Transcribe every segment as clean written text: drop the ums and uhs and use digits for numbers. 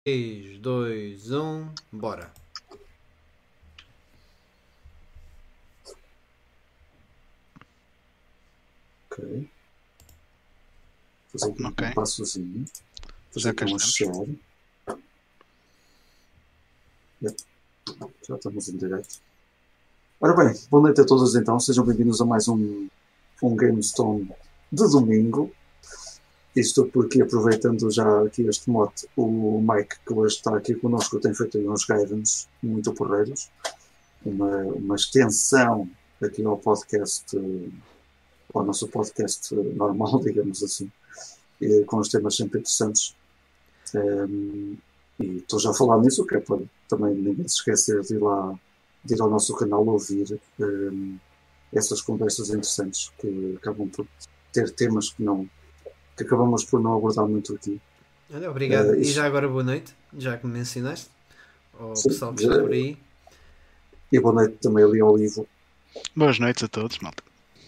3, 2, 1, bora. Ok. Fazer aqui um passozinho. Fazer Já aqui um share. Já estamos em direto. Ora bem, boa noite a todos então. Sejam bem-vindos a mais um GameStone de domingo. Isto porque, aproveitando já aqui este mote, o Mike, que hoje está aqui connosco, tem feito aí uns guidance muito porreiros. Uma extensão aqui ao podcast, ao nosso podcast normal, digamos assim, com os temas sempre interessantes. E estou já a falar nisso, que é para também ninguém se esquecer de ir ao nosso canal ouvir essas conversas interessantes que acabam por ter temas que acabamos por não abordar muito aqui. Olha, obrigado. E já agora boa noite, já que me mencionaste, ao pessoal que está por aí. E boa noite também ali ao Ivo. Boas noites a todos, malta.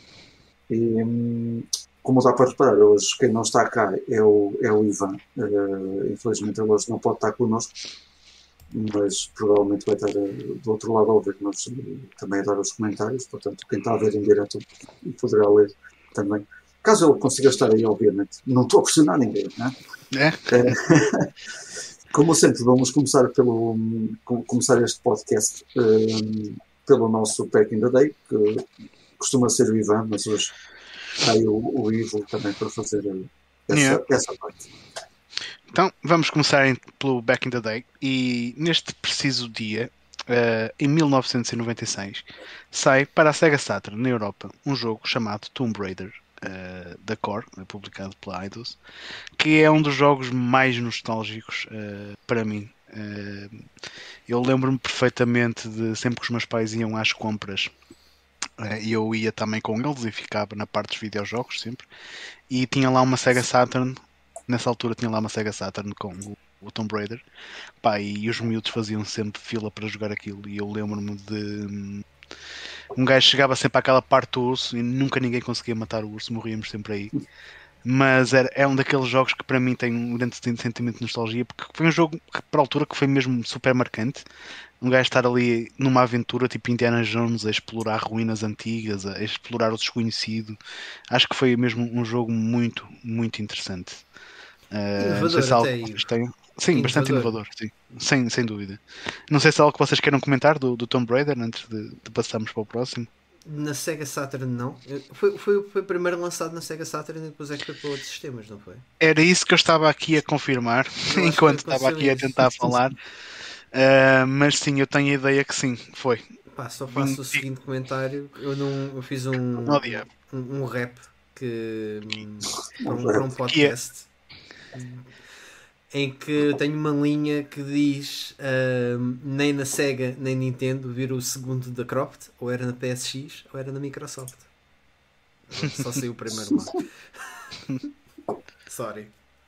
E como dá para reparar, hoje quem não está cá é o Ivan. Infelizmente ele hoje não pode estar connosco, mas provavelmente vai estar do outro lado a ouvir-nos também a dar os comentários. Portanto, quem está a ver em direto poderá ler também. Caso ele consiga estar aí, obviamente. Não estou a pressionar ninguém, não é? Como sempre, vamos começar começar este podcast pelo nosso Back in the Day, que costuma ser o Ivan, mas hoje está aí o Ivo também para fazer essa parte. Então, vamos começar pelo Back in the Day. E neste preciso dia, em 1996, sai para a Sega Saturn, na Europa, um jogo chamado Tomb Raider, da Core, publicado pela Eidos, que é um dos jogos mais nostálgicos para mim. Eu lembro-me perfeitamente de sempre que os meus pais iam às compras, e eu ia também com eles e ficava na parte dos videojogos sempre, e tinha lá uma Sega Saturn. Nessa altura tinha lá uma Sega Saturn com o Tomb Raider. Pá, e os miúdos faziam sempre fila para jogar aquilo. E eu lembro-me de um gajo chegava sempre àquela parte do urso e nunca ninguém conseguia matar o urso, morríamos sempre aí. Mas é um daqueles jogos que para mim tem um grande sentimento de nostalgia, porque foi um jogo que, para a altura, que foi mesmo super marcante. Um gajo estar ali numa aventura tipo Indiana Jones, a explorar ruínas antigas, a explorar o desconhecido. Acho que foi mesmo um jogo muito, muito interessante. Não sei Inovador se há algo até que aí. vocês tenham. Sim, bastante inovador, sim. Sem dúvida. Não sei se há algo que vocês queiram comentar do Tomb Raider antes de passarmos para o próximo. Na Sega Saturn não. Foi primeiro lançado na Sega Saturn e depois é que foi para outros sistemas, não foi? Era isso que eu estava aqui a confirmar Eu acho que enquanto estava aconteceu aqui a isso. tentar falar. Mas sim, eu tenho a ideia que sim, foi. Pá, só faço o seguinte comentário. Eu fiz um rap que para um podcast em que tenho uma linha que diz nem na Sega nem Nintendo vir o segundo da Cropped, ou era na PSX ou era na Microsoft. Só saiu o primeiro lá. Sorry.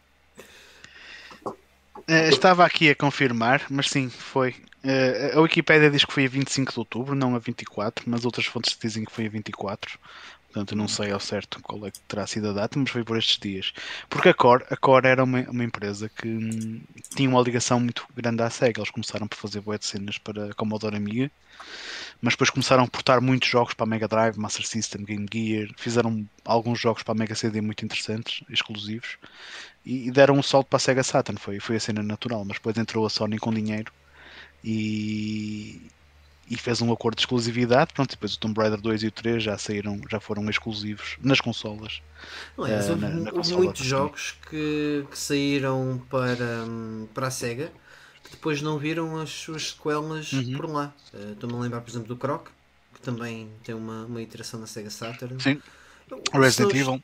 Estava aqui a confirmar, mas sim, foi. A Wikipédia diz que foi a 25 de outubro, não a 24, mas outras fontes dizem que foi a 24. Portanto, eu não sei ao certo qual é que terá sido a data, mas foi por estes dias. Porque a Core era uma empresa que tinha uma ligação muito grande à SEGA. Eles começaram por fazer boas cenas para a Commodore Amiga, mas depois começaram a portar muitos jogos para a Mega Drive, Master System, Game Gear. Fizeram alguns jogos para a Mega CD muito interessantes, exclusivos, e deram um salto para a Sega Saturn. Foi a cena natural, mas depois entrou a Sony com dinheiro e fez um acordo de exclusividade. Pronto, depois o Tomb Raider 2 e o 3 já foram exclusivos nas consolas. Aliás, Na houve consola muitos jogos que saíram para a Sega que depois não viram as suas sequelas por lá. Estou-me a lembrar, por exemplo, do Croc, que também tem uma iteração na Sega Saturn. Sim. Resident Evil.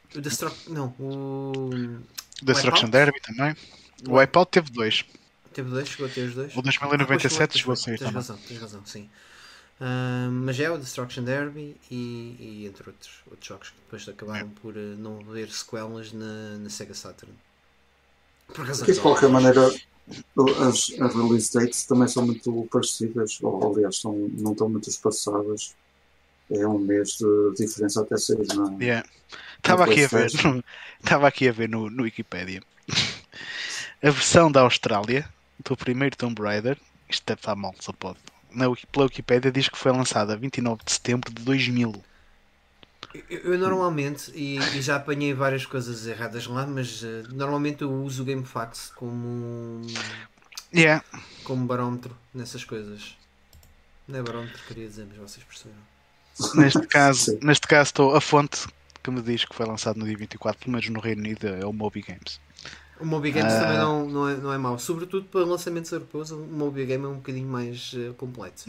O Destruction Wipeout. Derby também. O Wipeout teve dois. Teve dois, chegou a ter os dois. O 2097 chegou a sair também. Tens razão, sim. Mas é o Destruction Derby e entre outros jogos que depois acabaram por não haver sequelas na Sega Saturn. Por razões de qualquer maneira, as release dates também são muito parecidas, ou aliás, não estão muito espaçadas. É um mês de diferença até ser na. Estava aqui a ver no Wikipedia. A versão da Austrália do primeiro Tomb Raider, isto deve estar mal, só pode. Pela Wikipedia diz que foi lançada a 29 de setembro de 2000. Eu normalmente, e já apanhei várias coisas erradas lá, mas normalmente eu uso o GameFAQs como barómetro nessas coisas. Não é barómetro, queria dizer, mas vocês perceberam. Neste caso estou a fonte que me diz que foi lançado no dia 24, pelo menos no Reino Unido, é o Moby Games. O Moby Games também não é mau, sobretudo para lançamentos europeus. O Moby Game é um bocadinho mais completo.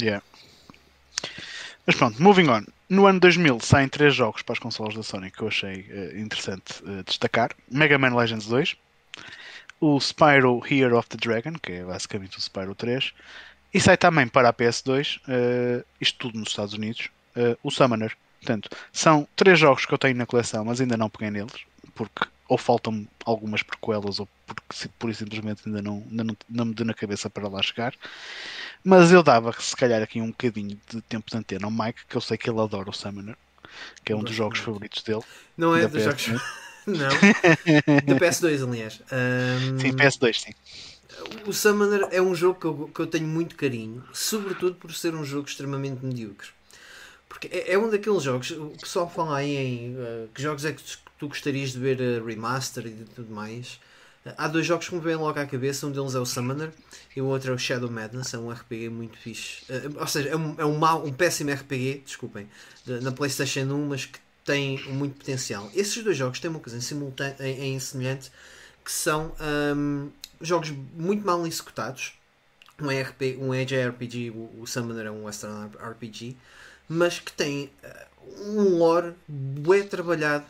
Mas pronto, moving on. No ano 2000 saem 3 jogos para as consolas da Sony que eu achei interessante destacar: Mega Man Legends 2, o Spyro Year of the Dragon, que é basicamente o Spyro 3, e sai também para a PS2, isto tudo nos Estados Unidos, o Summoner. Portanto, são 3 jogos que eu tenho na coleção, mas ainda não peguei neles, porque ou faltam algumas prequelas, ou porque por isso simplesmente ainda não me deu na cabeça para lá chegar. Mas eu dava se calhar aqui um bocadinho de tempo de antena ao Mike, que eu sei que ele adora o Summoner, que é um dos jogos favoritos dele. Não é dos jogos. Não. Da PS2, aliás. Sim, PS2, sim. O Summoner é um jogo que eu tenho muito carinho, sobretudo por ser um jogo extremamente medíocre. Porque é um daqueles jogos, o pessoal fala aí em que jogos é que tu gostarias de ver remaster e tudo mais. Há 2 jogos que me vêm logo à cabeça, um deles é o Summoner e o outro é o Shadow Madness, é um RPG muito fixe. Ou seja, é um péssimo RPG, desculpem, na PlayStation 1, mas que tem muito potencial. Esses 2 jogos têm uma coisa em semelhante, que são jogos muito mal executados. Um é JRPG, o Summoner é um Western RPG, mas que tem um lore bem trabalhado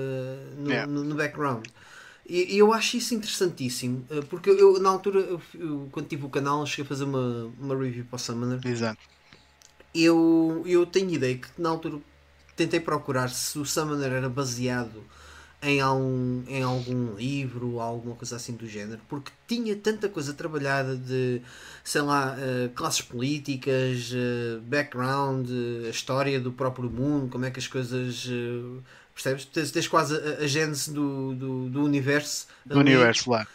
no background. E eu acho isso interessantíssimo, porque eu na altura, quando tive o canal, cheguei a fazer uma review para o Summoner. Exato. Eu tenho ideia que na altura tentei procurar se o Summoner era baseado em algum livro ou alguma coisa assim do género, porque tinha tanta coisa trabalhada de, sei lá, classes políticas, background, a história do próprio mundo, como é que as coisas... percebes? Tens quase a gênese do universo. Do universo lá.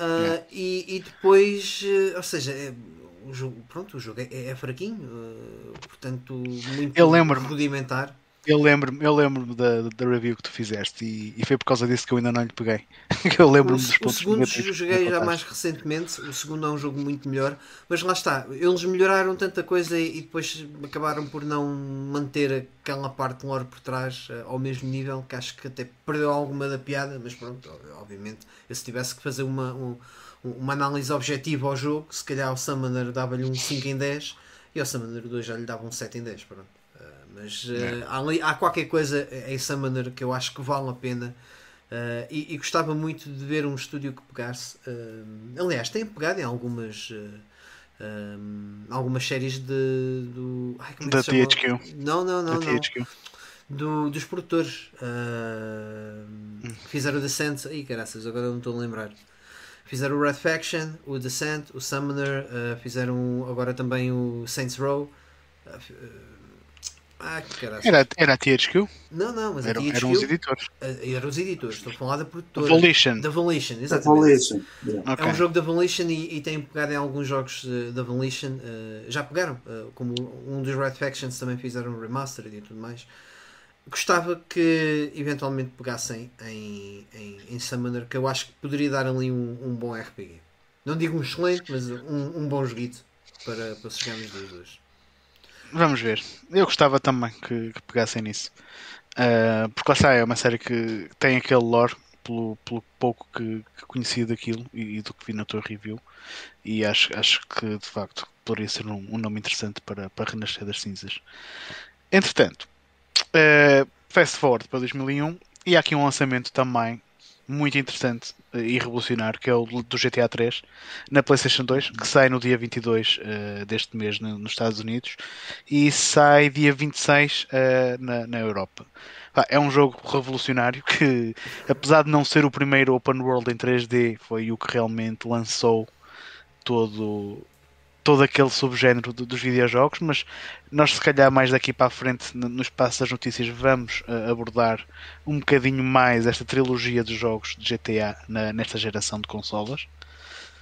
E depois, ou seja, o jogo é fraquinho, portanto, muito rudimentar. Eu lembro-me da review que tu fizeste e foi por causa disso que eu ainda não lhe peguei. Eu lembro-me dos pontos. O segundo eu joguei já mais recentemente. O segundo é um jogo muito melhor, mas lá está, eles melhoraram tanta coisa e depois acabaram por não manter aquela parte de lore por trás ao mesmo nível, que acho que até perdeu alguma da piada. Mas pronto, obviamente, eu se tivesse que fazer uma análise objetiva ao jogo, se calhar o Summoner dava-lhe um 5 em 10 e ao Summoner 2 já lhe dava um 7 em 10. Pronto. Mas há qualquer coisa em Summoner que eu acho que vale a pena, e gostava muito de ver um estúdio que pegasse. Aliás, tem pegado em algumas séries da THQ. Não. Dos produtores que fizeram o Descent. Ai, caraças, agora não estou a lembrar. Fizeram o Red Faction, o Descent, o Summoner, fizeram agora também o Saints Row. Era a THQ? Não, mas eram os editores. Eram os editores, estou a falar da produtora. Da Volition, exatamente. É um jogo da Volition e têm pegado em alguns jogos da Volition. Já pegaram, como um dos Red Factions também fizeram um remaster e tudo mais. Gostava que eventualmente pegassem em Summoner, que eu acho que poderia dar ali um bom RPG. Não digo um excelente, mas um bom joguito para chegarmos dos dois. Vamos ver. Eu gostava também que pegassem nisso. Porque lá está, é uma série que tem aquele lore, pelo pouco que conheci daquilo e do que vi na tua review. E acho que de facto poderia ser um nome interessante para renascer das cinzas. Entretanto, fast forward para 2001 e há aqui um lançamento também muito interessante e revolucionário, que é o do GTA 3 na PlayStation 2, que sai no dia 22 deste mês nos Estados Unidos e sai dia 26 na Europa. É um jogo revolucionário que, apesar de não ser o primeiro open world em 3D, foi o que realmente lançou todo aquele subgénero dos videojogos, mas nós se calhar mais daqui para a frente no espaço das notícias vamos abordar um bocadinho mais esta trilogia de jogos de GTA nesta geração de consolas.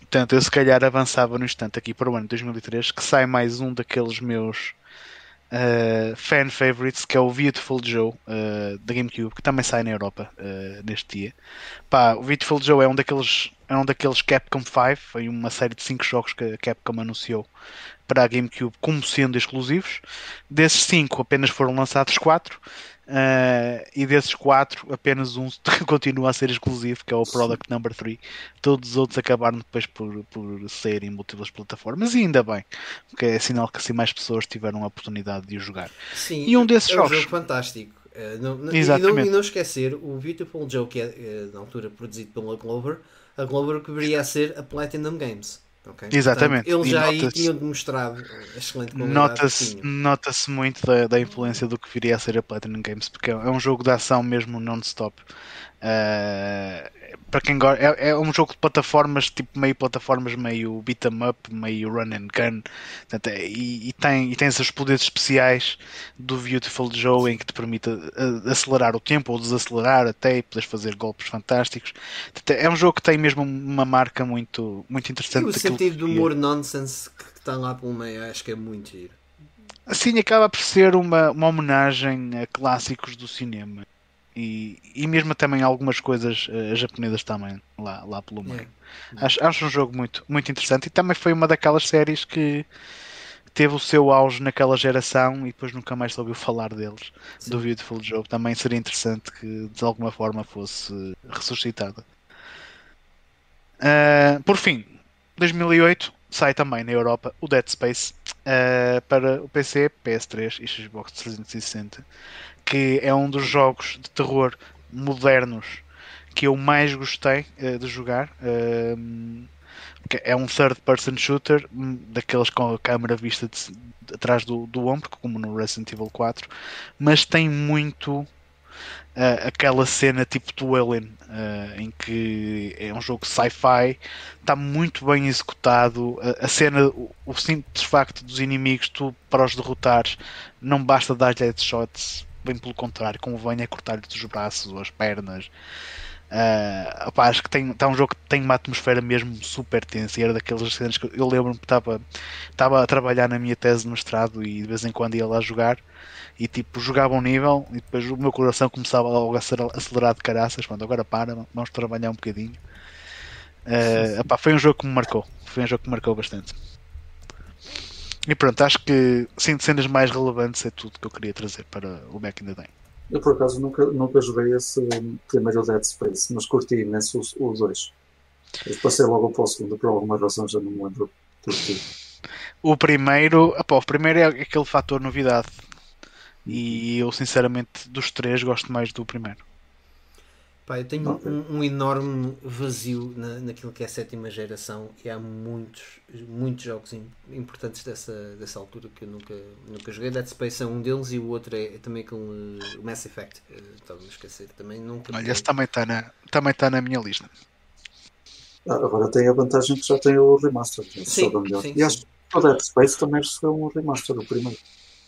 Portanto, eu se calhar avançava no instante aqui para o ano de 2003, que sai mais um daqueles meus fan favorites, que é o Beautiful Joe da GameCube, que também sai na Europa neste dia. Pá, o Beautiful Joe é um daqueles Capcom 5, foi uma série de 5 jogos que a Capcom anunciou para a GameCube como sendo exclusivos. Desses 5 apenas foram lançados 4. E desses 4 apenas um continua a ser exclusivo, que é o Product Number 3. Todos os outros acabaram depois por saírem em múltiplas plataformas, e ainda bem, porque é sinal que assim mais pessoas tiveram a oportunidade de o jogar. Sim, E um desses é um jogos jogo fantástico. Exatamente. E não esquecer o Beautiful Joe, que é na altura produzido pela Glover, a Glover que viria a ser a Platinum Games. Okay? Exatamente. Portanto, eles já aí tinham demonstrado a excelente qualidade que tinham. Nota-se muito da influência do que viria a ser a Platinum Games, porque é um jogo de ação mesmo non-stop. Para quem gosta, é um jogo de plataformas, tipo meio plataformas, meio beat 'em up, meio run and gun. Portanto, e tem esses poderes especiais do Beautiful Joe, em que te permite acelerar o tempo ou desacelerar até, e podes fazer golpes fantásticos. Portanto, é um jogo que tem mesmo uma marca muito, muito interessante. E o sentido de humor nonsense que está lá pelo meio, acho que é muito giro. Assim, acaba por ser uma homenagem a clássicos do cinema. E mesmo também algumas coisas japonesas também lá pelo meio. Acho um jogo muito, muito interessante, e também foi uma daquelas séries que teve o seu auge naquela geração e depois nunca mais se ouviu falar deles. Sim. Do Beautiful Joe. Também seria interessante que de alguma forma fosse ressuscitada. Por fim, 2008 sai também na Europa o Dead Space para o PC, PS3 e Xbox 360, que é um dos jogos de terror modernos que eu mais gostei de jogar. É um third person shooter, daqueles com a câmera vista atrás do ombro, como no Resident Evil 4, mas tem muito aquela cena tipo do Alien, em que é um jogo sci-fi, está muito bem executado. A cena, o simples facto dos inimigos, tu para os derrotares, não basta dar-lhe headshots, bem pelo contrário, convém é cortar-lhe os braços ou as pernas. Acho que tá um jogo que tem uma atmosfera mesmo super tensa, e era daquelas cenas que eu lembro-me que estava a trabalhar na minha tese de mestrado e de vez em quando ia lá jogar, e tipo, jogava um nível e depois o meu coração começava logo a acelerar de caraças. Quando agora vamos trabalhar um bocadinho. Foi um jogo que me marcou bastante. E pronto, acho que sim, de cenas mais relevantes é tudo que eu queria trazer para o Back in the Day. Eu por acaso nunca joguei esse primeiro Dead Space, mas curti imenso o 2. Eu passei logo para o segundo, por alguma razão já não me lembro porquê. O primeiro é aquele fator novidade. E eu sinceramente dos 3 gosto mais do primeiro. Pá, eu tenho um enorme vazio naquilo que é a 7ª geração, e há muitos jogos importantes dessa altura que eu nunca joguei. Dead Space é um deles, e o outro é também aquele Mass Effect. Estava-me a esquecer também. Olha, esse também está na minha lista. Agora tem a vantagem que já tem o remaster. Sim. E acho que o Dead Space também recebeu um remaster, o primeiro.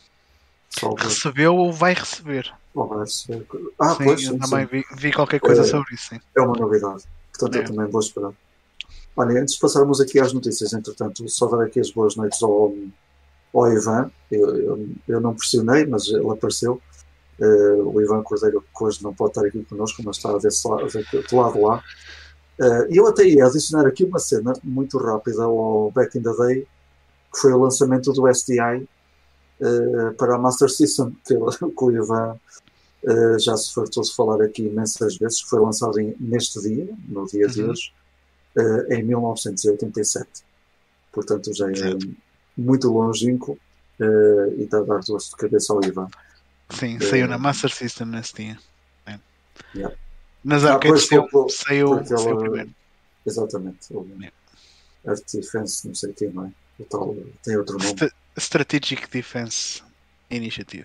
Recebeu ou vai receber? Sim, pois, eu também vi qualquer coisa sobre isso. Sim. É uma novidade. Portanto, eu também vou esperar. Olha, antes de passarmos aqui às notícias, entretanto, só dar aqui as boas noites ao Ivan. Eu não pressionei, mas ele apareceu. O Ivan Cordeiro, que hoje não pode estar aqui connosco, mas está a ver do lado lá. E eu até ia adicionar aqui uma cena muito rápida ao Back in the Day, que foi o lançamento do SDI para a Master System, que o Ivan já se fartou de falar aqui imensas vezes, que foi lançado neste dia, no dia de hoje, em 1987. Portanto, já é muito longínquo, e está a dar dor de cabeça ao Ivan. Sim, saiu na Master System nesse dia. Yeah. Nas arcades saiu primeiro. Exatamente. Earth Defense, não sei quem, não é? O tal, tem outro nome. Strategic Defense Initiative.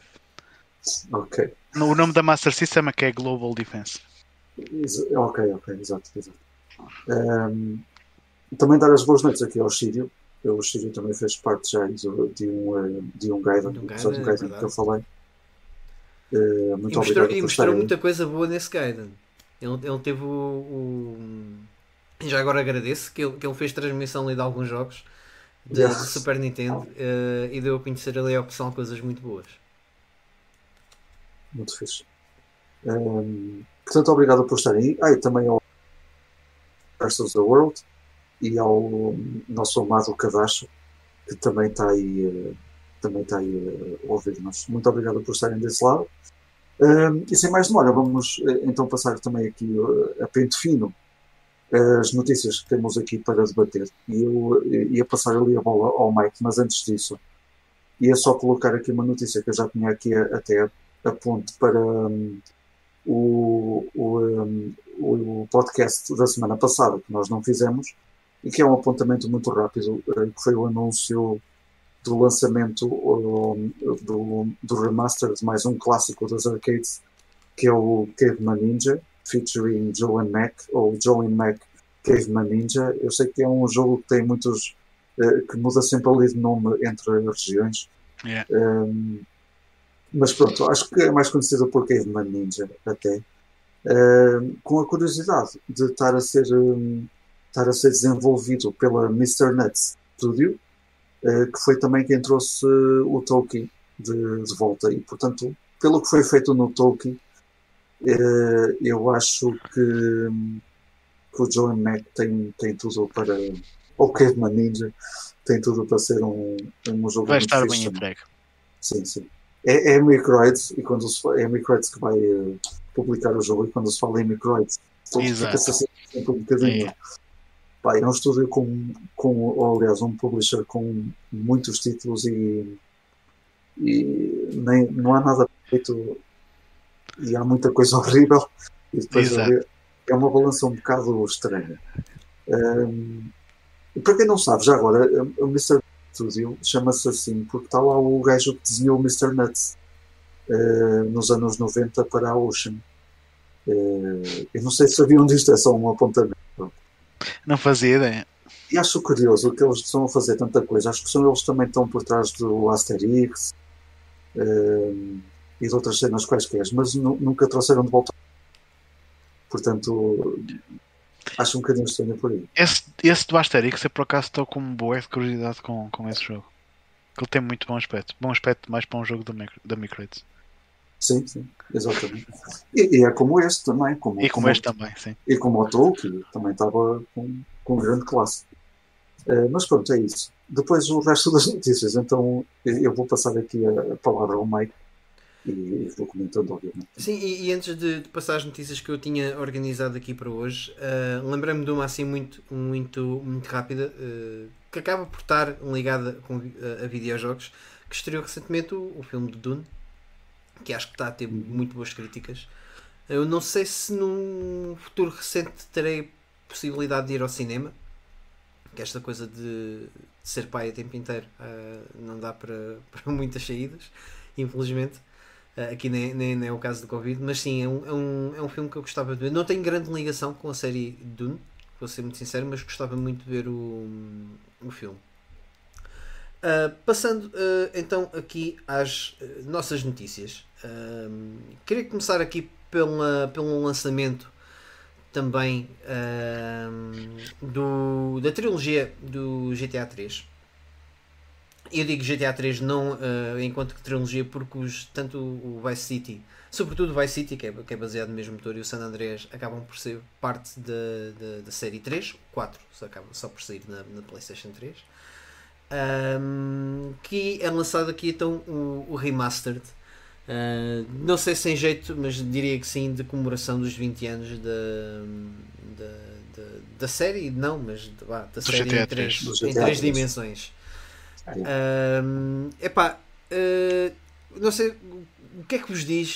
Ok. O nome da Master System é que é Global Defense. Ok, exato. Também dar as boas noites aqui ao Sírio. O Sírio também fez parte já de um Gaiden que eu falei. Muito obrigado. E mostrou muita coisa boa nesse Gaiden. Ele teve E já agora agradeço que ele fez transmissão ali de alguns jogos de Super Nintendo e deu a conhecer ali ao pessoal coisas muito boas. Muito fixe. Portanto, obrigado por estarem aí. E também ao Versus the World e ao nosso amado Cadacho, que também está aí a ouvir-nos. Muito obrigado por estarem desse lado. E sem mais demora, vamos então passar também aqui a pente fino as notícias que temos aqui para debater. E eu ia passar ali a bola ao Mike, mas antes disso ia só colocar aqui uma notícia que eu já tinha aqui até a ponte para o podcast da semana passada, que nós não fizemos, e que é um apontamento muito rápido, que foi o anúncio do lançamento do remaster de mais um clássico das arcades, que é o Caveman Ninja, featuring Joe and Mac, ou Joe and Mac Caveman Ninja. Eu sei que é um jogo que tem muitos que muda sempre ali de nome entre regiões. Yeah. Mas pronto, acho que é mais conhecido por Caveman Ninja até. Com a curiosidade de estar a ser desenvolvido pela Mr. Nuts Studio, que foi também quem trouxe o Tolkien de volta. E portanto, pelo que foi feito no Tolkien, eu acho que o Joe Mac tem tudo para, ou Caveman Ninja tem tudo para ser um jogo. Vai estar bem emprego. Sim, sim. É Microids, e quando é Microids que vai publicar o jogo, e quando se fala em Microids, fica-se assim sempre um bocadinho. Pá, é um estúdio aliás, um publisher com muitos títulos e não há nada feito, e há muita coisa horrível, e depois é uma balança um bocado estranha. Para quem não sabe, já agora, o Mr. Studio chama-se assim porque está lá o gajo que desenhou o Mr. Nuts nos anos 90 para a Ocean. Eu não sei se sabiam disto, é só um apontamento. Não fazia ideia. E acho curioso que eles estão a fazer tanta coisa. Acho que são eles também estão por trás do Asterix e de outras cenas quaisquer, mas nunca trouxeram de volta. Portanto, acho um bocadinho estranho por aí. Esse do Asterix, eu por acaso estou com uma boa curiosidade com esse jogo. Ele tem muito bom aspecto. Bom aspecto mais para um jogo da Microids. Sim, exatamente. E é como este também. Como este também, sim. E como o Tolkien, também estava com grande classe. Mas pronto, é isso. Depois o resto das notícias. Então eu vou passar aqui a palavra ao Mike e vou comentando, obviamente. Sim, e antes de passar as notícias que eu tinha organizado aqui para hoje, lembrei-me de uma assim muito rápida, que acaba por estar ligada a videojogos, que estreou recentemente o filme de Dune, que acho que está a ter muito boas críticas. Eu não sei se num futuro recente terei possibilidade de ir ao cinema, que esta coisa de ser pai o tempo inteiro não dá para muitas saídas, infelizmente. Aqui nem é o caso do Covid, mas sim, é um filme que eu gostava de ver. Não tenho grande ligação com a série Dune, vou ser muito sincero, mas gostava muito de ver o filme. Passando então aqui às nossas notícias, queria começar aqui pelo lançamento também da trilogia do GTA 3. Eu digo GTA 3 não enquanto que trilogia, porque tanto o Vice City, sobretudo o Vice City, que é baseado no mesmo motor, e o San Andreas acabam por ser parte da série 3. O 4 acaba só por sair na PlayStation 3. Que é lançado aqui então o Remastered. Não sei se em jeito, mas diria que sim, de comemoração dos 20 anos da série, não, mas da série em três dimensões. Não sei o que é que vos diz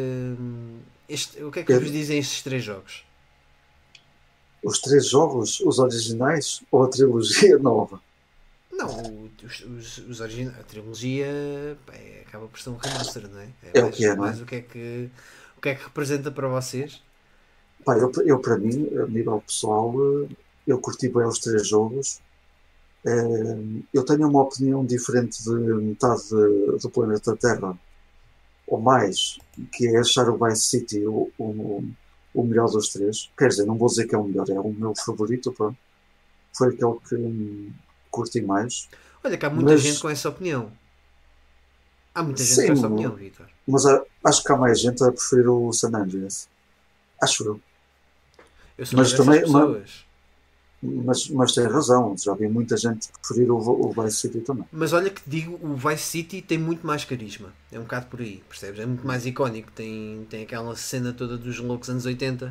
o que é que vos dizem estes 3 jogos? Os 3 jogos, os originais ou a trilogia nova? Não, a trilogia acaba por ser um remaster, não é? O que é, não é? Mas o que é que representa para vocês? Pá, eu para mim, a nível pessoal, eu curti bem os 3 jogos. Eu tenho uma opinião diferente de metade do planeta Terra, ou mais, que é achar o Vice City o o melhor dos três. Quer dizer, não vou dizer que é o melhor, é o meu favorito, pronto. Foi aquele que curti mais. Olha que há muita gente com essa opinião. Há muita gente com essa opinião, Vitor. Mas acho que há mais gente a preferir o San Andreas. Acho eu. Eu sou mas também, pessoas. Mas tem razão, já vi muita gente preferir o Vice City também. Mas olha que digo, o Vice City tem muito mais carisma. É um bocado por aí, percebes? É muito mais icónico. Tem aquela cena toda dos loucos anos 80.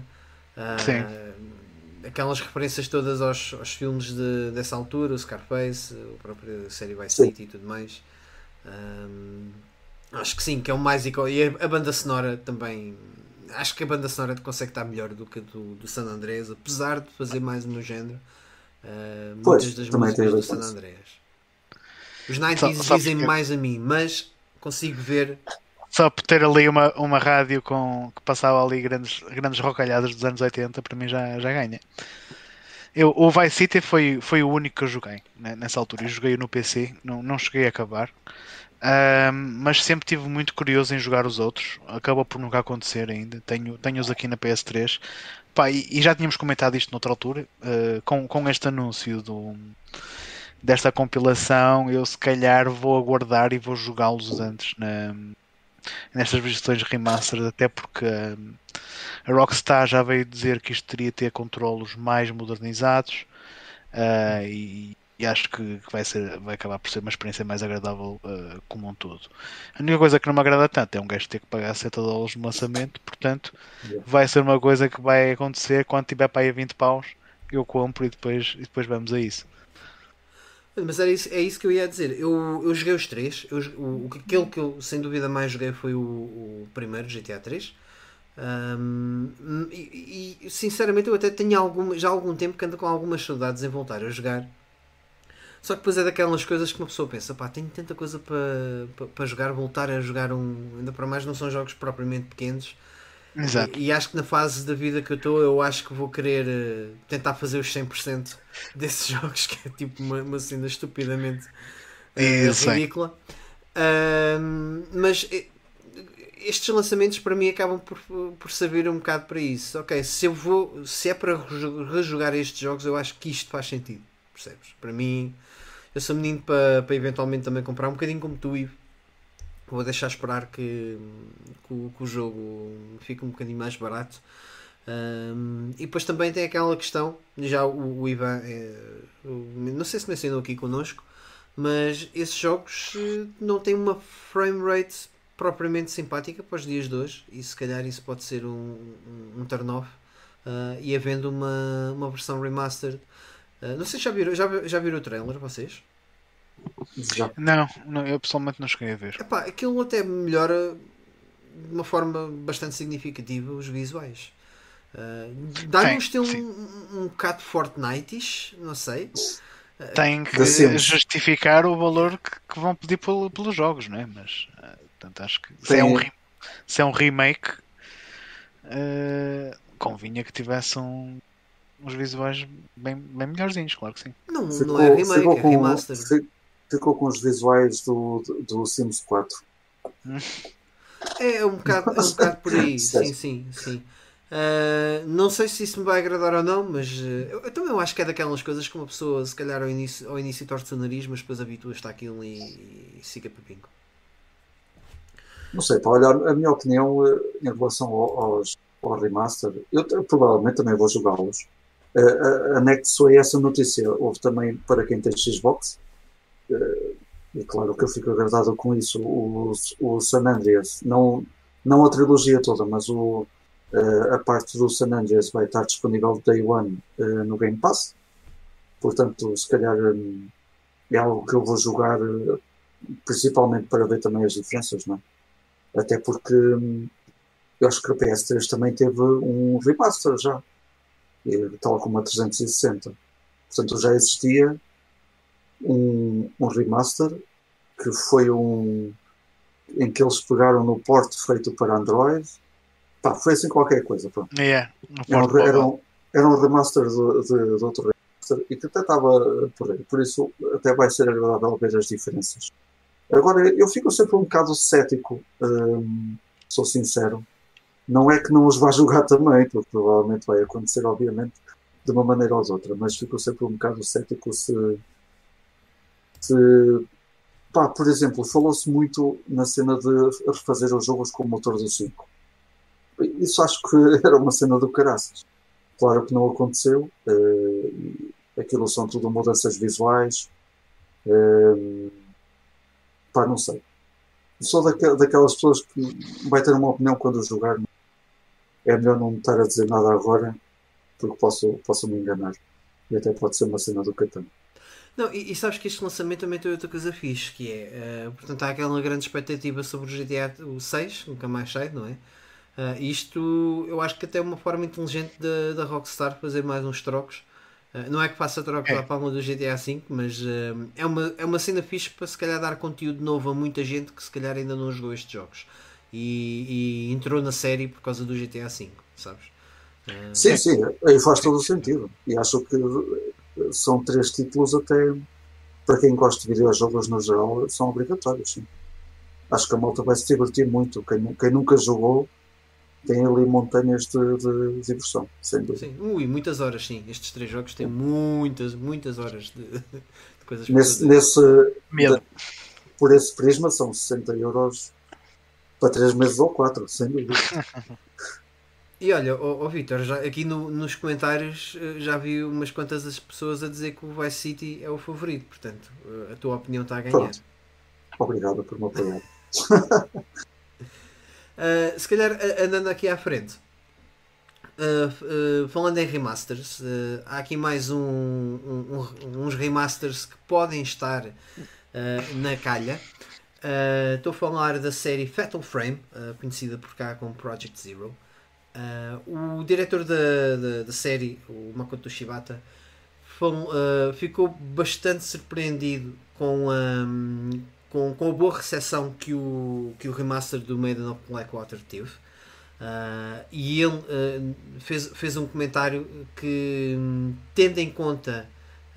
Aquelas referências todas aos filmes dessa altura, o Scarface, a própria série Vice City e tudo mais. Acho que sim, que é o mais icónico. E a banda sonora também. Acho que a banda sonora consegue estar melhor do que do San Andreas, apesar de fazer mais o meu género. Muitas das músicas do San Andreas. Os 90s dizem mais a mim, mas consigo ver. Só por ter ali uma rádio que passava ali grandes rocalhadas dos anos 80, para mim já ganha. O Vice City foi o único que eu joguei nessa altura. Eu joguei no PC, não cheguei a acabar. Mas sempre estive muito curioso em jogar os outros. Acabou por nunca acontecer ainda. Tenho-os aqui na PS3. Pá, e já tínhamos comentado isto noutra altura. Com este anúncio desta compilação, eu se calhar vou aguardar e vou jogá-los antes nestas versões remastered, até porque a Rockstar já veio dizer que isto teria ter controlos mais modernizados. E acho que vai acabar por ser uma experiência mais agradável como um todo. A única coisa que não me agrada tanto é um gajo ter que pagar $70 no lançamento, portanto vai ser uma coisa que vai acontecer quando tiver para aí a 20 paus, eu compro e depois vamos a isso. Mas é isso que eu ia dizer. Eu joguei os três. Aquele que eu sem dúvida mais joguei foi o primeiro, GTA 3. E sinceramente eu até tenho já há algum tempo que ando com algumas saudades em voltar a jogar. Só que depois é daquelas coisas que uma pessoa pensa, pá, tenho tanta coisa para jogar, voltar a jogar ainda para mais não são jogos propriamente pequenos. Exato. E acho que na fase da vida que eu estou, eu acho que vou querer tentar fazer os 100% desses jogos, que é tipo uma cena estupidamente ridícula. Mas estes lançamentos para mim acabam por servir um bocado para isso. Ok, se é para rejogar estes jogos, eu acho que isto faz sentido, percebes? Para mim, eu sou menino para eventualmente também comprar um bocadinho como tu, Ivo. Vou deixar esperar que o jogo fique um bocadinho mais barato. E depois também tem aquela questão, já o Ivan, não sei se mencionou aqui connosco, mas esses jogos não têm uma frame rate propriamente simpática para os dias de hoje, e se calhar isso pode ser um turn-off. E havendo uma versão remastered, não sei se já viram o trailer, vocês? Já. Não, eu pessoalmente não cheguei a ver. Epá, aquilo até melhora de uma forma bastante significativa os visuais. Dá-lhe um estilo um bocado Fortnite-ish, não sei. Tem que justificar o valor que vão pedir pelos jogos, não é? Mas portanto, acho que se é um remake, convinha que tivesse uns visuais bem melhorzinhos, claro que sim. Não é remake, é remaster. Ficou com os visuais do Sims 4. É um bocado por aí, sim. Não sei se isso me vai agradar ou não, mas eu também acho que é daquelas coisas que uma pessoa se calhar ao início torce o nariz, mas depois habitua-se àquilo e siga papinco. Não sei, para olhar, a minha opinião em relação ao remaster, eu provavelmente também vou jogá-los. Anexo a essa notícia, houve também para quem tem Xbox. E claro que eu fico agradado com isso. O San Andreas, não a trilogia toda, mas a parte do San Andreas vai estar disponível Day One no Game Pass. Portanto, se calhar é algo que eu vou jogar principalmente para ver também as diferenças, não é? Até porque eu acho que a PS3 também teve um remaster já, tal como a 360. Portanto, já existia um remaster que foi em que eles pegaram no port feito para Android. Pá, foi assim qualquer coisa. Era um remaster de outro remaster e que até estava por isso até vai ser agradável ver as diferenças. Agora, eu fico sempre um bocado cético, sou sincero, Não é que não os vá jogar também, porque provavelmente vai acontecer, obviamente, de uma maneira ou de outra, mas fico sempre um bocado cético se pá, por exemplo, falou-se muito na cena de refazer os jogos com o motor do 5. Isso acho que era uma cena do caraças. Claro que não aconteceu. Aquilo são tudo mudanças visuais. Pá, não sei. Sou daquelas pessoas que vai ter uma opinião quando jogar. É melhor não estar a dizer nada agora, porque posso me enganar. E até pode ser uma cena do Catan. Não, e sabes que este lançamento também tem outra coisa fixe, que é, portanto, há aquela grande expectativa sobre o GTA o 6, nunca mais sai, não é? Isto eu acho que até é uma forma inteligente da Rockstar fazer mais uns trocos. Não é que faça trocos à palma do GTA V, mas é uma cena fixe para se calhar dar conteúdo novo a muita gente que se calhar ainda não jogou estes jogos e entrou na série por causa do GTA V, sabes? Sim, aí faz todo o sentido. E acho que são 3 títulos até para quem gosta de videojogos no geral, são obrigatórios, sim. Acho que a malta vai se divertir muito. Quem nunca jogou tem ali montanhas de diversão, sem dúvida. Sim, muitas horas, sim. Estes 3 jogos têm muitas horas de coisas para Nesse, fazer. nesse, por esse prisma são 60 € para 3 meses ou 4, sem dúvida. E olha, Vitor, aqui nos comentários já vi umas quantas as pessoas a dizer que o Vice City é o favorito, portanto, a tua opinião está a ganhar. Pronto. Obrigado por me apoiar. Se calhar, andando aqui à frente, falando em remasters, há aqui mais uns remasters que podem estar na calha. Estou a falar da série Fatal Frame, conhecida por cá como Project Zero. O diretor da série, o Makoto Shibata, ficou bastante surpreendido com a boa recepção que o remaster do Maiden of Blackwater teve. E ele fez um comentário que, tendo em conta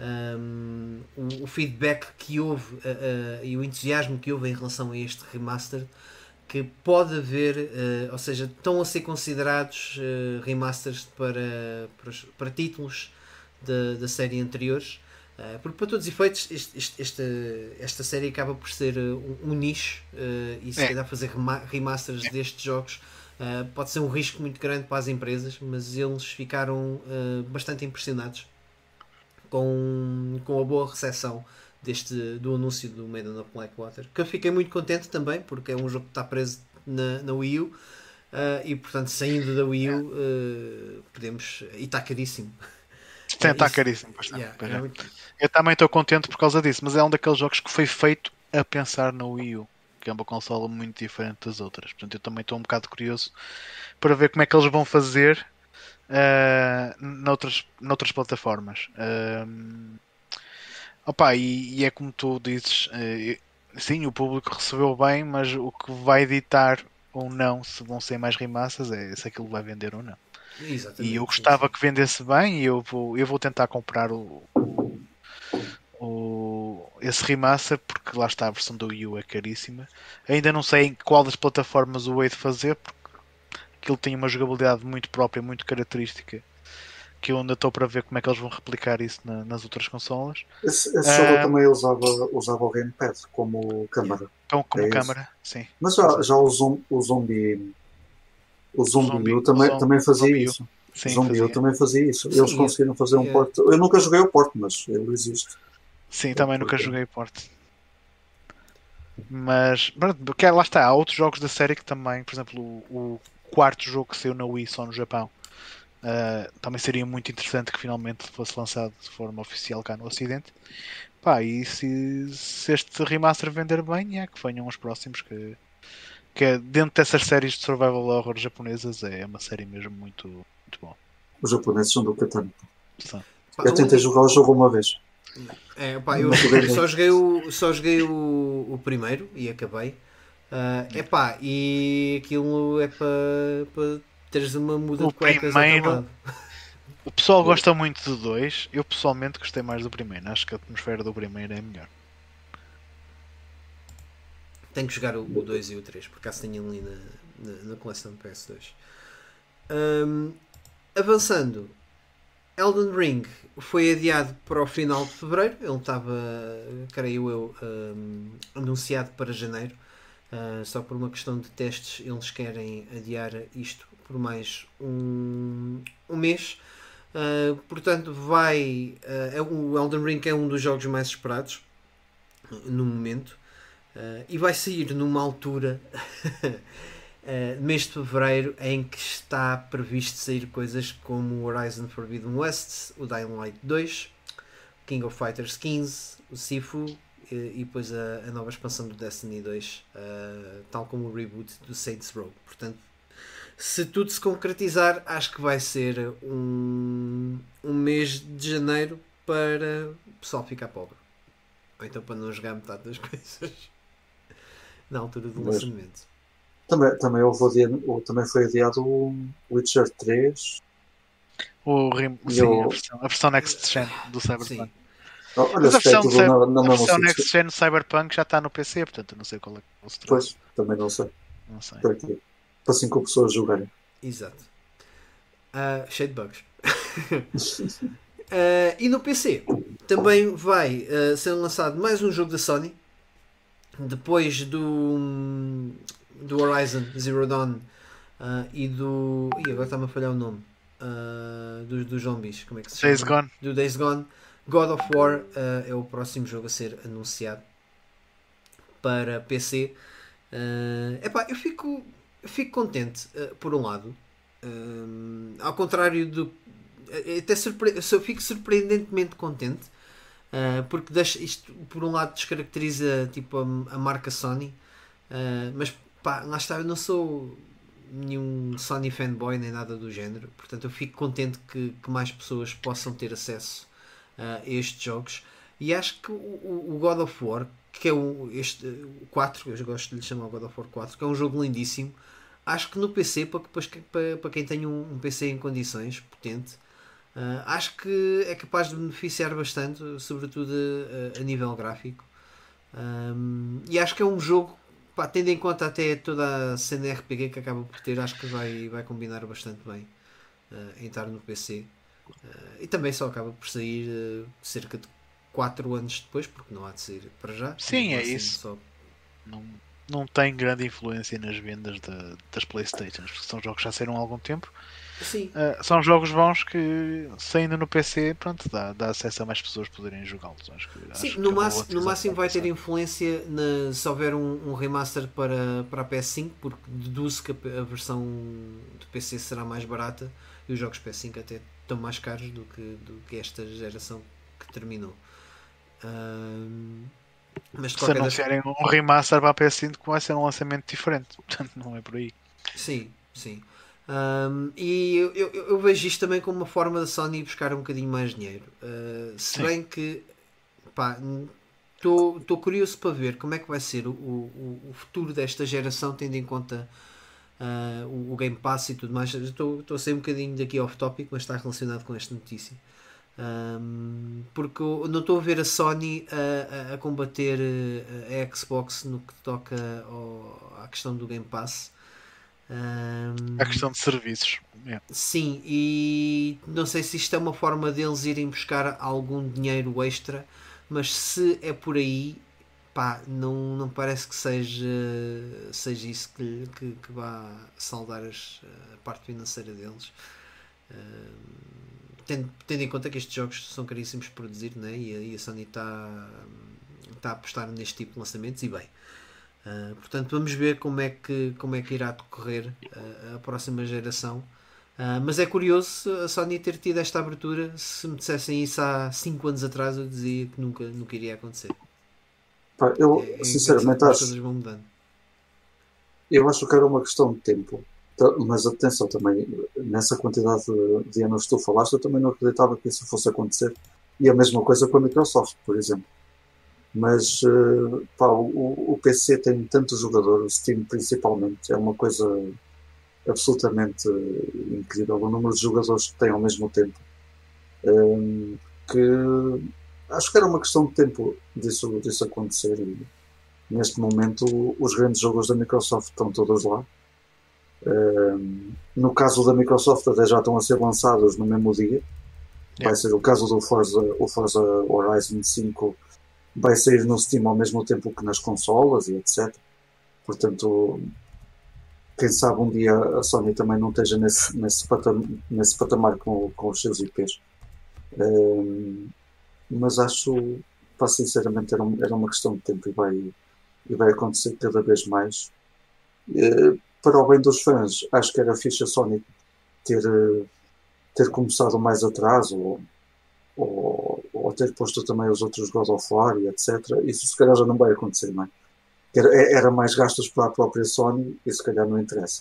o feedback que houve e o entusiasmo que houve em relação a este remaster, que pode haver, ou seja, estão a ser considerados remasters para títulos da série anteriores, porque para todos os efeitos esta série acaba por ser um nicho, e se calhar fazer remasters destes jogos pode ser um risco muito grande para as empresas, mas eles ficaram bastante impressionados com a boa recepção do anúncio do Maiden of Blackwater, que eu fiquei muito contente também, porque é um jogo que está preso na Wii U, e portanto saindo da Wii U podemos, e está caríssimo. Está caríssimo. Eu também estou contente por causa disso, mas é um daqueles jogos que foi feito a pensar na Wii U, que é uma consola muito diferente das outras. Portanto, eu também estou um bocado curioso para ver como é que eles vão fazer noutras plataformas. E é como tu dizes, sim, o público recebeu bem, mas o que vai ditar ou não se vão ser mais remasters é se aquilo vai vender ou não. Exatamente, e eu gostava que vendesse bem, e eu vou tentar comprar esse remaster, porque lá está, a versão do Wii U é caríssima. Ainda não sei em qual das plataformas o hei de fazer, porque aquilo tem uma jogabilidade muito própria, muito característica, que eu ainda estou para ver como é que eles vão replicar isso nas outras consolas. Esse jogo também usava o Gamepad como câmara. Então, como câmara, sim. Mas já o Zombie U também fazia isso. Sim, Zombie U também fazia isso. Eles conseguiram fazer um port. Eu nunca joguei o port, mas ele existe. Sim, também nunca joguei o port. Mas porque lá está, há outros jogos da série que também, por exemplo, o quarto jogo que saiu na Wii só no Japão, também seria muito interessante que finalmente fosse lançado de forma oficial cá no Ocidente. E se este remaster vender bem, que venham os próximos, que é dentro dessas séries de survival horror japonesas, é uma série mesmo muito, muito boa. Os japoneses são do Catano. Eu tentei jogar o jogo uma vez. Eu só joguei o primeiro e acabei. E aquilo é para teres uma muda de cuecas ao teu lado. O pessoal gosta muito do 2. Eu pessoalmente gostei mais do primeiro. Acho que a atmosfera do primeiro é melhor. Tenho que jogar o 2 e o 3, por acaso tenho ali na coleção do PS2. Avançando, Elden Ring foi adiado para o final de fevereiro. Ele estava, creio eu, anunciado para janeiro. Só por uma questão de testes, eles querem adiar isto por mais um mês. Portanto, o Elden Ring é um dos jogos mais esperados no momento. E vai sair numa altura mês de fevereiro em que está previsto sair coisas como o Horizon Forbidden West, o Dying Light 2, King of Fighters 15, o Sifu e depois a nova expansão do Destiny 2, tal como o reboot do Saints Row. Portanto, se tudo se concretizar, acho que vai ser um mês de janeiro para o pessoal ficar pobre, ou então para não jogar metade das coisas na altura do lançamento. Também foi adiado o Witcher 3. A versão Next Gen do Cyberpunk. Olha, mas a versão Next Gen do Cyberpunk já está no PC, portanto eu não sei qual é o stress. Pois, também não sei. Para quê? Para 5 pessoas jogarem. Exato. Cheio de bugs. E no PC também vai ser lançado mais um jogo da Sony. Depois do Horizon Zero Dawn e do... agora está-me a falhar o nome. Dos zombies. Como é que se chama? Days Gone. Do Days Gone. God of War é o próximo jogo a ser anunciado para PC. Eu fico contente, por um lado. Ao contrário do... eu fico surpreendentemente contente. Porque isto, por um lado, descaracteriza tipo, a marca Sony. Mas pá, lá está, eu não sou nenhum Sony fanboy nem nada do género. Portanto, eu fico contente que mais pessoas possam ter acesso a estes jogos. E acho que o God of War, que é o 4, eu gosto de lhe chamar God of War 4, que é um jogo lindíssimo. Acho que no PC, para quem tem um PC em condições, potente, acho que é capaz de beneficiar bastante, sobretudo a nível gráfico. E acho que é um jogo, pá, tendo em conta até toda a cena RPG que acaba por ter, acho que vai combinar bastante bem em estar no PC. E também só acaba por sair cerca de 4 anos depois, porque não há de sair para já. Sim, é isso. Só... Não tem grande influência nas vendas das Playstations, porque são jogos que já saíram há algum tempo. Sim. São jogos bons que, saindo no PC, pronto, dá acesso a mais pessoas poderem jogá-los. Sim, no máximo vai ter influência se houver um remaster para a PS5, porque deduzo que a versão de PC será mais barata e os jogos PS5 até estão mais caros do que esta geração que terminou. Mas se anunciarem um remaster para a PS5, vai ser um lançamento diferente, portanto não é por aí. Sim. E eu vejo isto também como uma forma da Sony buscar um bocadinho mais dinheiro. Se bem que estou curioso para ver como é que vai ser o futuro desta geração, tendo em conta o Game Pass e tudo mais. Estou a sair um bocadinho daqui off topic, mas está relacionado com esta notícia. Porque eu não estou a ver a Sony a combater a Xbox no que toca à questão do Game Pass. A questão de serviços. Sim, e não sei se isto é uma forma deles irem buscar algum dinheiro extra, mas se é por aí, pá, não parece que seja isso que vá saldar a parte financeira deles. Tendo em conta que estes jogos são caríssimos de produzir, né? E a Sony está a apostar neste tipo de lançamentos e bem. Portanto, vamos ver como é que irá decorrer a próxima geração. Mas é curioso a Sony ter tido esta abertura. Se me dissessem isso há 5 anos atrás, eu dizia que nunca iria acontecer. Eu sinceramente acho. Eu acho que era uma questão de tempo. Mas atenção, também nessa quantidade de anos que tu falaste, eu também não acreditava que isso fosse acontecer. E a mesma coisa com a Microsoft, por exemplo. Mas o PC tem tantos jogadores, o Steam principalmente, é uma coisa absolutamente incrível. O número de jogadores que tem ao mesmo tempo, que acho que era uma questão de tempo disso acontecer. E neste momento os grandes jogos da Microsoft estão todos lá. No caso da Microsoft, até já estão a ser lançados no mesmo dia. Vai ser o caso do Forza Horizon 5, vai sair no Steam ao mesmo tempo que nas consolas e etc. Portanto, quem sabe um dia a Sony também não esteja nesse patamar com os seus IPs. Mas acho, sinceramente, era uma questão de tempo e vai acontecer cada vez mais. Para o bem dos fãs, acho que era fixe a Sony ter começado mais atrás ou ter posto também os outros God of War e etc. Isso se calhar já não vai acontecer, não é? Era mais gastos para a própria Sony e se calhar não interessa.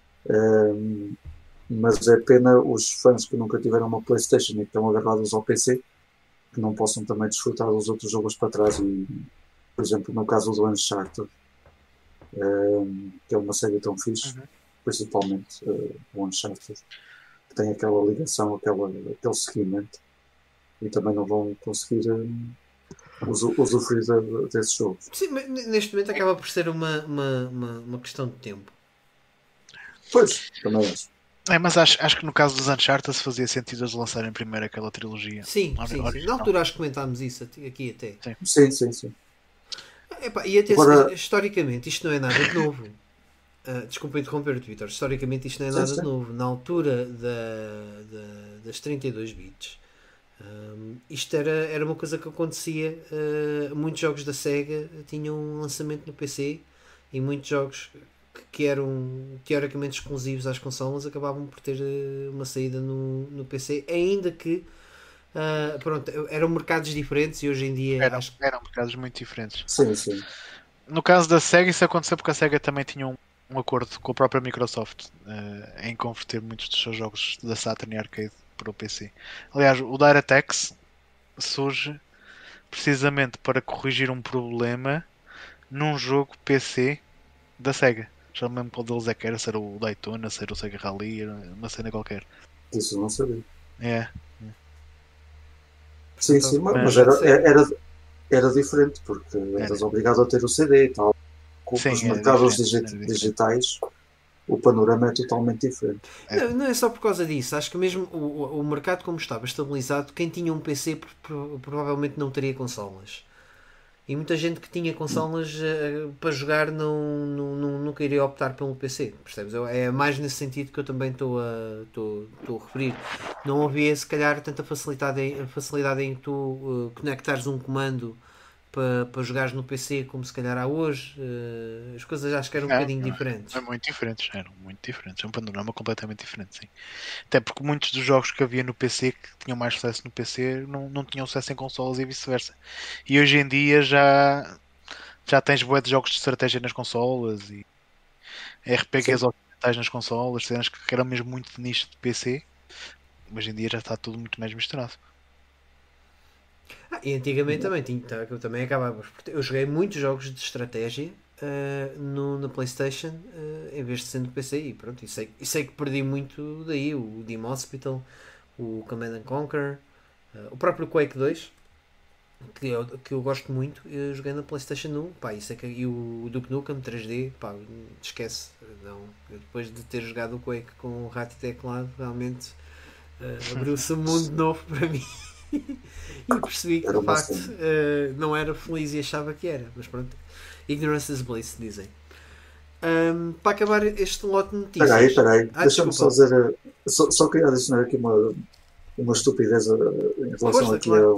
Mas é pena os fãs que nunca tiveram uma PlayStation e que estão agarrados ao PC que não possam também desfrutar dos outros jogos para trás. E, por exemplo, no caso do Uncharted, que é uma série tão fixe, principalmente o Uncharted, que tem aquela ligação, aquele seguimento, e também não vão conseguir usufruir desse jogo. Sim, mas neste momento acaba por ser uma questão de tempo. Pois, também acho. Mas acho que no caso dos Uncharted fazia sentido eles lançarem primeiro aquela trilogia. Sim. Na altura acho que comentámos isso aqui até. Sim. E até agora, historicamente isto não é nada de novo. Desculpa interromper-te, Vitor. Historicamente isto não é nada de novo. Na altura das 32 bits, isto era uma coisa que acontecia. Muitos jogos da Sega tinham um lançamento no PC e muitos jogos que eram teoricamente exclusivos às consolas acabavam por ter uma saída no PC, ainda que eram mercados diferentes e hoje em dia eram mercados muito diferentes. Sim. No caso da Sega isso aconteceu porque a Sega também tinha um acordo com a própria Microsoft em converter muitos dos seus jogos da Saturn e Arcade para o PC. Aliás, o DirectX surge precisamente para corrigir um problema num jogo PC da Sega. Já não me lembro qual deles é que era, se era o Daytona, se era o Sega Rally, era uma cena qualquer. Isso não sabia. Sim, mas era diferente, porque eras obrigado a ter o CD e tal. Com os mercados digitais, o panorama é totalmente diferente. Não é só por causa disso. Acho que mesmo o mercado como estava estabilizado, quem tinha um PC provavelmente não teria consolas. E muita gente que tinha consolas para jogar nunca iria optar pelo PC, percebes? É mais nesse sentido que eu também estou a referir. Não havia se calhar tanta facilidade em tu conectares um comando para jogares no PC como se calhar há hoje. As coisas acho que eram um bocadinho diferentes. Eram muito diferentes. É um panorama completamente diferente, sim. Até porque muitos dos jogos que havia no PC, que tinham mais sucesso no PC, não tinham sucesso em consolas e vice-versa. E hoje em dia já tens bué de jogos de estratégia nas consolas e RPGs ocidentais nas consolas, cenas que eram mesmo muito de nicho de PC. Hoje em dia já está tudo muito mais misturado. E antigamente também acabava. Eu joguei muitos jogos de estratégia na PlayStation em vez de ser no PC e pronto, e sei que perdi muito daí. O Dim Hospital, o Command & Conquer, o próprio Quake 2 que eu gosto muito. Eu joguei na PlayStation 1 e o Duke Nukem 3D, esquece, não. Eu, depois de ter jogado o Quake com o rato e teclado, realmente abriu-se um mundo novo para mim. E percebi que de facto não era feliz e achava que era, mas pronto, ignorance is bliss, dizem. Para acabar este lote de notícias, peraí, deixa-me só dizer, só queria adicionar aqui uma estupidez em relação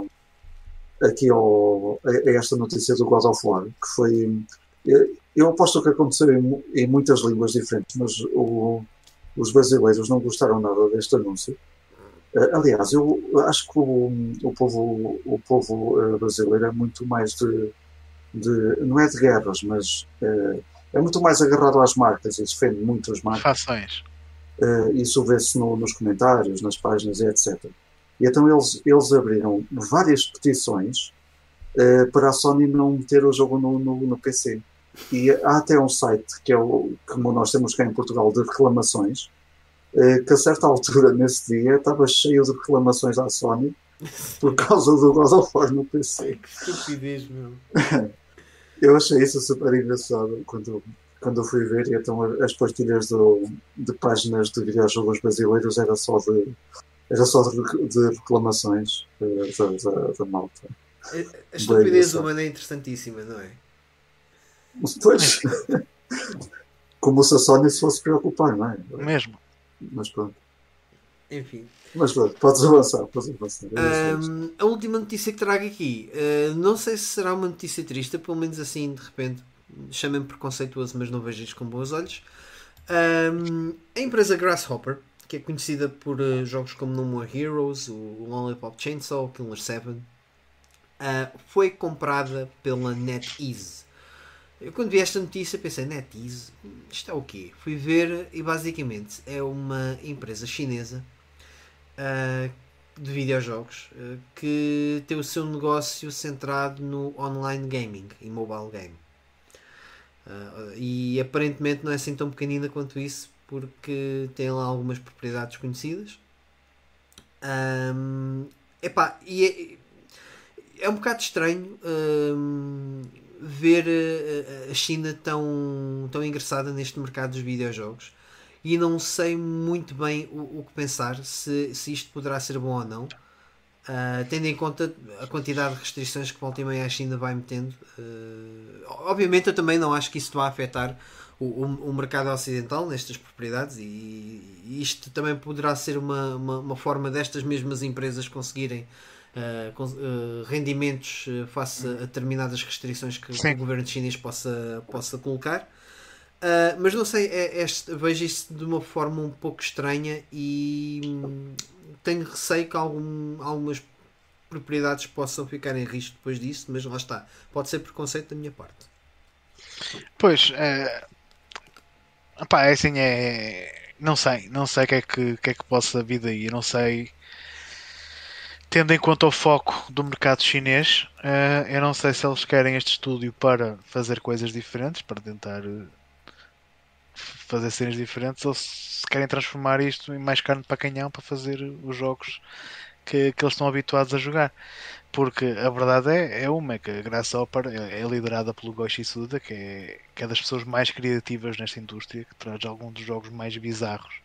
a esta notícia do God of War, que foi, eu aposto que aconteceu em muitas línguas diferentes, mas os brasileiros não gostaram nada deste anúncio. Aliás, eu acho que o povo brasileiro é muito mais não é de guerras, mas é muito mais agarrado às marcas e defende muito as marcas. Fações. Isso vê-se nos comentários, nas páginas e etc. E então eles abriram várias petições para a Sony não meter o jogo no PC. E há até um site que como nós temos cá em Portugal, de reclamações, que a certa altura nesse dia estava cheio de reclamações à Sony por causa do God of War no PC. Que estupidez, meu. Eu achei isso super engraçado quando quando eu fui ver, então as partilhas de páginas de videojogos brasileiros era só de reclamações da malta. A estupidez humana é interessantíssima, não é? Pois, como se a Sony se fosse preocupar, não é? Mesmo. Mas pronto. Enfim. Mas pronto, podes avançar. A última notícia que trago aqui, não sei se será uma notícia triste, pelo menos assim, de repente, chamem-me preconceituoso, mas não vejo isto com bons olhos. A empresa Grasshopper, que é conhecida por jogos como No More Heroes, o Lollipop Chainsaw, o Killer 7, foi comprada pela NetEase. Eu, quando vi esta notícia, pensei, NetEase, isto é o quê? Fui ver e basicamente é uma empresa chinesa de videojogos que tem o seu negócio centrado no online gaming e mobile game. E aparentemente não é assim tão pequenina quanto isso, porque tem lá algumas propriedades conhecidas. E é um bocado estranho ver a China tão ingressada neste mercado dos videojogos, e não sei muito bem o que pensar, se isto poderá ser bom ou não, tendo em conta a quantidade de restrições que volta e meia a China vai metendo. Obviamente eu também não acho que isso vá afetar o mercado ocidental nestas propriedades, e isto também poderá ser uma forma destas mesmas empresas conseguirem rendimentos face a determinadas restrições que o governo chinês possa colocar. Mas não sei, vejo isso de uma forma um pouco estranha, e tenho receio que algumas propriedades possam ficar em risco depois disso, mas lá está, pode ser preconceito da minha parte. Pois, é assim, não sei o que é que possa vir daí, não sei, tendo em conta o foco do mercado chinês, eu não sei se eles querem este estúdio para fazer coisas diferentes, para tentar fazer cenas diferentes, ou se querem transformar isto em mais carne para canhão para fazer os jogos que eles estão habituados a jogar. Porque a verdade é que a Grasshopper é liderada pelo Goichi Suda, que é das pessoas mais criativas nesta indústria, que traz alguns dos jogos mais bizarros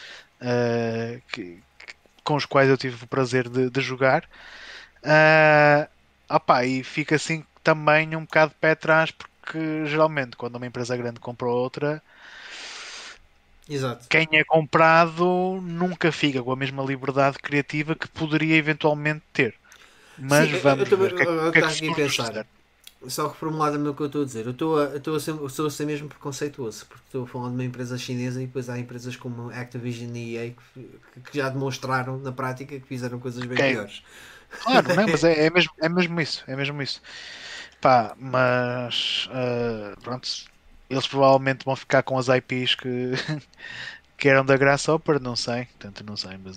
com os quais eu tive o prazer de jogar. E fica assim também um bocado de pé atrás, porque geralmente quando uma empresa grande compra outra, exato, quem é comprado nunca fica com a mesma liberdade criativa que poderia eventualmente ter. Mas sim, vamos ver o que é que se aqui a pensar. Só reformulado o que eu estou a dizer. Eu estou a ser mesmo preconceituoso, porque estou a falar de uma empresa chinesa, e depois há empresas como Activision e EA que já demonstraram na prática que fizeram coisas bem piores. Claro, não, mas é mesmo isso. É mesmo isso. Pá, mas pronto, eles provavelmente vão ficar com as IPs que eram da Grasshopper, não sei, mas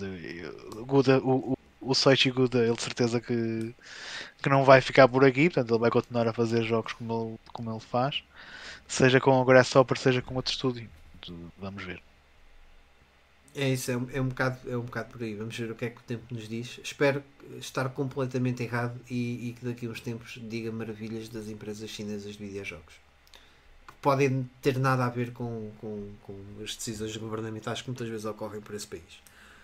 o Soichi Guda, ele de certeza que não vai ficar por aqui, portanto ele vai continuar a fazer jogos como ele faz, seja com o Grasshopper, seja com outro estúdio. Vamos ver. É isso, é um bocado por aí. Vamos ver o que é que o tempo nos diz. Espero estar completamente errado, e que daqui a uns tempos diga maravilhas das empresas chinesas de videojogos, que podem ter nada a ver com as decisões governamentais que muitas vezes ocorrem por esse país.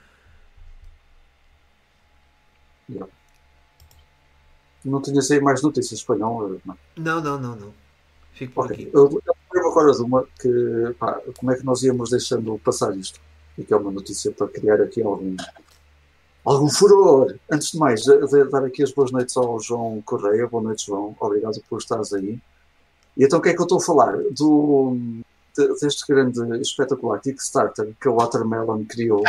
Não tinha saído mais notícias, foi não? Não. Fico por aqui. Eu lembro agora de uma que, como é que nós íamos deixando passar isto? E que é uma notícia para criar aqui algum furor. Antes de mais, dar aqui as boas noites ao João Correia. Boa noite, João. Obrigado por estares aí. E então o que é que eu estou a falar? Deste grande espetacular Kickstarter que o Watermelon criou.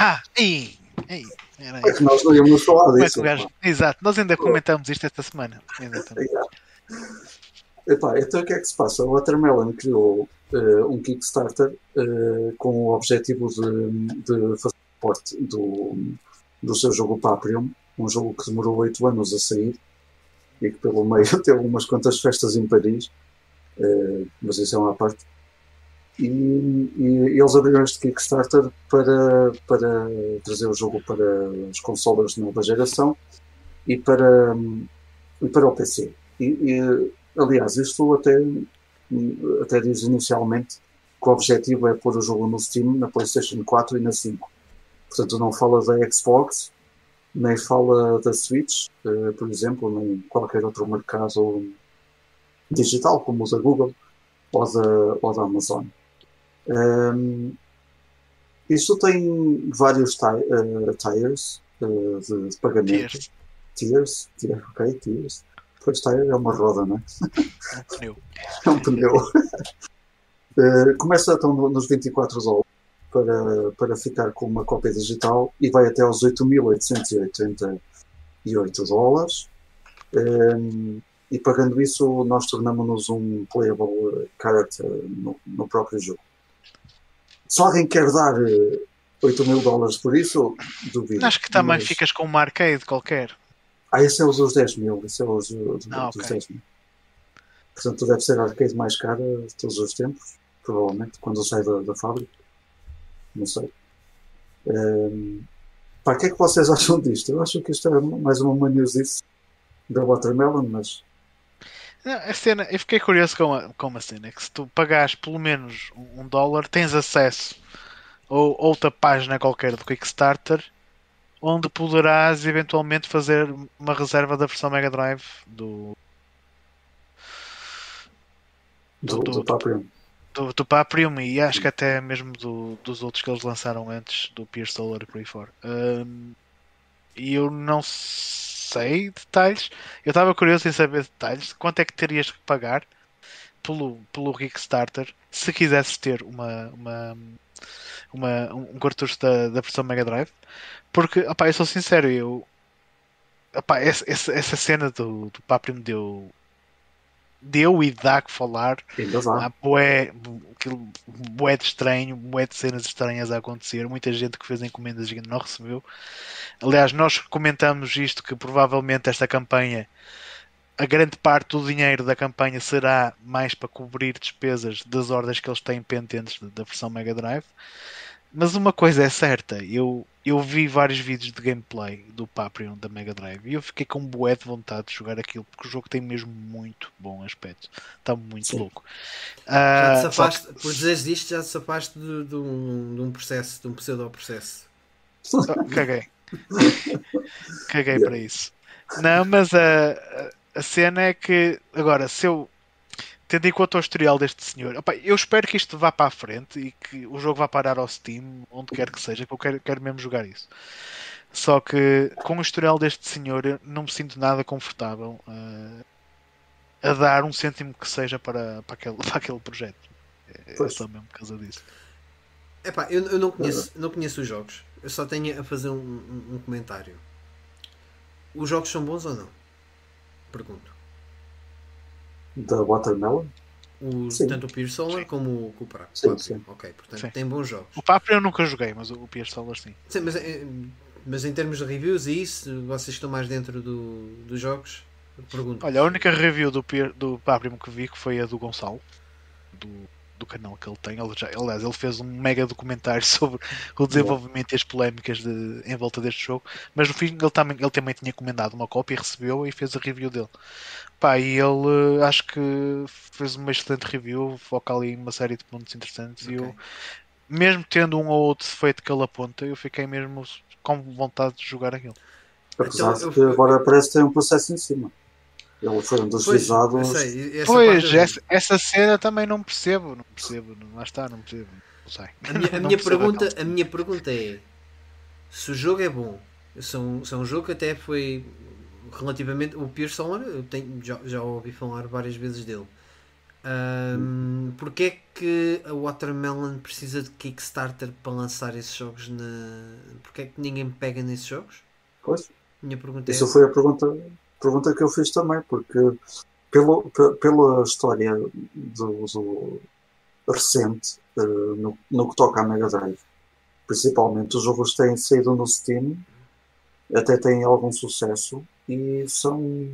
É que nós não íamos falar disso. Exato, nós ainda comentamos isto esta semana. Então o que é que se passa? O Watermelon criou um Kickstarter com o objetivo de fazer suporte do seu jogo Paprium, um jogo que demorou 8 anos a sair e que pelo meio teve umas quantas festas em Paris, mas isso é uma parte. E eles abriram este Kickstarter para trazer o jogo para as consolas de nova geração e para o PC. Aliás, isto até diz inicialmente que o objetivo é pôr o jogo no Steam, na PlayStation 4 e na 5. Portanto, não fala da Xbox, nem fala da Switch, por exemplo, nem qualquer outro mercado digital, como o da Google ou da Amazon. Isto tem vários tiers de pagamento. Tiers. Pois tire é uma roda, não é? É um pneu. É um pneu. Começa então nos $24 para ficar com uma cópia digital e vai até aos $8.888. E pagando isso, nós tornamos-nos um playable character no próprio jogo. Se alguém quer dar $8.000 por isso, duvido. Acho que também ficas com uma arcade qualquer. Esse é os dos 10.000. Esse é os dos okay. 10.000. Portanto, deve ser a arcade mais cara de todos os tempos, provavelmente, quando sai da fábrica. Não sei. O que é que vocês acham disto? Eu acho que isto é mais uma manhosice da Watermelon, mas... Não, a cena, eu fiquei curioso com uma cena, que se tu pagares pelo menos $1, tens acesso a outra página qualquer do Kickstarter, onde poderás eventualmente fazer uma reserva da versão Mega Drive do Paprium, e acho que até mesmo dos outros que eles lançaram antes, do Pier Solar e por aí fora. E eu não sei detalhes. Eu estava curioso em saber detalhes. Quanto é que terias que pagar pelo Kickstarter se quisesses ter um cartucho da versão Mega Drive? Porque, eu sou sincero, essa cena do Paprium deu e dá que falar. Há bué de estranho, bué de cenas estranhas a acontecer, muita gente que fez encomendas e não recebeu. Aliás, nós comentamos isto, que provavelmente esta campanha, a grande parte do dinheiro da campanha será mais para cobrir despesas das ordens que eles têm pendentes da versão Mega Drive. Mas uma coisa é certa, eu vi vários vídeos de gameplay do Paprium da Mega Drive e eu fiquei com bué de vontade de jogar aquilo, porque o jogo tem mesmo muito bom aspecto. Está muito louco. Já te safaste, por dizeres isto, já te safaste de um processo, de um pseudo-processo. Caguei para isso. Não, mas a cena é que, agora, se eu tendo em conta o historial deste senhor, eu espero que isto vá para a frente e que o jogo vá parar ao Steam, onde quer que seja, que eu quero mesmo jogar isso. Só que com o historial deste senhor eu não me sinto nada confortável a dar um cêntimo que seja para aquele projeto. É só mesmo por causa disso. Eu não conheço os jogos. Eu só tenho a fazer um comentário. Os jogos são bons ou não? Pergunto. Da Watermelon? Tanto o Pier Solar como o Paprium. Sim. Ok, portanto tem bons jogos. O Paprium eu nunca joguei, mas o Pier Solar sim. Sim, mas em termos de reviews e isso, vocês estão mais dentro dos jogos? Pergunto. Olha, a única review do Paprium que vi que foi a do Gonçalo, do canal que ele tem. Aliás, ele fez um mega documentário sobre o desenvolvimento e as polémicas em volta deste jogo, mas no fim ele também tinha encomendado uma cópia, recebeu e fez a review dele. E ele acho que fez uma excelente review, foca ali em uma série de pontos interessantes. E eu, mesmo tendo um ou outro defeito que ele aponta, eu fiquei mesmo com vontade de jogar aquilo. Apesar de que agora parece que tem um processo em cima. Ele foi um dos visados. Essa cena também não percebo. Lá está, não percebo. Não sei. A minha pergunta é: se o jogo é bom, se é um jogo que até foi relativamente. O Pier Solar, eu já ouvi falar várias vezes dele. Porque é que a Watermelon precisa de Kickstarter para lançar esses jogos? Porque é que ninguém pega nesses jogos? Pois. Minha pergunta Isso foi a pergunta que eu fiz também, porque pela história do recente no que toca à Mega Drive, principalmente os jogos têm saído no Steam, até têm algum sucesso e são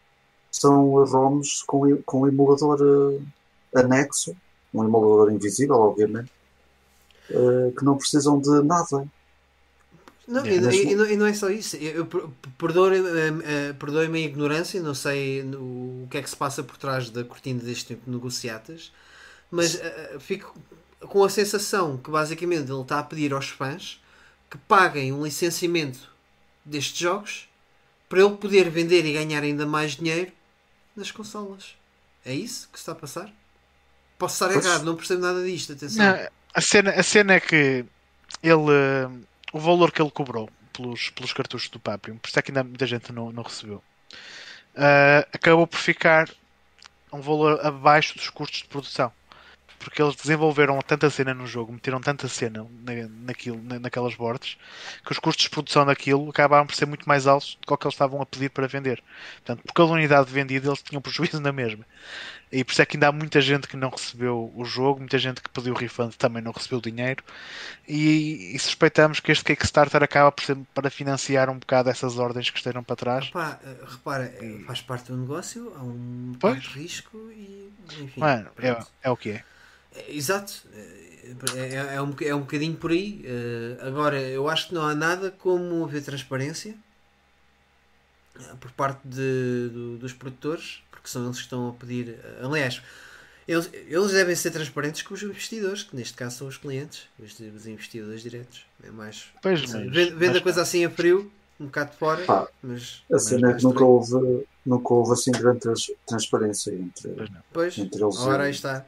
ROMs com emulador anexo, um emulador invisível, obviamente, que não precisam de nada. Não, e não é só isso. Perdoe-me a ignorância, não sei o que é que se passa por trás da cortina deste tipo de negociatas, mas fico com a sensação que basicamente ele está a pedir aos fãs que paguem um licenciamento destes jogos para ele poder vender e ganhar ainda mais dinheiro nas consolas. É isso que se está a passar? Posso estar errado, não percebo nada disto, atenção. Não, a cena é que ele, o valor que ele cobrou pelos cartuchos do Paprium, por isso é que ainda muita gente não recebeu, acabou por ficar um valor abaixo dos custos de produção, porque eles desenvolveram tanta cena no jogo, meteram tanta cena naquelas boards, que os custos de produção daquilo acabaram por ser muito mais altos do que o que eles estavam a pedir para vender. Portanto, por cada unidade vendida eles tinham prejuízo na mesma. E por isso é que ainda há muita gente que não recebeu o jogo, muita gente que pediu refund também não recebeu o dinheiro, e suspeitamos que este Kickstarter acaba por ser para financiar um bocado essas ordens que estejam para trás. Opa, repara, faz parte do negócio, há um de risco e enfim. Mano, é o que é. Exato, é um bocadinho por aí. Agora, eu acho que não há nada como haver transparência por parte dos produtores, porque são eles que estão a pedir. Aliás, eles devem ser transparentes com os investidores, que neste caso são os clientes, os investidores diretos. É mais. Vende a coisa assim a frio, um bocado de fora. Mas a cena é que nunca houve assim grande transparência entre eles. Ora aí está.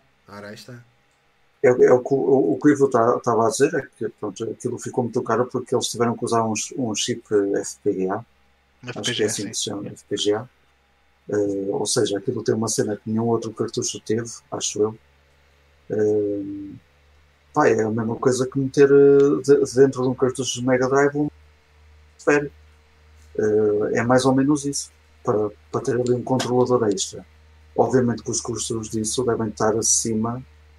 O que o Ivo estava a dizer é que pronto, aquilo ficou muito caro porque eles tiveram que usar um chip FPGA. Acho que é assim que se chama, FPGA. Ou seja, aquilo tem uma cena que nenhum outro cartucho teve, acho eu. É a mesma coisa que meter dentro de um cartucho de Mega Drive um esférico. É mais ou menos isso, para ter ali um controlador extra. Obviamente que os custos disso devem estar acima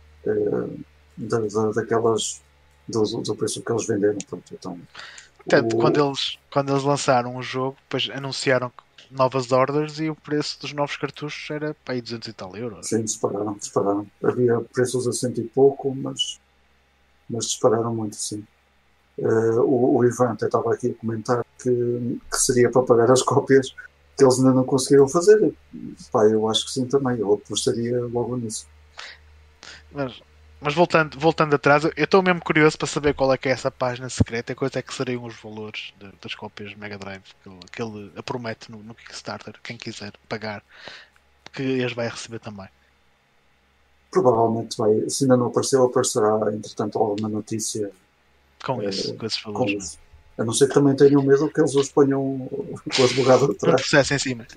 daquelas do preço que eles venderam. Pronto, então, portanto, quando eles lançaram o jogo, depois anunciaram novas orders e o preço dos novos cartuchos era para aí 200 e tal euros. Sim, dispararam. Havia preços a 100 e pouco, mas dispararam muito, sim. O Ivan até estava aqui a comentar que seria para pagar as cópias que eles ainda não conseguiram fazer. Eu acho que sim também. Eu apostaria logo nisso. Mas voltando atrás, eu estou mesmo curioso para saber qual é que é essa página secreta e quanto é que seriam os valores das cópias de Mega Drive que ele promete no Kickstarter. Quem quiser pagar, que as vai receber também. Provavelmente vai. Se ainda não aparecerá entretanto alguma notícia com esses valores. A não ser que também tenham medo que eles os ponham com as bugadas atrás. Um processo em cima.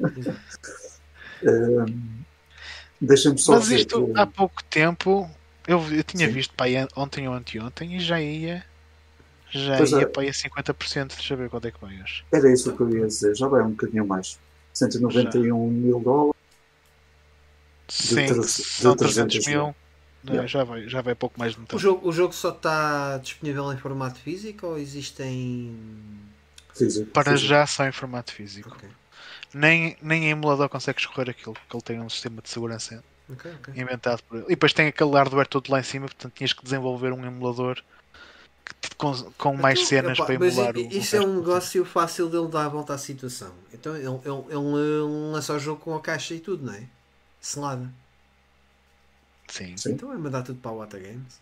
Deixem-me só mas isto há pouco tempo eu tinha visto para aí ontem ou anteontem e já ia para aí a 50%. Deixa eu ver quanto é que vai hoje. Era isso que eu ia dizer, já vai um bocadinho mais. 191 mil dólares. Sim, são 300 mil. Já vai pouco mais de metade. O jogo só está disponível em formato físico ou existem físico? Para já só em formato físico. Okay. Nem em emulador consegue escorrer aquilo, porque ele tem um sistema de segurança inventado por ele. E depois tem aquele hardware todo lá em cima, portanto tinhas que desenvolver um emulador com mais cenas para emular. Mas isso é um negócio fácil dele dar a volta à situação. Então ele lança o jogo com a caixa e tudo, não é? Selada. Sim. Então é mandar tudo para o Wata Games.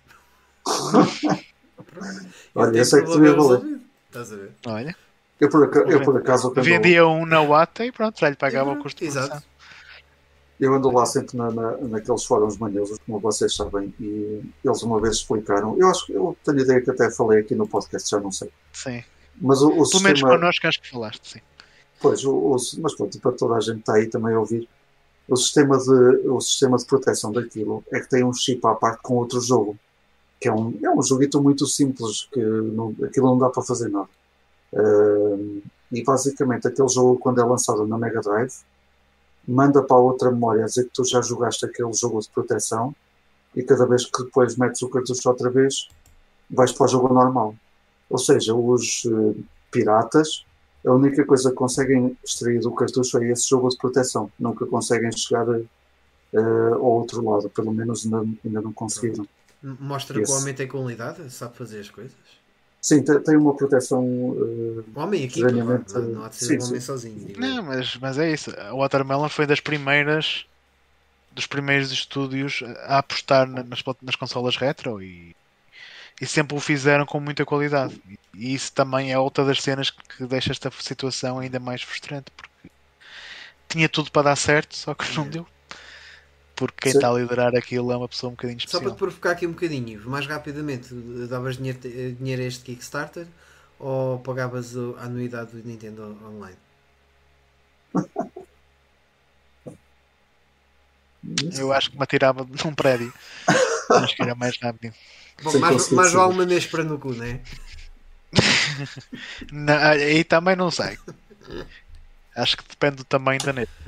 Olha, esse é que tu ia valer. Estás a ver? Olha. Eu por acaso vendia um na Wata e pronto, já lhe pagava o custo de produção. Eu ando lá sempre naqueles fóruns manhosos, como vocês sabem, e eles uma vez explicaram. Eu tenho a ideia que até falei aqui no podcast, já não sei. Sim. Mas o pelo sistema... menos connosco acho que falaste, sim. Pois, mas pronto, para toda a gente está aí também a ouvir. O sistema de proteção daquilo é que tem um chip à parte com outro jogo. Que é um joguito muito simples, que aquilo não dá para fazer nada. E basicamente aquele jogo, quando é lançado na Mega Drive, manda para a outra memória a dizer que tu já jogaste aquele jogo de proteção, e cada vez que depois metes o cartucho outra vez, vais para o jogo normal. Ou seja, os piratas, a única coisa que conseguem extrair do cartucho é esse jogo de proteção. Nunca conseguem chegar ao outro lado. Pelo menos ainda não conseguiram. Mostra que o homem tem qualidade, sabe fazer as coisas. Sim, tem uma proteção. O homem aqui, não há de ser um homem sozinho. Não, mas é isso. A Watermelon foi das primeiras dos primeiros estúdios a apostar nas consolas retro e sempre o fizeram com muita qualidade. E isso também é outra das cenas que deixa esta situação ainda mais frustrante, porque tinha tudo para dar certo, só que não deu. Porque quem está a liderar aquilo é uma pessoa um bocadinho especial. Só para te provocar aqui um bocadinho, mais rapidamente, davas dinheiro a este Kickstarter ou pagavas a anuidade do Nintendo Online? Eu acho que me atirava num prédio. Acho que era mais rápido. Bom, mais vale uma néspera no cu, não é? Aí também não sei. Acho que depende do tamanho da net.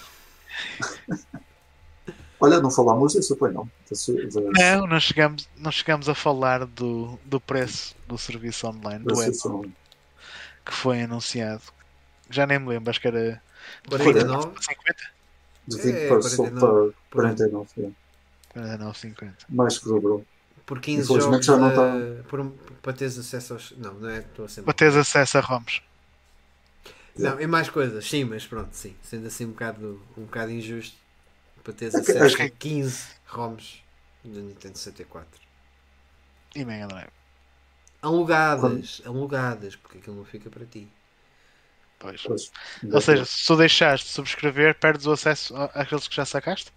Olha, não falámos disso, pois não. Não chegamos a falar do preço do serviço online do Apple que foi anunciado. Já nem me lembro, acho que era 49? 50? De 20 para 49. 49,50. Mais que dobrou. Por 15 jogos já não está... para teres acesso aos... Não é? Estou a ser para teres acesso a ROMs. Não, é mais coisas, sim, mas pronto, sim. Sendo assim um bocado injusto para teres acesso a 15 ROMs do Nintendo 64. E Mega Drive. Alugadas, porque aquilo não fica para ti. Pois. Ou seja, se tu deixares de subscrever, perdes o acesso àqueles que já sacaste?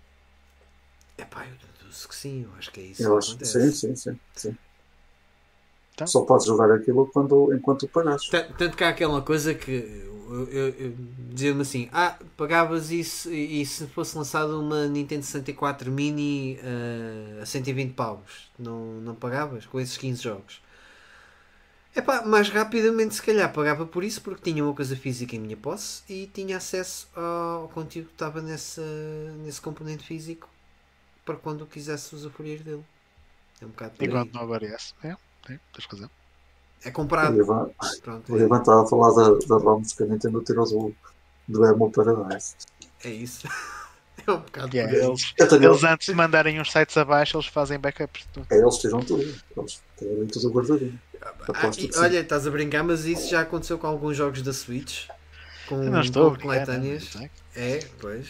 Epá, eu deduzo que sim, eu acho que é isso que acontece. Sim. Então? Só podes jogar aquilo enquanto pagares. Tanto que há aquela coisa que eu dizia-me assim, pagavas isso e se fosse lançado uma Nintendo 64 Mini a 120 paus, não pagavas com esses 15 jogos? Mais rapidamente se calhar pagava por isso, porque tinha uma coisa física em minha posse e tinha acesso ao conteúdo que estava nesse componente físico para quando eu quisesse usufruir dele. É um bocado por aí. Enquanto não aparece. Tens razão. É comprado. O Ivan estava a falar da ROMs que a Nintendo tirou do Emo Paradise. É isso. É um bocado eles antes de mandarem uns sites abaixo, eles fazem backups. Eles tiram tudo. Eles têm tudo guardadinho. Olha, estás a brincar, mas isso já aconteceu com alguns jogos da Switch. Com coletâneas. Pois.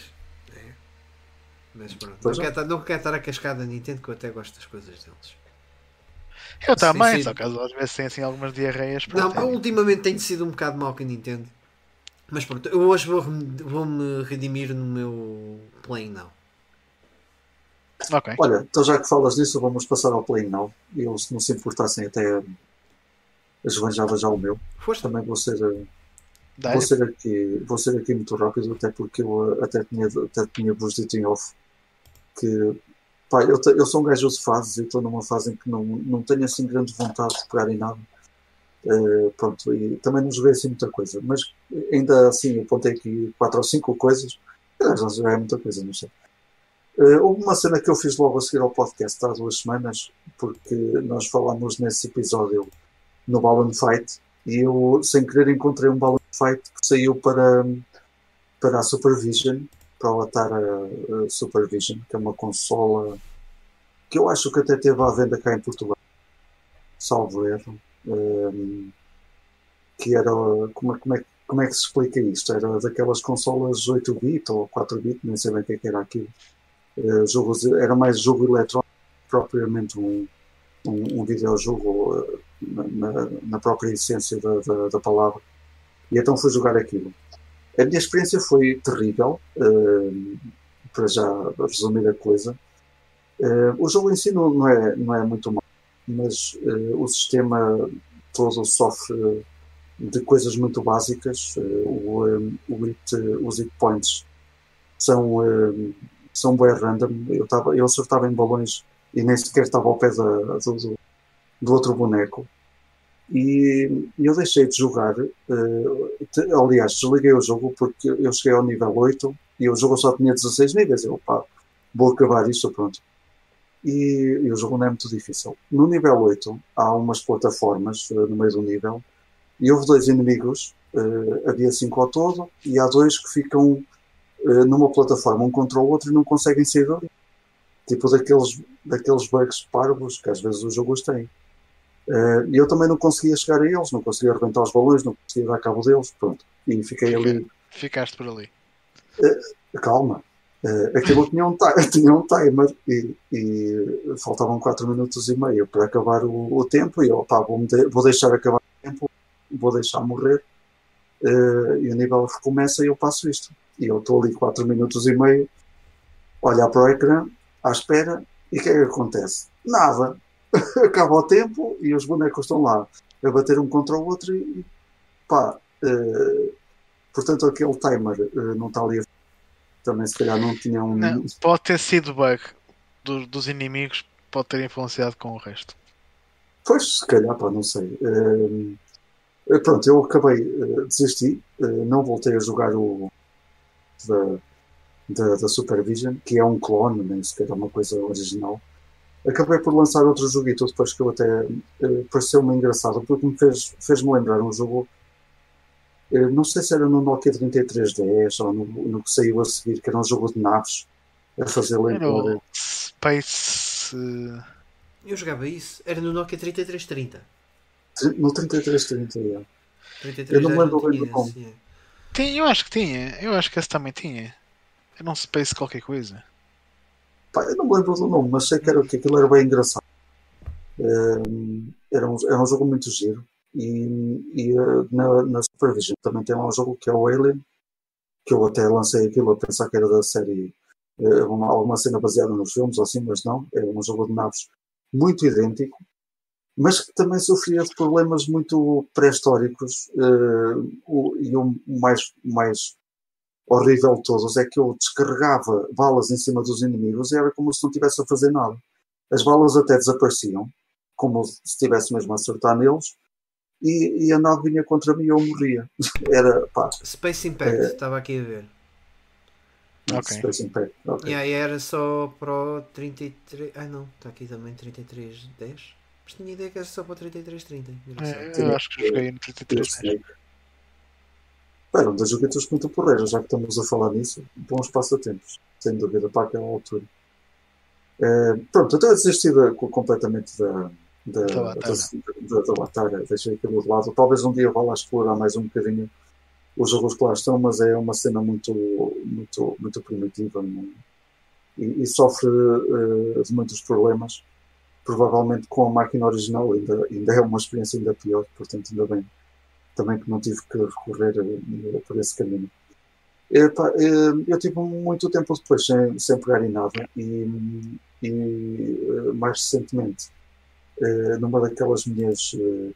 Mas pronto. Não quero estar a cascar da Nintendo, que eu até gosto das coisas deles. Eu também, só que às vezes tem assim algumas diarreias. Não, ultimamente tenho sido um bocado mau com a Nintendo. Mas pronto, eu hoje vou-me redimir no meu Play Now. Okay. Olha, então já que falas disso, vamos passar ao Play Now. E eles, se não se importassem, até esbanjava já o meu. Força. Também vou ser aqui muito rápido, até porque eu até tinha-vos dito em off que pá, eu sou um gajo de fases e estou numa fase em que não tenho assim grande vontade de pegar em nada. Pronto, e também não joguei assim muita coisa, mas ainda assim apontei aqui 4 ou 5 coisas. Já joguei muita coisa, não sei. Houve uma cena que eu fiz logo a seguir ao podcast há 2 semanas, porque nós falámos nesse episódio no Balloon Fight e eu sem querer encontrei um Balloon Fight que saiu para a Supervision, para o Atari Supervision, que é uma consola que eu acho que até teve à venda cá em Portugal, salvo erro. Que era como é que se explica isto? Era daquelas consolas 8-bit ou 4-bit, nem sei bem o que era aquilo. Era mais jogo eletrónico, propriamente um videojogo na própria essência da palavra. E então fui jogar aquilo. A minha experiência foi terrível, para já resumir a coisa. O jogo em si não é muito mau, mas o sistema todo sofre de coisas muito básicas. Os hit points são bem random. Eu acertava em balões e nem sequer estava ao pé do outro boneco. E eu deixei de jogar. Aliás, desliguei o jogo porque eu cheguei ao nível 8 e o jogo só tinha 16 níveis. Eu, vou acabar isto, pronto. E o jogo não é muito difícil. No nível 8 há umas plataformas no meio do nível e houve 2 inimigos. Havia 5 ao todo e há 2 que ficam numa plataforma um contra o outro e não conseguem sair dali. Tipo daqueles bugs parvos que às vezes os jogos têm. E eu também não conseguia chegar a eles, não conseguia arrebentar os balões, não conseguia dar cabo deles, pronto. E fiquei ali. Ficaste por ali. Calma. Aquilo tinha um timer e faltavam 4 minutos e meio para acabar o tempo e eu vou deixar acabar o tempo, vou deixar morrer e o nível recomeça e eu passo isto. E eu estou ali 4 minutos e meio a olhar para o ecrã, à espera, e o que é que acontece? Nada. Acaba o tempo e os bonecos estão lá a bater um contra o outro e pá, portanto aquele timer não está ali a... Também se calhar não tinha um... Não, pode ter sido bug dos inimigos, pode ter influenciado com o resto. Pois, se calhar, pá, não sei. Pronto, eu acabei, desisti, não voltei a jogar o da Supervision, que é um clone, nem sequer é uma coisa original. Acabei por lançar outro joguito depois que eu até pareceu-me engraçado, porque me fez-me lembrar um jogo, não sei se era no Nokia 3310 ou no que saiu a seguir, que era um jogo de naves, a fazer lembrar... Era o Space... Eu jogava isso, era no Nokia 3330. No 3330, é. 3310 eu não me lembro bem do como. Eu acho que tinha, eu acho que esse também tinha. Era um Space qualquer coisa. Pá, eu não me lembro do nome, mas sei que aquilo era bem engraçado. Era um jogo muito giro. E na Supervision também tem lá um jogo que é o Alien, que eu até lancei aquilo a pensar que era da série, alguma cena baseada nos filmes ou assim, mas não, é um jogo de naves muito idêntico, mas que também sofria de problemas muito pré-históricos, e o mais horrível de todos é que eu descarregava balas em cima dos inimigos e era como se não estivesse a fazer nada. As balas até desapareciam, como se estivesse mesmo a acertar neles, e a nave vinha contra mim e eu morria. Era, pá... Space Impact, estava aqui a ver. Okay. Space Impact, ok. E era só para o 33... Ah não, está aqui também 3310. Mas tinha ideia que era só para o 3330. Eu acho que joguei no 3310. Eram das joguetas muito porreiras, já que estamos a falar nisso. Bons passatempos, sem dúvida, para aquela altura. Pronto, até desisti completamente da batalha, deixei aquilo de lado. Talvez um dia vá lá explorar mais um bocadinho os jogos que lá estão, mas é uma cena muito, muito, muito primitiva, e sofre de muitos problemas. Provavelmente com a máquina original ainda é uma experiência ainda pior, portanto ainda bem também que não tive que recorrer por esse caminho. Eu tive muito tempo depois sem pegar em nada e mais recentemente numa daquelas minhas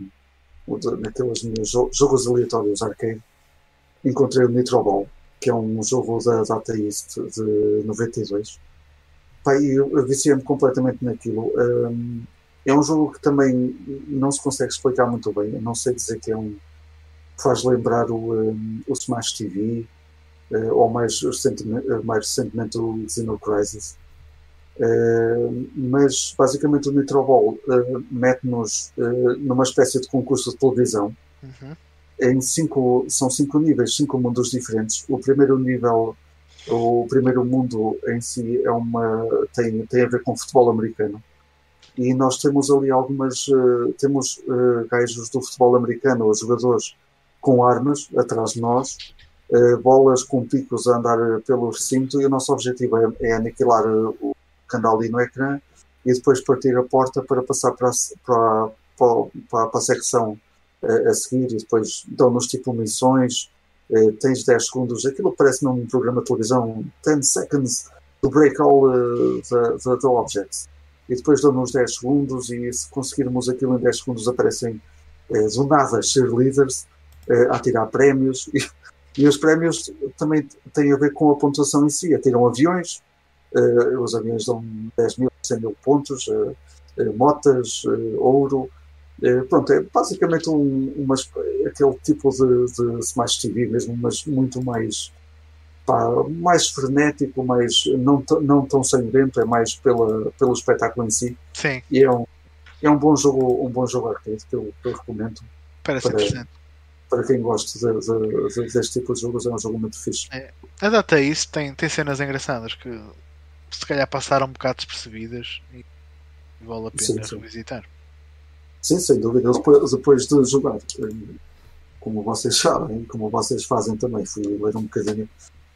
jogos aleatórios arcade, encontrei o Nitro Ball, que é um jogo da Data East de 92. E eu viciei-me completamente naquilo. É um jogo que também não se consegue explicar muito bem. Eu não sei dizer que faz lembrar o Smash TV, ou mais recentemente o Xenocrisis. Mas basicamente o Nitro Ball mete-nos numa espécie de concurso de televisão. São 5 níveis, 5 mundos diferentes. O primeiro mundo em si tem a ver com futebol americano, e nós temos ali temos gajos do futebol americano, os jogadores com armas atrás de nós, bolas com picos a andar pelo recinto, e o nosso objetivo é aniquilar o que anda ali no ecrã e depois partir a porta para passar para a secção a seguir, e depois dão-nos tipo missões. Tens 10 segundos, aquilo parece num programa de televisão, 10 seconds to break all the objects, e depois dão-nos 10 segundos, e se conseguirmos aquilo em 10 segundos aparecem do nada cheerleaders a tirar prémios, e os prémios também têm a ver com a pontuação em si. Atiram aviões, os aviões dão 10 mil, 100 mil pontos, motas, ouro. Pronto, é basicamente aquele tipo de Smash TV mesmo, mas muito mais frenético, mais não tão sangrento, é mais pelo espetáculo em si. Sim. E é um bom jogo arcade que eu recomendo. Parece interessante. Para quem gosta deste tipo de jogos, é um jogo muito fixe. A Data East tem cenas engraçadas que se calhar passaram um bocado despercebidas e vale a pena revisitar. Sim, sem dúvida. Depois de jogar, como vocês sabem, como vocês fazem também, fui ler um bocadinho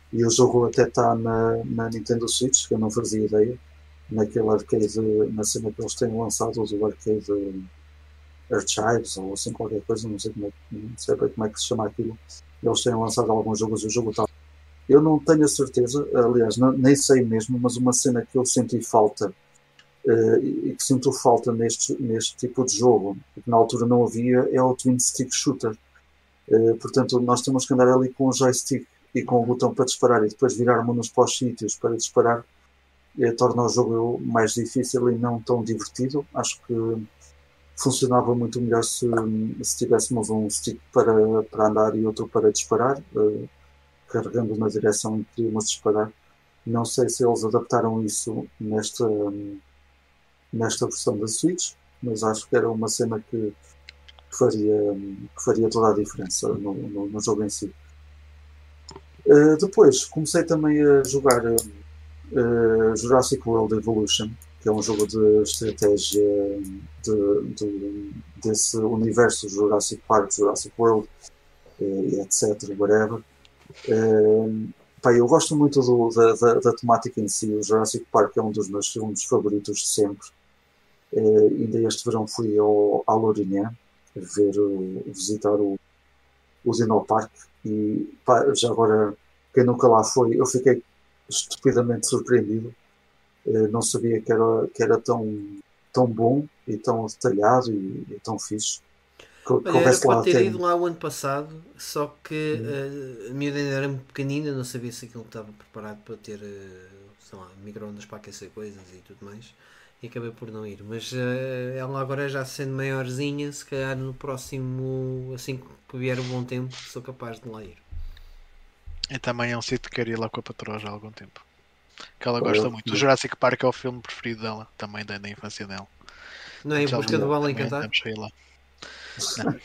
E o jogo até está na Nintendo Switch, que eu não fazia ideia. Naquele arcade, na cena que eles têm lançado, o arcade Archives, ou assim qualquer coisa, não sei bem como é que se chama aquilo. Eles têm lançado alguns jogos e o jogo está. Eu não tenho a certeza, aliás, nem sei mesmo, mas uma cena que eu senti falta e que sinto falta neste tipo de jogo, que na altura não havia, é o Twin Stick Shooter. Portanto, nós temos que andar ali com o joystick e com o botão para disparar e depois virarmos-nos para os sítios para disparar, torna o jogo mais difícil e não tão divertido. Acho que funcionava muito melhor se tivéssemos um stick para andar e outro para disparar, carregando na direção em que queríamos disparar. Não sei se eles adaptaram isso nesta versão da Switch, mas acho que era uma cena que faria toda a diferença no jogo em si. Depois comecei também a jogar Jurassic World Evolution, que é um jogo de estratégia desse universo Jurassic Park, Jurassic World, etc. Whatever. Eu gosto muito da temática em si. O Jurassic Park é um dos meus filmes favoritos de sempre. Ainda este verão fui ao Lourinhã visitar o Dinopark e já agora, quem nunca lá foi, eu fiquei estupidamente surpreendido. Não sabia que era tão bom e tão detalhado e tão fixe. Era para ter ido lá o ano passado, só que a miúda ainda era muito pequenina, não sabia se aquilo estava preparado para ter, sei lá, micro-ondas para aquecer coisas e tudo mais, e acabei por não ir. Mas ela agora já sendo maiorzinha, se calhar no próximo, assim que vier o bom tempo, sou capaz de lá ir. E também é um sítio que quero ir lá com a patroa já há algum tempo. Que ela gosta muito. O Jurassic Park é o filme preferido dela, também da infância dela. Não é Em Busca do Vale Encantado? Não.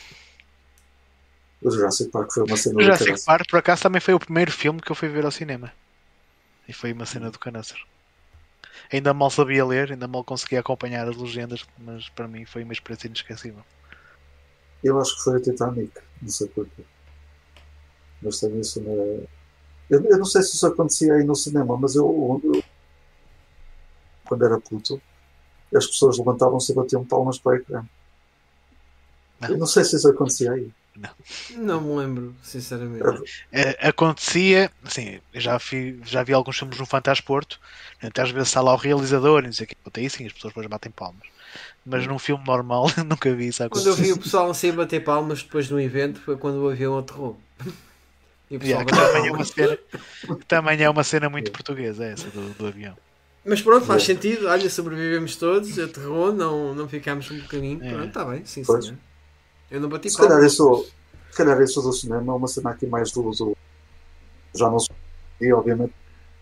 O Jurassic Park foi uma cena do Jurassic Park, por acaso, também foi o primeiro filme que eu fui ver ao cinema. E foi uma cena do câncer. Ainda mal sabia ler, ainda mal conseguia acompanhar as legendas, mas para mim foi uma experiência inesquecível. Eu acho que foi a Titanic, não sei porquê. Mas também isso não é... Eu não sei se isso acontecia aí no cinema, mas eu quando era puto, as pessoas levantavam-se e batiam palmas para o ecrã. Eu não sei se isso acontecia aí. Não me lembro, sinceramente. Acontecia, assim, já vi alguns filmes no Fantasporto, às vezes está lá o realizador e não sei o que, até aí sim, as pessoas depois batem palmas. Mas num filme normal nunca vi isso acontecer. Quando eu vi o pessoal assim bater palmas depois no evento foi quando o avião aterrou. E o pessoal também é uma cena muito portuguesa essa do avião. Mas pronto, faz sentido, olha, sobrevivemos todos, aterrou, não ficámos um bocadinho, pronto, está bem, sim senhor. Eu não bati palmas. Se calhar isso do cinema é uma cena aqui mais do já não sei, obviamente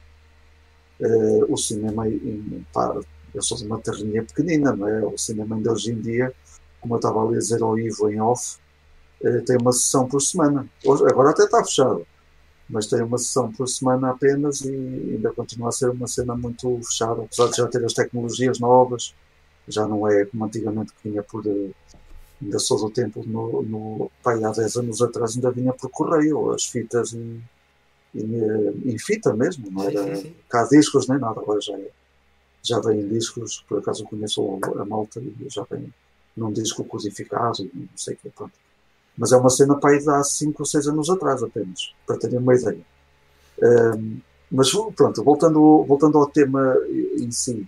o cinema eu sou de uma terrinha pequenina, não é? O cinema ainda hoje em dia, como eu estava ali a dizer ao Ivo em off, tem uma sessão por semana. Agora até está fechado, mas tem uma sessão por semana apenas e ainda continua a ser uma cena muito fechada, apesar de já ter as tecnologias novas, já não é como antigamente que vinha por... Ainda sou do tempo, há 10 anos atrás ainda vinha por correio, as fitas em fita mesmo, não era cá discos nem nada, agora já vem em discos, por acaso eu conheço a malta e já vem num disco codificado, não sei o que, pronto. Mas é uma cena para ir de há 5 ou 6 anos atrás apenas, para terem uma ideia. Mas pronto, voltando ao tema em si,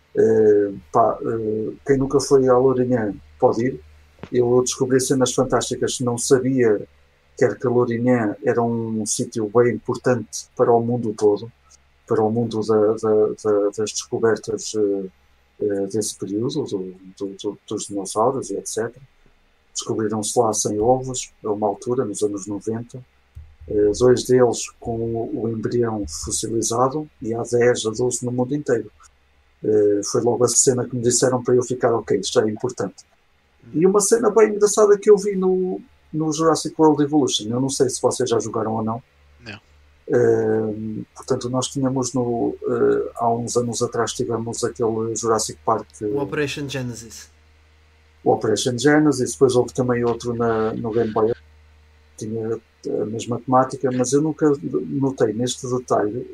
quem nunca foi ao Lourinhã pode ir. Eu descobri cenas fantásticas, não sabia que Lourinhã era um sítio bem importante para o mundo todo, para o mundo das descobertas desse período, dos dinossauros e etc. Descobriram-se lá 100 ovos, a uma altura, nos anos 90, 2 deles com o embrião fossilizado e há 10 a 12 no mundo inteiro. Foi logo a cena que me disseram para eu ficar ok, isto é importante. E uma cena bem engraçada que eu vi no Jurassic World Evolution, eu não sei se vocês já jogaram ou não. Não. Portanto, nós tínhamos há uns anos atrás tivemos aquele Jurassic Park, o Operation Genesis. O Operation Genesis, depois houve também outro no Game Boy. Tinha a mesma temática, mas eu nunca notei neste detalhe,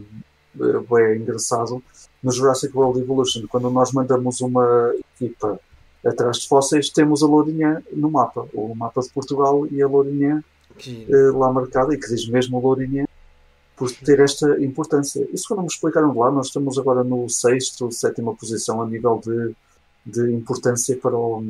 é engraçado, no Jurassic World Evolution, quando nós mandamos uma equipa atrás de fósseis, temos a Lourinhã no mapa, o mapa de Portugal e a Lourinhã lá marcada, e que diz mesmo Lourinhã, por ter esta importância. Isso quando me explicaram de lá, nós estamos agora no 6ª, 7ª posição a nível de importância para o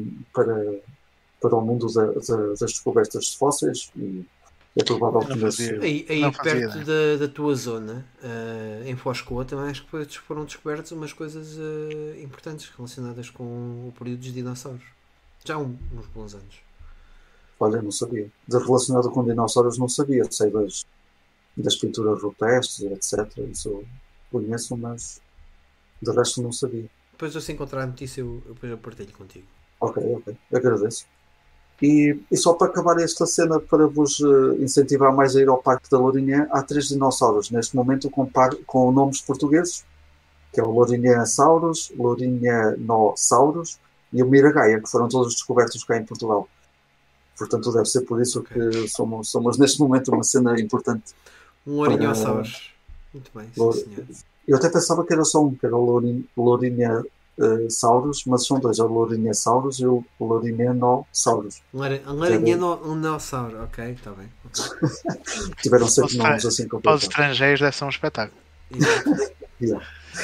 mundo das descobertas de fósseis, e é provável que aí perto da tua zona, em Foscoa, também acho que foram descobertas umas coisas importantes relacionadas com o período dos dinossauros. Já há uns bons anos. Olha, não sabia. Relacionado com dinossauros não sabia. Sei das pinturas rupestres, etc. Isso eu conheço, mas de resto não sabia. Depois eu se encontrar a notícia, depois eu partilho contigo. Ok. Agradeço. E só para acabar esta cena, para vos incentivar mais a ir ao Parque da Lourinhã, há 3 dinossauros neste momento com nomes portugueses, que é o Lourinhãsaurus, Lourinhanosaurus e o Miragaia, que foram todos descobertos cá em Portugal. Portanto, deve ser por isso que somos neste momento uma cena importante. Um Lourinhosaurus. Muito bem, sim, senhor. Eu até pensava que era só um, que era o Lourinhãsaurus, mas são 2, o Lourinhãsaurus e o Lourinhanosaurus. Lourinhanosaurus, ok, está bem. Okay. Tiveram sempre nomes assim complicados. Para os estrangeiros deve ser um espetáculo. Yeah.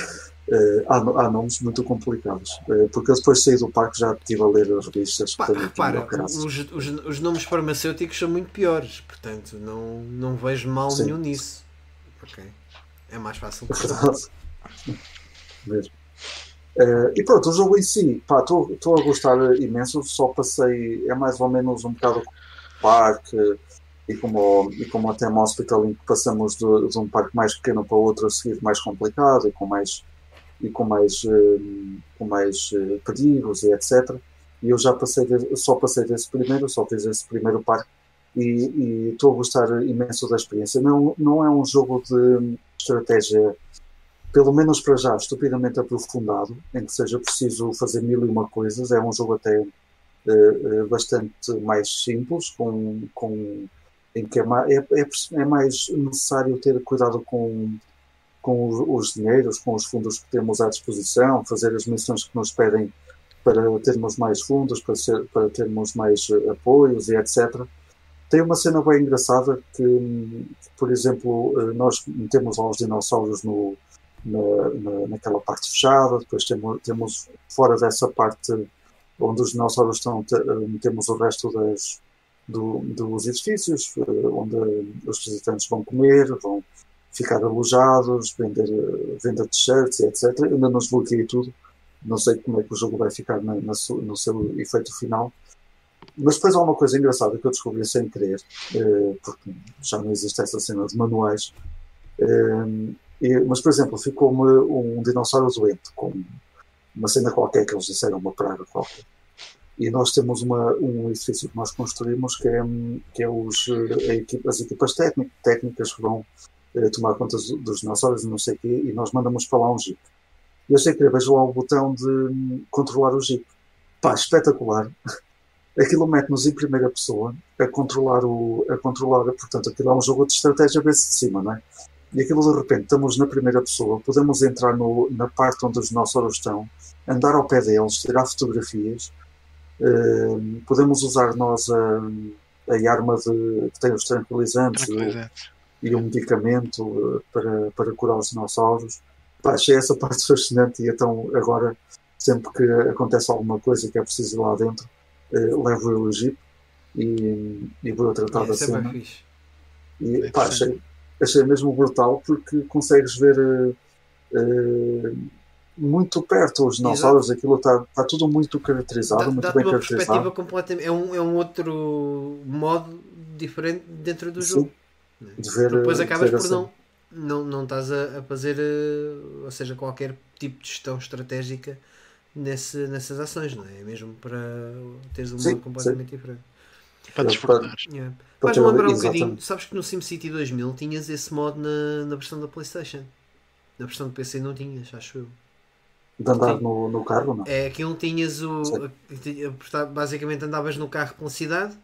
Há nomes muito complicados, porque eu depois saí do parque já estive a ler as revistas. Repara, os nomes farmacêuticos são muito piores, portanto não vejo mal nenhum nisso. Ok, é mais fácil. É verdade. Mesmo. E pronto, o jogo em si, estou a gostar imenso, só passei, é mais ou menos um bocado com o parque e como até no Hospital, em que passamos de um parque mais pequeno para outro a seguir mais complicado e com mais perigos e etc. E eu só passei desse primeiro, só fiz esse primeiro parque e estou a gostar imenso da experiência. Não é um jogo de estratégia, pelo menos para já, estupidamente aprofundado, em que seja preciso fazer 1001 coisas. É um jogo até bastante mais simples, em que é mais necessário ter cuidado com os dinheiros, com os fundos que temos à disposição, fazer as missões que nos pedem para termos mais fundos, para termos mais apoios e etc. Tem uma cena bem engraçada que, por exemplo, nós metemos lá os dinossauros naquela parte fechada, depois temos fora dessa parte onde os dinossauros estão, temos o resto dos edifícios, onde os visitantes vão comer, vão ficar alojados, venda de t-shirts, etc. Eu ainda não desbloqueei tudo, não sei como é que o jogo vai ficar no seu efeito final, mas depois há uma coisa engraçada que eu descobri sem querer, porque já não existe essa cena de manuais, mas por exemplo, ficou-me um dinossauro doente, com uma cena qualquer que eles disseram, uma praga qualquer. E nós temos um edifício que nós construímos que é as equipas técnicas que vão tomar conta dos dinossauros e não sei o quê, e nós mandamos para lá um jeep. E eu sei que vejo lá o botão de controlar o jeep. Pá, espetacular. Aquilo mete-nos em primeira pessoa a controlar, portanto, aquilo é um jogo de estratégia vê-se de cima, não é? E aquilo de repente, estamos na primeira pessoa, podemos entrar na parte onde os dinossauros estão, andar ao pé deles, tirar fotografias, podemos usar nós a arma que tem os tranquilizantes. E um medicamento para curar os dinossauros. Pá, achei essa parte fascinante e então agora, sempre que acontece alguma coisa que é preciso ir lá dentro, levo eu o jeep e vou tratar da cena. E pá, achei mesmo brutal porque consegues ver muito perto os dinossauros. Exato. Aquilo está tudo muito caracterizado, muito bem caracterizado. Perspectiva completamente, é um outro modo diferente dentro do jogo. Depois acabas por não estás a fazer ou seja, qualquer tipo de gestão estratégica nessas ações, não é? Mesmo para teres um modo completamente diferente. Para desfrutar. Vais-me lembrar um bocadinho, sabes que no SimCity 2000 tinhas esse modo na versão da PlayStation, na versão do PC não tinhas, acho eu. De andar no carro, não? É, aquilo tinhas basicamente andavas no carro pela cidade,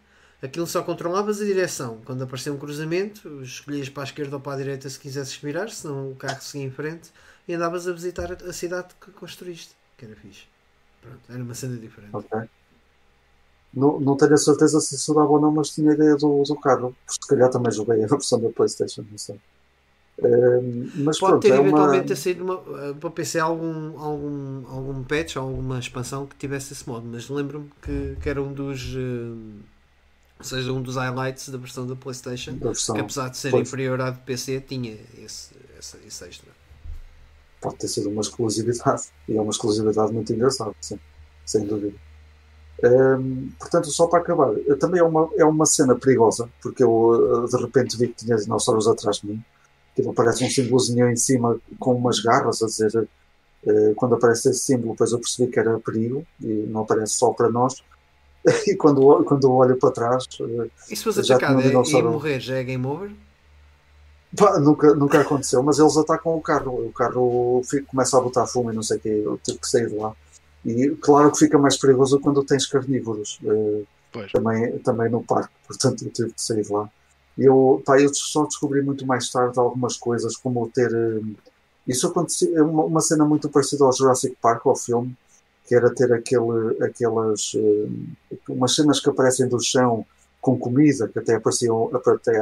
aquilo só controlavas a direção. Quando aparecia um cruzamento, escolhias para a esquerda ou para a direita se quisesses virar, senão o carro seguia em frente e andavas a visitar a cidade que construíste, que era fixe. Pronto, era uma cena diferente. Ok. Não tenho a certeza se isso dava ou não, mas tinha a ideia do carro. Se calhar também joguei a versão da PlayStation, não sei. Mas pode pronto, ter eventualmente ter saído para PC algum patch ou alguma expansão que tivesse esse modo, mas lembro-me que era um dos ou seja, um dos highlights da versão da PlayStation, que apesar de ser inferior à do PC tinha esse extra. Pode ter sido uma exclusividade, e é uma exclusividade muito engraçada, sim, sem dúvida. Portanto, só para acabar, também é uma cena perigosa, porque eu de repente vi que tinha dinossauros atrás de mim, que aparece um símbolozinho em cima com umas garras a dizer, quando aparece esse símbolo, depois eu percebi que era perigo e não aparece só para nós. E quando eu olho para trás, e se fosse atacado e morrer, já é game over? Pá, nunca aconteceu, mas eles atacam o carro começa a botar fumo e não sei o que, eu tive que sair de lá. E claro que fica mais perigoso quando tens carnívoros também no parque, portanto eu tive que sair de lá. Eu só descobri muito mais tarde algumas coisas, como ter. Isso acontecia, uma cena muito parecida ao Jurassic Park, ao filme, que era ter aquelas. Umas cenas que aparecem do chão com comida, que até apareciam. Até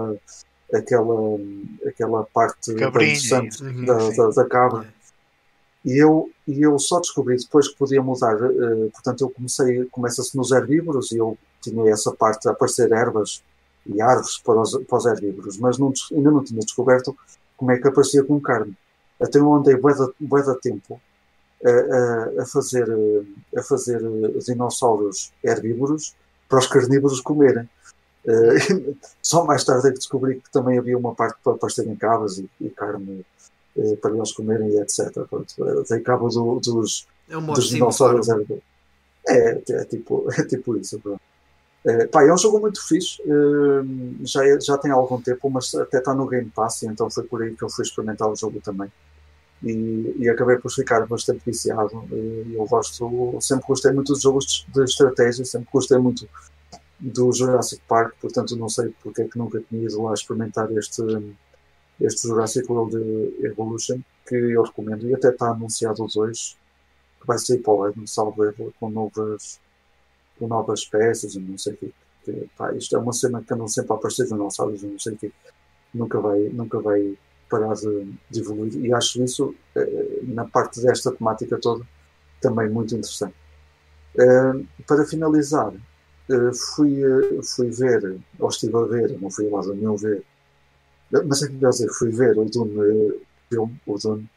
aquela parte interessante da cabra. E eu só descobri depois que podia mudar. Portanto, começa-se nos herbívoros e eu tinha essa parte a aparecer ervas e árvores para os herbívoros, mas ainda não tinha descoberto como é que aparecia com carne. Até eu andei bué da tempo a fazer dinossauros herbívoros para os carnívoros comerem. Só mais tarde é que descobri que também havia uma parte para aparecerem cabras e carne para eles comerem e etc. Dei cabo dos dinossauros herbívoros. É tipo isso. É um jogo muito fixe, já tem algum tempo, mas até está no Game Pass, então foi por aí que eu fui experimentar o jogo também e acabei por ficar bastante viciado. Eu sempre gostei muito de jogos de estratégia, sempre gostei muito do Jurassic Park, portanto não sei porque é que nunca tinha ido lá experimentar este Jurassic World Evolution, que eu recomendo, e até está anunciado o 2, que vai sair para o ano, salvo erro, com novas peças e não sei o quê. Isto é uma cena que andam sempre a aparecer dinossauros e não sei o quê. Nunca vai parar de evoluir, e acho isso, na parte desta temática toda, também muito interessante. Para finalizar, fui ver, ou estive a ver, não fui lá de nenhum ver, mas é que melhor dizer, fui ver o Dune filme, o Dune,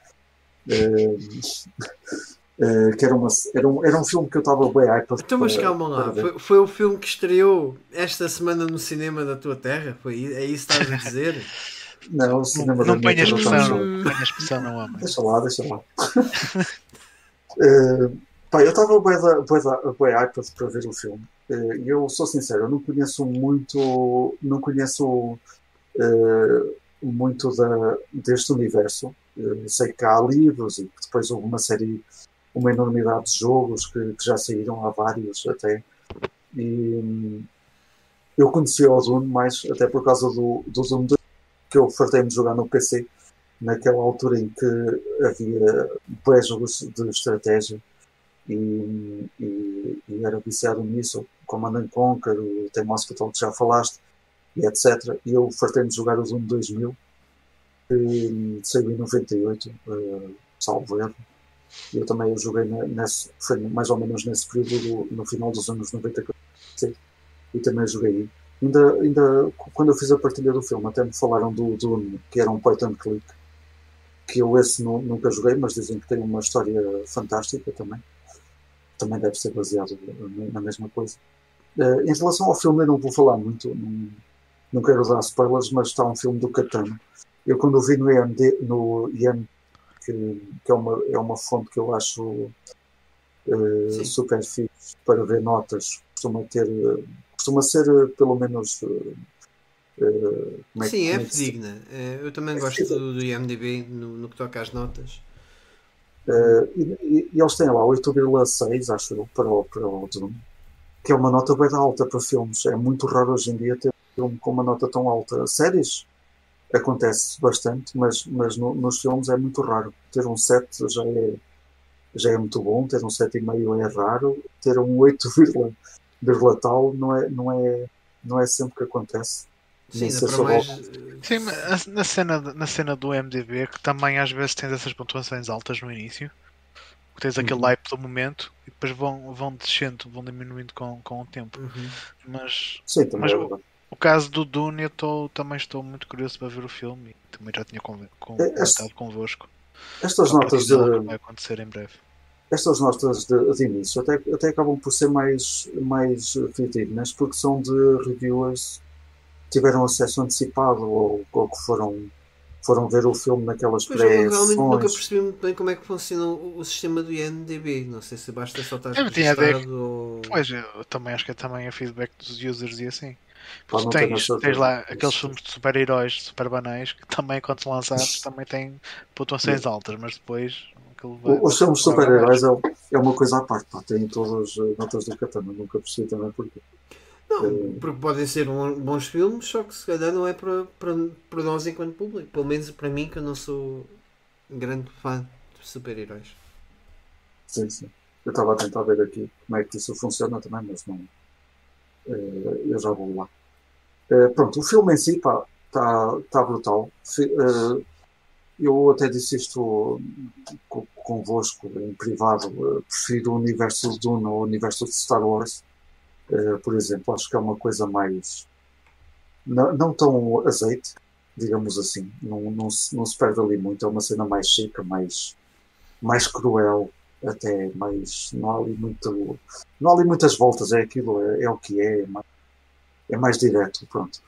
que era um filme que eu estava bem hype. Então, mas calma lá, foi o filme que estreou esta semana no cinema da tua terra? É isso que estás a dizer? Não, o cinema não ponha expressão não homem. Deixa lá. Eu estava bem hype para ver o filme. E eu sou sincero, eu não conheço muito deste universo. Sei que há livros e que depois houve uma enormidade de jogos que já saíram, há vários até. E eu conheci o Dune mais até por causa do Dune 2, que eu fartei-me de jogar no PC, naquela altura em que havia vários jogos de estratégia e era viciado nisso, Command & Conquer, o Team Hospital que já falaste, e etc. E eu fartei-me de jogar o Dune 2000, que saiu em 98, salvo erro. Eu também joguei foi mais ou menos nesse período, no final dos anos 90, e também joguei. Ainda quando eu fiz a partilha do filme, até me falaram do Dune, que era um point and click, que eu esse nunca joguei, mas dizem que tem uma história fantástica também. Também deve ser baseado na mesma coisa. Em relação ao filme, eu não vou falar muito, não quero dar spoilers, mas está um filme do Katana. Eu quando o vi no IMDb, que é uma fonte que eu acho super fixe para ver notas, costuma ser pelo menos sim, é fidedigna. Eu também gosto do IMDb no que toca às notas. E eles têm lá 8,6, acho eu, para o Dune. que é uma nota bem alta para filmes. É muito raro hoje em dia ter um filme com uma nota tão alta. Séries acontece bastante, mas nos filmes é muito raro. Ter um 7 já é muito bom, ter um 7,5 é raro, ter um 8, tal não é sempre que acontece. Sim, ainda para mais... Sim, na cena do MDB, que também às vezes tens essas pontuações altas no início, que tens aquele hype do momento e depois vão descendo, vão diminuindo com o tempo. Mas, sim, mas o caso do Dune, também estou muito curioso para ver o filme e também já tinha comentado convosco. Estas notas vai acontecer em breve. Estas notas de início até acabam por ser mais fidedignas, porque são de reviewers que tiveram acesso antecipado ou que foram ver o filme naquelas pré-sessões. Eu realmente nunca percebi muito bem como é que funciona o sistema do IMDb. Não sei se basta só estar registado ou... Pois, eu também acho que também é feedback dos users e assim. Tens lá aqueles filmes de super-heróis, super banais, que também quando são lançados também têm pontuações altas, mas depois... Os filmes de super-heróis é uma coisa à parte, tem todas as notas do Katana, nunca percebi também porquê. Não, porque podem ser bons filmes, só que se calhar não é para nós enquanto público. Pelo menos para mim, que eu não sou grande fã de super-heróis. Sim. Eu estava a tentar ver aqui como é que isso funciona também, mas não. Eu já vou lá. Pronto, o filme em si está brutal. Eu até disse isto convosco em privado. Prefiro o universo de Dune ao universo de Star Wars. Por exemplo, acho que é uma coisa mais não tão azeite, digamos assim, não se perde ali muito, é uma cena mais chica, mais cruel, até mais não há ali muitas voltas, é aquilo, é o que é mais direto, pronto.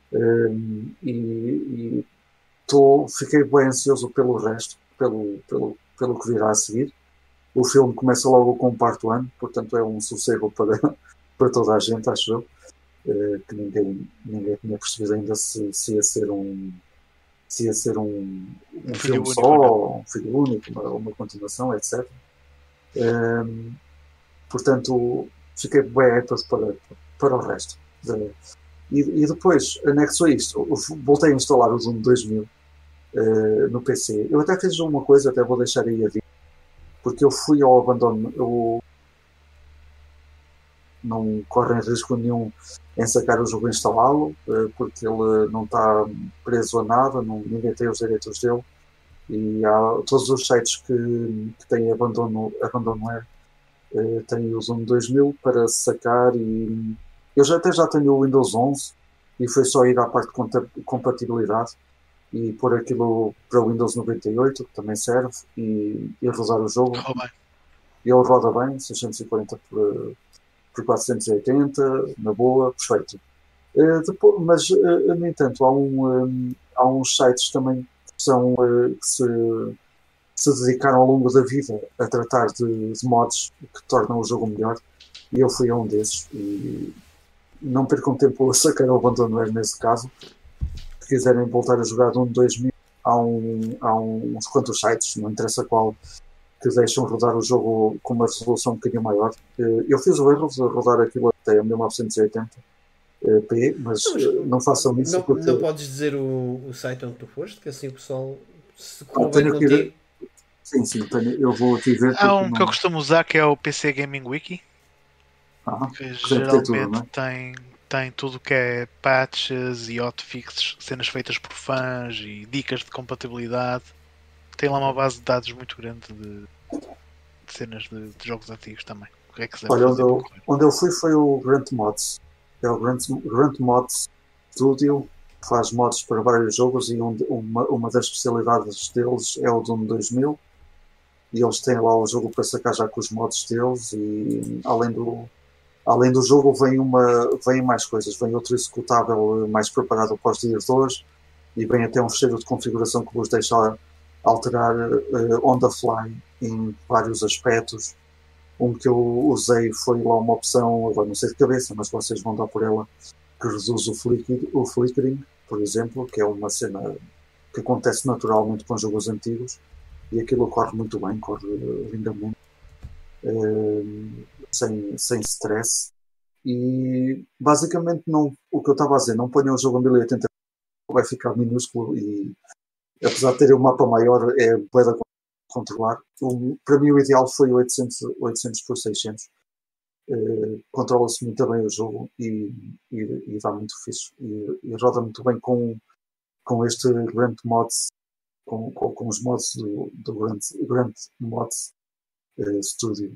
E fiquei bem ansioso pelo resto, pelo que virá a seguir. O filme começa logo com o Part 1, portanto é um sossego para toda a gente, acho eu, que ninguém tinha percebido ainda se ia ser um filme único, só, um filho único, uma continuação, etc. Portanto, fiquei bem atento para o resto. E depois, anexo a isto, voltei a instalar o Doom 2000 no PC. Eu até fiz uma coisa, até vou deixar aí a dica, porque eu fui ao abandono. Não correm risco nenhum em sacar o jogo e instalá-lo, porque ele não está preso a nada, ninguém tem os direitos dele, e há todos os sites que têm abandonware têm o Zoom 2000 para sacar, e eu até já tenho o Windows 11 e foi só ir à parte de compatibilidade e pôr aquilo para o Windows 98, que também serve, e rodar o jogo. E ele roda bem, 640 por 480, na boa, perfeito. Mas, no entanto, há uns sites também que se dedicaram ao longo da vida a tratar de mods que tornam o jogo melhor, e eu fui a um desses, e não percam tempo a sacar o abandonware nesse caso. Se quiserem voltar a jogar de 2000, há uns quantos sites, não interessa qual, que deixam rodar o jogo com uma resolução um bocadinho maior. Eu fiz o erro de rodar aquilo até 1980p, mas não façam isso. Não podes dizer o site onde tu foste, que assim o pessoal se tenho que ir. Sim, eu vou aqui ver. Há um que eu costumo usar, que é o PC Gaming Wiki, que geralmente tem tudo que é patches e hotfixes, cenas feitas por fãs e dicas de compatibilidade. Tem lá uma base de dados muito grande de cenas de jogos antigos também. Olha, onde eu fui foi o Grant Mods. É o Grant Mods Studio, que faz mods para vários jogos, e uma das especialidades deles é o Doom 2000. E eles têm lá o jogo para sacar já com os mods deles, e além do jogo vem mais coisas. Vem outro executável mais preparado para os dias de hoje, e vem até um fecheiro de configuração que vos deixa alterar on the fly em vários aspectos. Um que eu usei foi lá uma opção, agora não sei de cabeça, mas vocês vão dar por ela, que reduz o flickering, por exemplo, que é uma cena que acontece naturalmente com jogos antigos, e aquilo corre muito bem, corre lindamente, sem stress. E basicamente não, o que eu estava a dizer, não ponham o jogo em 1080, vai ficar minúsculo e apesar de ter um mapa maior é bué de controlar. Para mim o ideal foi 800 por 600. Controla-se muito bem o jogo e dá muito fixe. E roda muito bem com este Grand Mods, com os mods do Grand Mods Studio.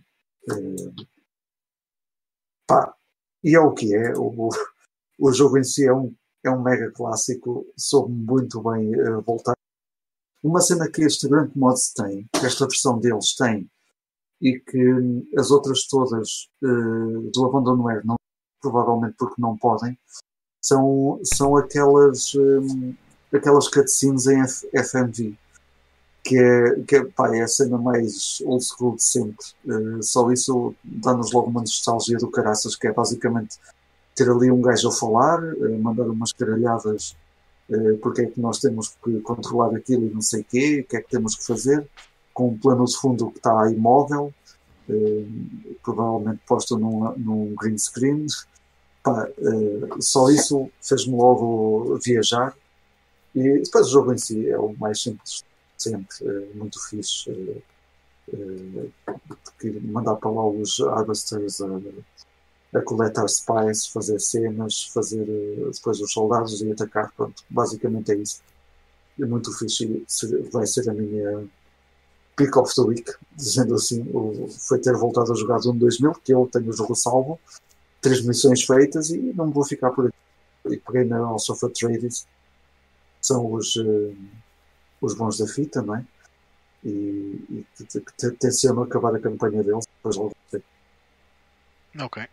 Pá, e é o que é. O jogo em si é um mega clássico, soube muito bem voltar. Uma cena que este Grand Mods tem, que esta versão deles tem, e que as outras todas do Abandonware não, provavelmente porque não podem, são aquelas cutscenes em FMV, que é a cena mais old school de sempre. Só isso dá-nos logo uma nostalgia do caraças, que é basicamente ter ali um gajo a falar, mandar umas caralhadas, porque é que nós temos que controlar aquilo e não sei o quê, o que é que temos que fazer, com um plano de fundo que está imóvel, provavelmente posto num green screen. Pá, só isso fez-me logo viajar. E depois o jogo em si é o mais simples sempre, muito fixe. Mandar para lá os harvesters a coletar spice, fazer cenas, fazer depois os soldados e atacar. Pronto, basicamente é isso. É muito fixe. Vai ser a minha pick of the week, dizendo assim. Foi ter voltado a jogar Doom 2000, que eu tenho o jogo salvo, 3 missões feitas e não me vou ficar por aqui. E peguei na House of Atreides, são os bons da fita, não é? E tenciono acabar a campanha deles, depois logo ver. Ok.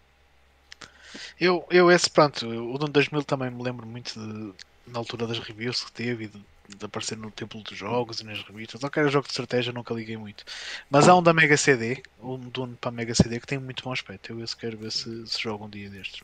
Eu esse, pronto, o Doom 2000 também me lembro muito na altura das reviews que teve e de aparecer no Templo dos Jogos e nas revistas. Não que era jogo de estratégia, nunca liguei muito. Mas há um da Mega CD, um Doom para a Mega CD, que tem muito bom aspecto. Eu esse quero ver se joga um dia destes.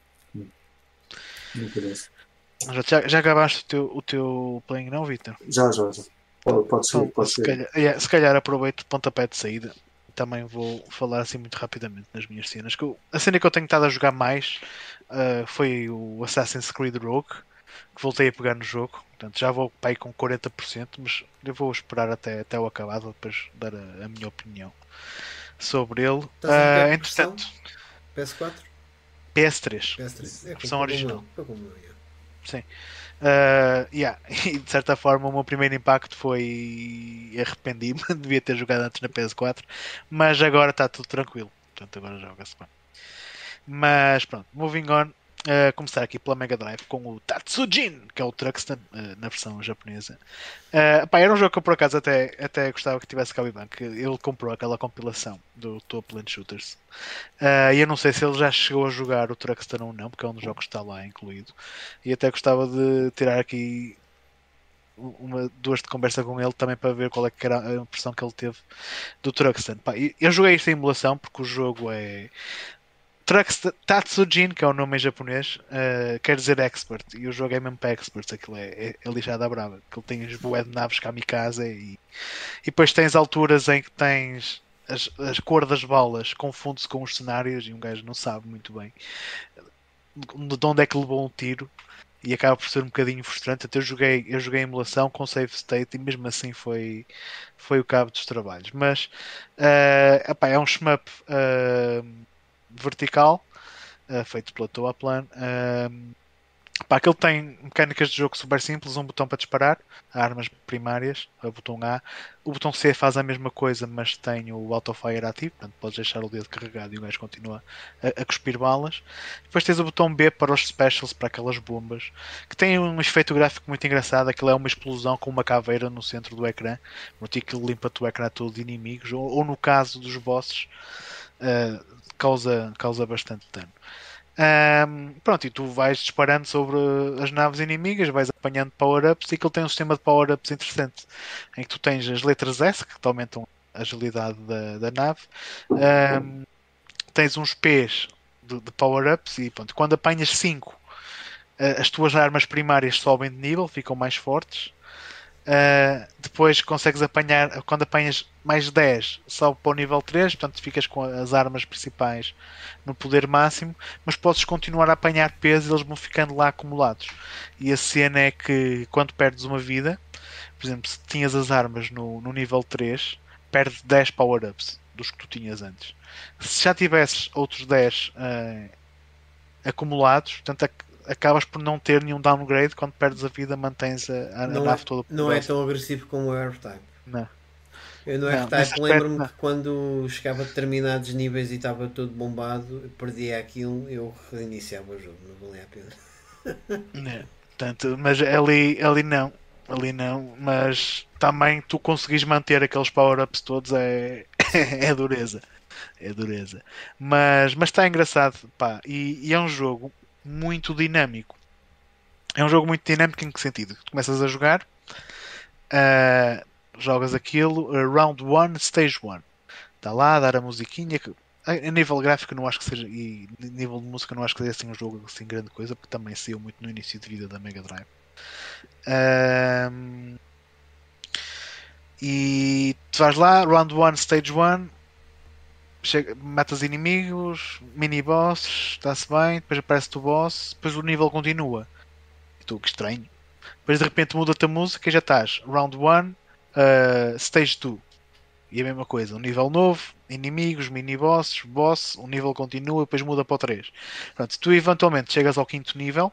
Já acabaste o teu playing não, Vitor? Já. Pode ser. Se calhar aproveito o pontapé de saída. Também vou falar assim muito rapidamente nas minhas cenas. A cena que eu tenho estado a jogar mais foi o Assassin's Creed Rogue, que voltei a pegar no jogo. Portanto, já vou para aí com 40%, mas eu vou esperar até o acabado, depois dar a minha opinião sobre ele. Entretanto, PS4? PS3. É versão original. Sim. E de certa forma o meu primeiro impacto foi arrependi-me, devia ter jogado antes na PS4, mas agora está tudo tranquilo, portanto agora joga-se bem. Mas pronto, moving on, começar aqui pela Mega Drive com o Tatsujin, que é o Truxton na versão japonesa. Era um jogo que eu por acaso até gostava que tivesse cá o Ivan, que ele comprou aquela compilação do Top Land Shooters. E eu não sei se ele já chegou a jogar o Truxton ou não, porque é um dos jogos que está lá incluído. E até gostava de tirar aqui duas de conversa com ele também para ver qual é que era a impressão que ele teve do Truxton. Eu joguei esta emulação porque o jogo é Tatsujin, que é o nome em japonês, quer dizer expert, e o jogo é mesmo para experts, aquilo é lixado à brava, que ele tem as bué de naves kamikaze e depois tens alturas em que tens as cor das balas confunde-se com os cenários e um gajo não sabe muito bem de onde é que levou um tiro e acaba por ser um bocadinho frustrante. Até eu joguei a emulação com save state e mesmo assim foi o cabo dos trabalhos, mas é um shmup vertical, feito pela Toa Plan. Aquele tem mecânicas de jogo super simples, um botão para disparar, armas primárias, o botão A. O botão C faz a mesma coisa, mas tem o autofire ativo, portanto podes deixar o dedo carregado e o gajo continua a cuspir balas. Depois tens o botão B para os specials, para aquelas bombas, que tem um efeito gráfico muito engraçado. Aquilo é uma explosão com uma caveira no centro do ecrã, que limpa-te o ecrã todo de inimigos, ou no caso dos bosses, causa bastante dano. Pronto, e tu vais disparando sobre as naves inimigas, vais apanhando power-ups, e aquilo tem um sistema de power-ups interessante, em que tu tens as letras S, que te aumentam a agilidade da nave, tens uns P's de power-ups, e pronto, quando apanhas 5, as tuas armas primárias sobem de nível, ficam mais fortes. Depois consegues apanhar, quando apanhas mais 10, sobe para o nível 3, portanto ficas com as armas principais no poder máximo, mas podes continuar a apanhar peso e eles vão ficando lá acumulados. E a cena é que quando perdes uma vida, por exemplo, se tinhas as armas no nível 3, perdes 10 power-ups dos que tu tinhas antes. Se já tivesses outros 10 acumulados, portanto acabas por não ter nenhum downgrade. Quando perdes a vida, mantens a nave toda não é poderosa. tão agressivo como o R-Type. Não. Eu no R-Type lembro-me que quando chegava a determinados níveis e estava todo bombado, perdia aquilo, eu reiniciava o jogo, não valia a pena. Portanto, mas ali não. Ali não, mas também tu conseguis manter aqueles power-ups todos é dureza. É dureza. Mas está engraçado, pá. E é um jogo muito dinâmico. É um jogo muito dinâmico em que sentido? Tu começas a jogar, jogas aquilo, round 1, stage 1. Está lá a dar a musiquinha. A nível gráfico não acho que seja, e nível de música não acho que seja assim um jogo assim grande coisa, porque também saiu muito no início de vida da Mega Drive. E tu vais lá, round 1, stage 1, matas inimigos, mini-bosses, está-se bem, depois aparece-te o boss, depois o nível continua. E tu, que estranho. Depois de repente muda-te a música e já estás round 1, stage 2. E a mesma coisa, um nível novo, inimigos, mini-bosses, boss, o nível continua e depois muda para o 3. Pronto, tu eventualmente chegas ao 5º nível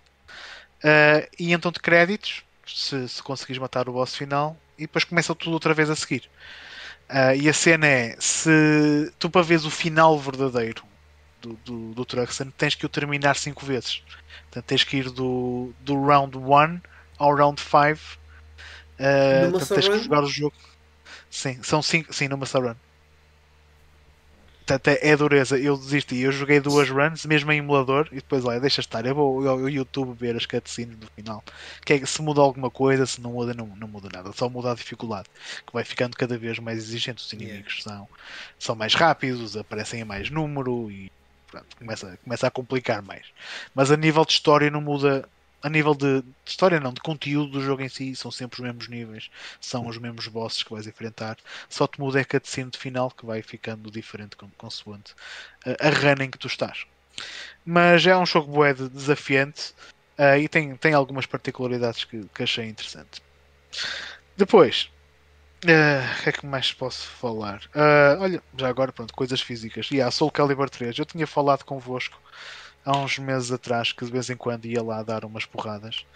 e entram-te créditos, se conseguires matar o boss final, e depois começa tudo outra vez a seguir. E a cena é, se tu para veres o final verdadeiro do Truxton, tens que o terminar 5 vezes. Portanto, tens que ir do round 1 ao round 5. Portanto, tens que jogar o jogo. Sim, são 5, sim, numa só run. Portanto, é dureza. Eu desisti. Eu joguei 2 runs, mesmo em emulador, e depois, olha, deixa estar. Eu vou ao YouTube ver as cutscenes do final. Se muda alguma coisa, se não muda, não muda nada. Só muda a dificuldade, que vai ficando cada vez mais exigente. Os inimigos são mais rápidos, aparecem em mais número e pronto, começa a complicar mais. Mas a nível de história não muda. A nível de história não, de conteúdo do jogo em si, são sempre os mesmos níveis, são os mesmos bosses que vais enfrentar, só te muda a cutscene de final que vai ficando diferente consoante a run em que tu estás. Mas é um jogo bué desafiante e tem algumas particularidades que achei interessante. Depois, o que é que mais posso falar? Olha, já agora, pronto, coisas físicas. Soul Calibur 3, eu tinha falado convosco há uns meses atrás que de vez em quando ia lá dar umas porradas,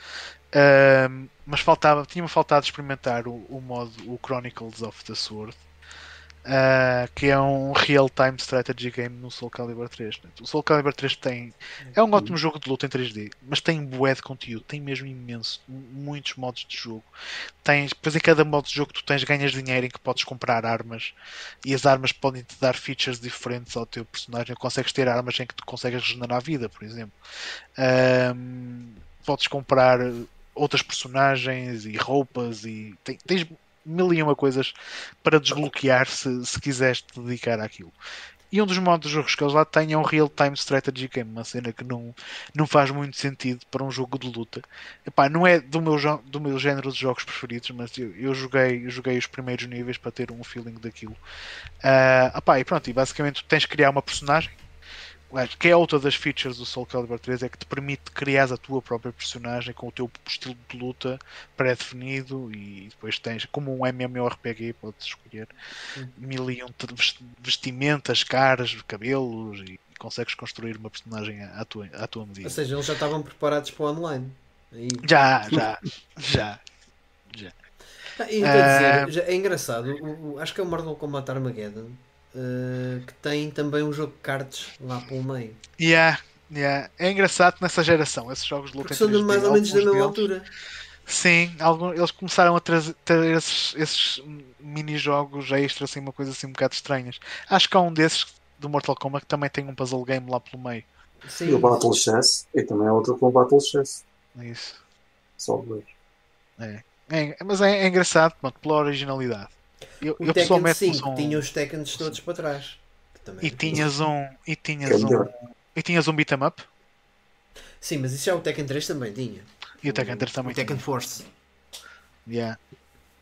mas tinha-me faltado experimentar o modo, o Chronicles of the Sword, que é um real-time strategy game no Soul Calibur 3. O Soul Calibur 3 é um ótimo jogo de luta em 3D, mas tem bué de conteúdo, tem mesmo imenso, muitos modos de jogo. Depois em cada modo de jogo que tu ganhas dinheiro em que podes comprar armas, e as armas podem te dar features diferentes ao teu personagem. Consegues ter armas em que tu consegues regenerar a vida, por exemplo. Podes comprar outras personagens e roupas e tens 1001 coisas para desbloquear se quiseres te dedicar àquilo. E um dos modos de jogos que eles lá têm é um real-time strategy game, uma cena que não faz muito sentido para um jogo de luta. Epá, não é do meu género de jogos preferidos, mas eu joguei os primeiros níveis para ter um feeling daquilo. E pronto, e basicamente tens que criar uma personagem, que é outra das features do Soul Calibur 3, é que te permite criar a tua própria personagem com o teu estilo de luta pré-definido, e depois tens, como um MMORPG, podes escolher 1001 vestimentas, caras, cabelos, e consegues construir uma personagem à tua medida. Ou seja, eles já estavam preparados para o online. Já. E estou a dizer, é engraçado, acho que é o Mortal Kombat Armageddon, que tem também um jogo de cartas lá pelo meio. É engraçado nessa geração, esses jogos de luta são mais ou menos da mesma altura. Sim, eles começaram a ter esses mini-jogos extras, assim, uma coisa assim um bocado estranhas. Acho que há um desses do Mortal Kombat que também tem um puzzle game lá pelo meio. Sim. E o Battle Chess, e também é outro com o Battle Chess. Isso. Só ver. Mas é engraçado, pronto, pela originalidade. O Tekken 5 tinha os Tekkens todos para trás. E tinhas um beat 'em up. Sim, mas isso já o Tekken 3 também tinha. E o Tekken 3 também o Tekken tinha. Force.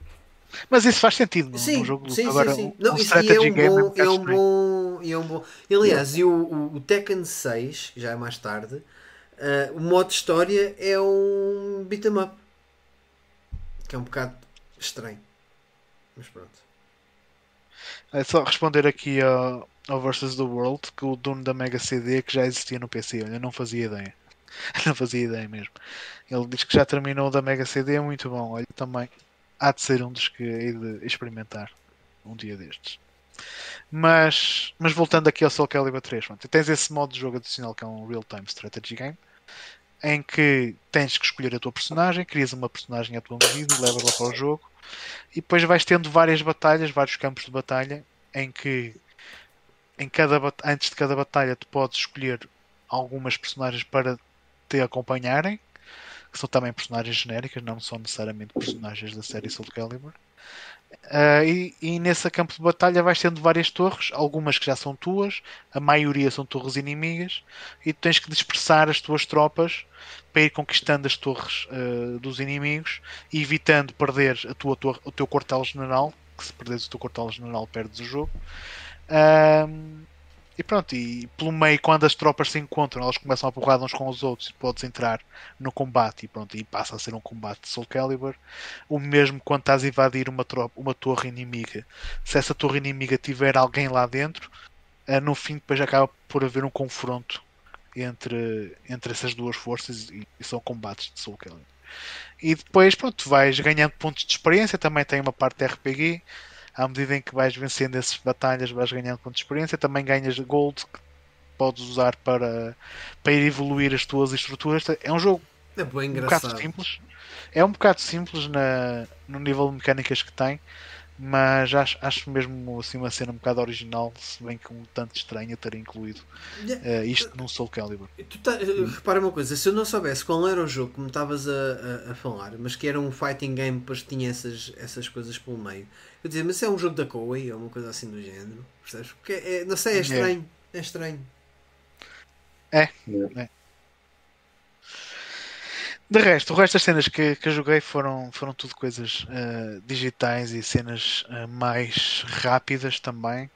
Mas isso faz sentido sim, num jogo. sim, Agora, sim. Um strategy game é um bom. Aliás, e o Tekken 6, já é mais tarde, o modo história é um beat 'em up. Que é um bocado estranho. Mas pronto. É só responder aqui ao Versus the World, que o dono da Mega CD que já existia no PC. Olha, eu não fazia ideia. Não fazia ideia mesmo. Ele diz que já terminou da Mega CD, é muito bom. Olha, também há de ser um dos que hei de experimentar um dia destes. Mas voltando aqui ao Soul Calibur 3, pronto, tens esse modo de jogo adicional que é um real-time strategy game, em que tens que escolher a tua personagem, crias uma personagem à tua medida, levas-la para o jogo e depois vais tendo várias batalhas, vários campos de batalha, em que antes de cada batalha tu podes escolher algumas personagens para te acompanharem, que são também personagens genéricas, não são necessariamente personagens da série Soul Calibur. E nesse campo de batalha vais tendo várias torres, algumas que já são tuas, a maioria são torres inimigas, e tu tens que dispersar as tuas tropas para ir conquistando as torres dos inimigos, e evitando perder o teu quartel-general, que se perderes o teu quartel-general perdes o jogo. E pronto, e pelo meio, quando as tropas se encontram, elas começam a porrada uns com os outros e podes entrar no combate e pronto, e passa a ser um combate de Soul Calibur. O mesmo quando estás a invadir uma torre inimiga. Se essa torre inimiga tiver alguém lá dentro, no fim depois acaba por haver um confronto entre essas duas forças e são combates de Soul Calibur. E depois, pronto, vais ganhando pontos de experiência, também tem uma parte de RPG. À medida em que vais vencendo essas batalhas, vais ganhando pontos de experiência. Também ganhas gold que podes usar para ir evoluir as tuas estruturas. É um jogo É bem um bocado engraçado. simples. É um bocado simples no nível de mecânicas que tem, mas acho mesmo assim uma cena um bocado original, se bem que um tanto estranho ter incluído isto num Soul Calibur. Repara uma coisa, se eu não soubesse qual era o jogo que me estavas a falar, mas que era um fighting game, depois tinha essas coisas pelo meio, eu dizia, mas é um jogo da Koei ou uma coisa assim do género, percebes? Porque não sei, é estranho. É estranho. É. De resto, o resto das cenas que eu joguei foram tudo coisas digitais e cenas mais rápidas também.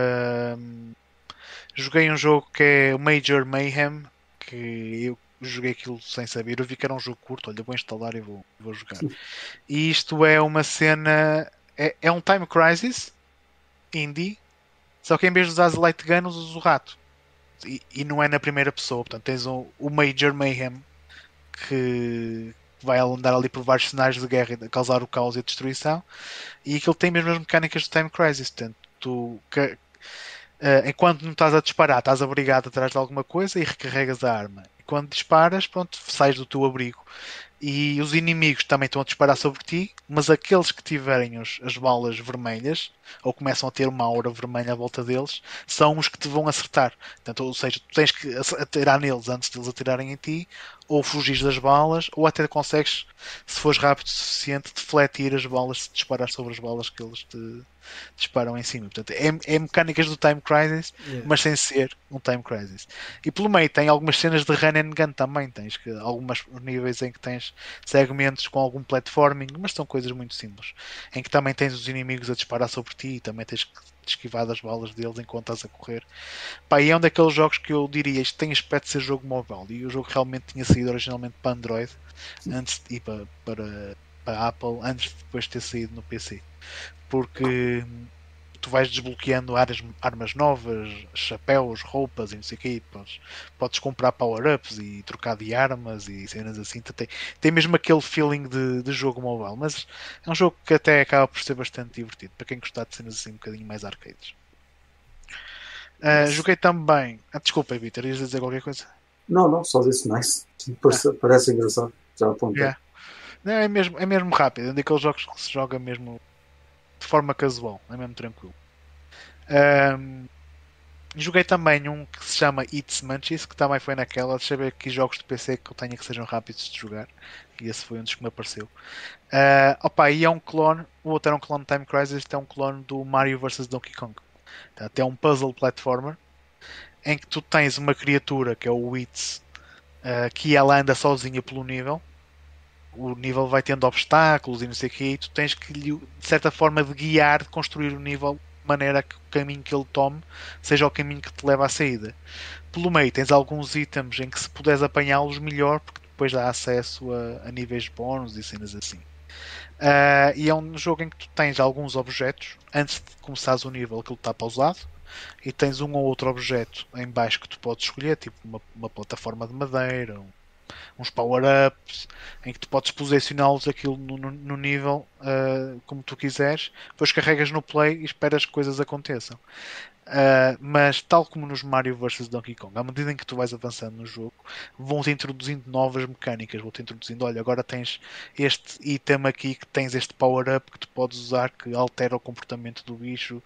Joguei um jogo que é o Major Mayhem, que eu joguei aquilo sem saber. Eu vi que era um jogo curto, olha, vou instalar e vou jogar. E isto é uma cena. É um Time Crisis indie, só que em vez de usar light gun, usas o rato. E não é na primeira pessoa, portanto tens o Major Mayhem que vai andar ali por vários cenários de guerra e causar o caos e a destruição, e aquilo tem mesmo as mecânicas do Time Crisis, portanto enquanto não estás a disparar, estás abrigado atrás de alguma coisa e recarregas a arma. E quando disparas, pronto, sais do teu abrigo. E os inimigos também estão a disparar sobre ti, mas aqueles que tiverem as balas vermelhas, ou começam a ter uma aura vermelha à volta deles, são os que te vão acertar. Portanto, ou seja, tu tens que atirar neles antes de eles atirarem em ti, ou fugir das balas, ou até consegues, se fores rápido o suficiente, defletir as balas se disparares sobre as balas que eles te disparam em cima. Portanto, é mecânicas do Time Crisis, mas sem ser um Time Crisis. E pelo meio tem algumas cenas de run and gun também. Tens alguns níveis em que tens segmentos com algum platforming, mas são coisas muito simples. Em que também tens os inimigos a disparar sobre ti e também tens que esquivar das balas deles enquanto estás a correr. Pá, e é um daqueles jogos que eu diria isto tem aspecto de ser jogo móvel, e o jogo realmente tinha saído originalmente para Android antes de ir para Apple, antes de depois ter saído no PC, porque tu vais desbloqueando armas novas, chapéus, roupas e não sei o que, podes comprar power-ups e trocar de armas e cenas assim. Tem mesmo aquele feeling de jogo mobile, mas é um jogo que até acaba por ser bastante divertido para quem gostar de cenas assim um bocadinho mais arcades. Joguei também. Desculpa, Vitor, ias dizer qualquer coisa? Não, só disse nice. Parece engraçado. Já apontei. Yeah. Não, é mesmo rápido. É daqueles jogos que se joga mesmo de forma casual, é mesmo tranquilo. Joguei também um que se chama It's Munchies, que também foi naquela. Deixa eu ver aqui jogos de PC que eu tenha que sejam rápidos de jogar. E esse foi um dos que me apareceu. E é um clone. O outro era um clone de Time Crisis. Este é um clone do Mario vs Donkey Kong. Até um puzzle platformer em que tu tens uma criatura que é o Wits, que ela anda sozinha pelo nível, o nível vai tendo obstáculos e não sei o que, e tu tens que, de certa forma, de guiar, de construir o nível de maneira que o caminho que ele tome seja o caminho que te leva à saída. Pelo meio tens alguns itens em que, se puderes apanhá-los, melhor, porque depois dá acesso a níveis bónus e cenas assim. E é um jogo em que tu tens alguns objetos antes de começares o nível, aquilo está pausado, e tens um ou outro objeto em baixo que tu podes escolher, tipo uma plataforma de madeira, uns power-ups, em que tu podes posicioná-los aquilo no nível como tu quiseres, depois carregas no play e esperas que coisas aconteçam. Mas tal como nos Mario vs Donkey Kong, à medida em que tu vais avançando no jogo, vão-te introduzindo novas mecânicas, vão-te introduzindo, olha, agora tens este item aqui, que tens este power-up que tu podes usar, que altera o comportamento do bicho,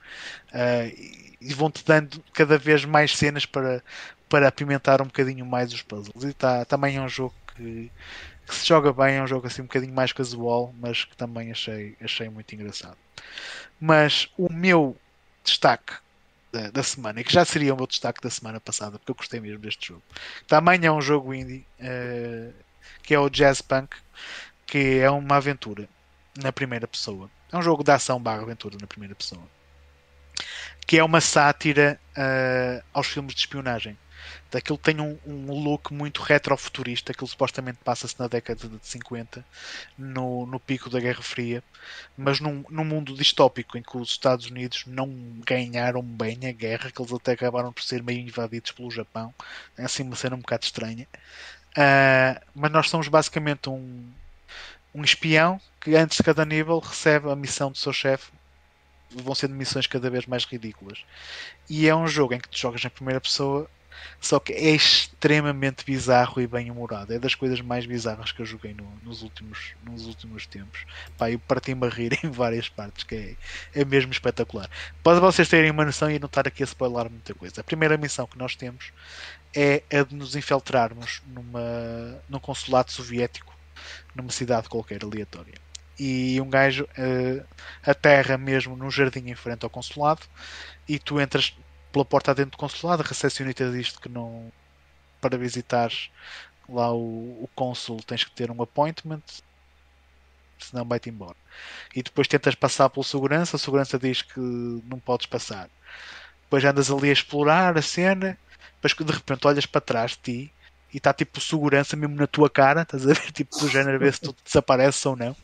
e vão-te dando cada vez mais cenas para apimentar um bocadinho mais os puzzles. E também é um jogo que se joga bem, é um jogo assim um bocadinho mais casual, mas que também achei muito engraçado. Mas o meu destaque da semana, e que já seria o meu destaque da semana passada, porque eu gostei mesmo deste jogo, também é um jogo indie, que é o Jazz Punk, que é uma aventura na primeira pessoa. É um jogo de ação / aventura na primeira pessoa, que é uma sátira aos filmes de espionagem. Aquilo tem um look muito retrofuturista. Aquilo supostamente passa-se na década de 50, no pico da Guerra Fria, mas num mundo distópico em que os Estados Unidos não ganharam bem a guerra, que eles até acabaram por ser meio invadidos pelo Japão. É assim uma cena um bocado estranha. Mas nós somos basicamente um espião que, antes de cada nível, recebe a missão do seu chefe. Vão sendo missões cada vez mais ridículas. E é um jogo em que tu jogas na primeira pessoa, só que é extremamente bizarro e bem-humorado. É das coisas mais bizarras que eu joguei nos últimos tempos. Pá, eu parti-me a rir em várias partes, que é mesmo espetacular. Para vocês terem uma noção e não estar aqui a spoiler muita coisa. A primeira missão que nós temos é a de nos infiltrarmos num consulado soviético, numa cidade qualquer aleatória. E um gajo aterra mesmo num jardim em frente ao consulado, e tu entras pela porta dentro do consulado. A recepcionista diz que não, para visitares lá o cônsul, tens que ter um appointment, senão vai-te embora. E depois tentas passar pelo segurança, a segurança diz que não podes passar. Depois andas ali a explorar a cena, depois de repente olhas para trás de ti e está tipo o segurança mesmo na tua cara, estás a ver, tipo do género, a ver se tu desapareces ou não.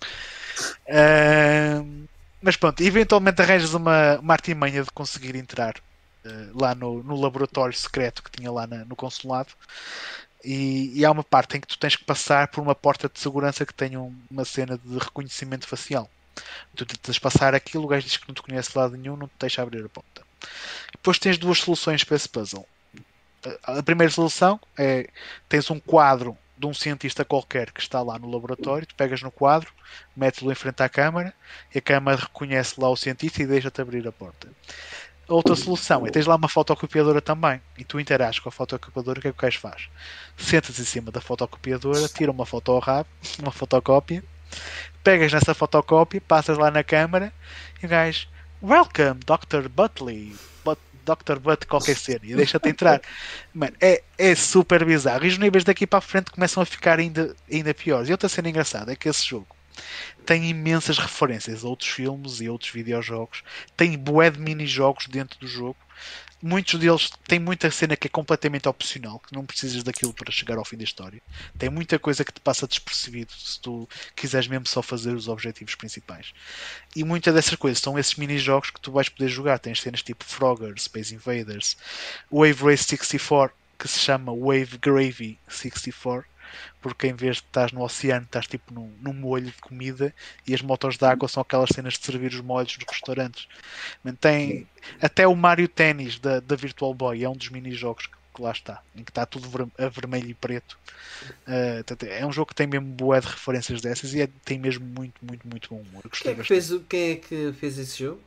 Mas pronto, eventualmente arranjas uma artimanha de conseguir entrar lá no laboratório secreto que tinha lá no consulado, e há uma parte em que tu tens que passar por uma porta de segurança que tem uma cena de reconhecimento facial. Tu tentas passar aquilo, o gajo diz que não te conhece de lado nenhum, não te deixa abrir a porta. Depois tens duas soluções para esse puzzle. A primeira solução é: tens um quadro de um cientista qualquer que está lá no laboratório, tu pegas no quadro, metes-lo em frente à câmara, e a câmara reconhece lá o cientista e deixa-te abrir a porta. A outra solução é: tens lá uma fotocopiadora também, e tu interages com a fotocopiadora. O que é que o gajo faz? Sentas em cima da fotocopiadora, tira uma foto ao rabo, uma fotocópia, pegas nessa fotocópia, passas lá na câmara, e o gajo: Welcome, Dr. Butley, Dr. Butt qualquer cena, e deixa-te entrar. Mano, é super bizarro. E os níveis daqui para a frente começam a ficar ainda piores. E outra cena engraçada é que esse jogo tem imensas referências a outros filmes e outros videojogos. Tem bué de mini-jogos dentro do jogo. Muitos deles têm muita cena que é completamente opcional, que não precisas daquilo para chegar ao fim da história. Tem muita coisa que te passa despercebido se tu quiseres mesmo só fazer os objetivos principais. E muitas dessas coisas são esses mini-jogos que tu vais poder jogar. Tens cenas tipo Frogger, Space Invaders, Wave Race 64, que se chama Wave Gravy 64, porque em vez de estás no oceano, estás tipo num molho de comida, e as motos de água são aquelas cenas de servir os molhos dos restaurantes. Tem até o Mario Tennis da Virtual Boy, é um dos mini-jogos que lá está, em que está tudo a vermelho e preto. É um jogo que tem mesmo boa de referências dessas, e tem mesmo muito, muito, muito bom humor. Quem é que fez esse jogo?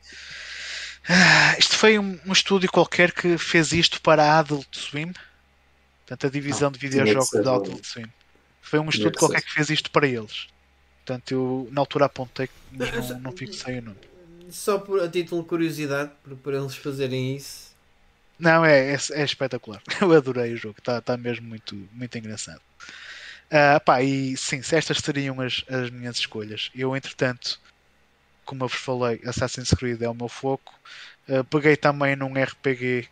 Isto foi um estúdio qualquer que fez isto para a Adult Swim. Portanto, a divisão de videojogos da Adult Swim. Foi um estúdio qualquer que fez isto para eles. Portanto, eu na altura apontei e não fixei o nome. Só a título de curiosidade, para eles fazerem isso. Não, é espetacular. Eu adorei o jogo. Está mesmo muito, muito engraçado. E sim, se estas seriam as minhas escolhas. Eu, entretanto, como eu vos falei, Assassin's Creed é o meu foco. Peguei também num RPG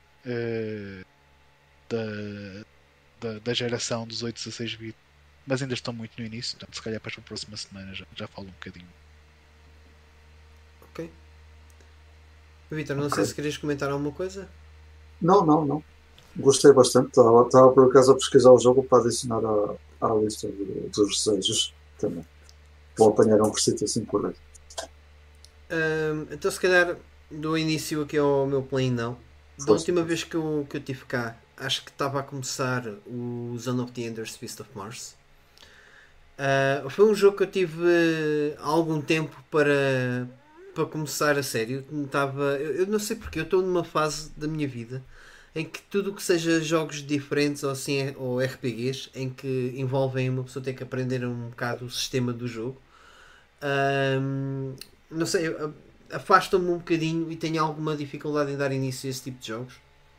da geração dos 8-16 bits, mas ainda estou muito no início, portanto, se calhar para a próxima semana já falo um bocadinho. Ok. Vitor, não sei se querias comentar alguma coisa. Não. Gostei bastante. Estava por acaso a pesquisar o jogo para adicionar à lista dos desejos também. Vou apanhar um precito assim correto. Então se calhar dou início aqui ao meu play não. Da última vez que eu tive cá, acho que estava a começar o Zone of the Enders Feast of Mars. Foi um jogo que eu tive algum tempo para começar a sério. Eu não sei porque, eu estou numa fase da minha vida em que tudo o que seja jogos diferentes ou, assim, ou RPGs em que envolvem uma pessoa ter que aprender um bocado o sistema do jogo, não sei, afasta-me um bocadinho e tenho alguma dificuldade em dar início a esse tipo de jogos.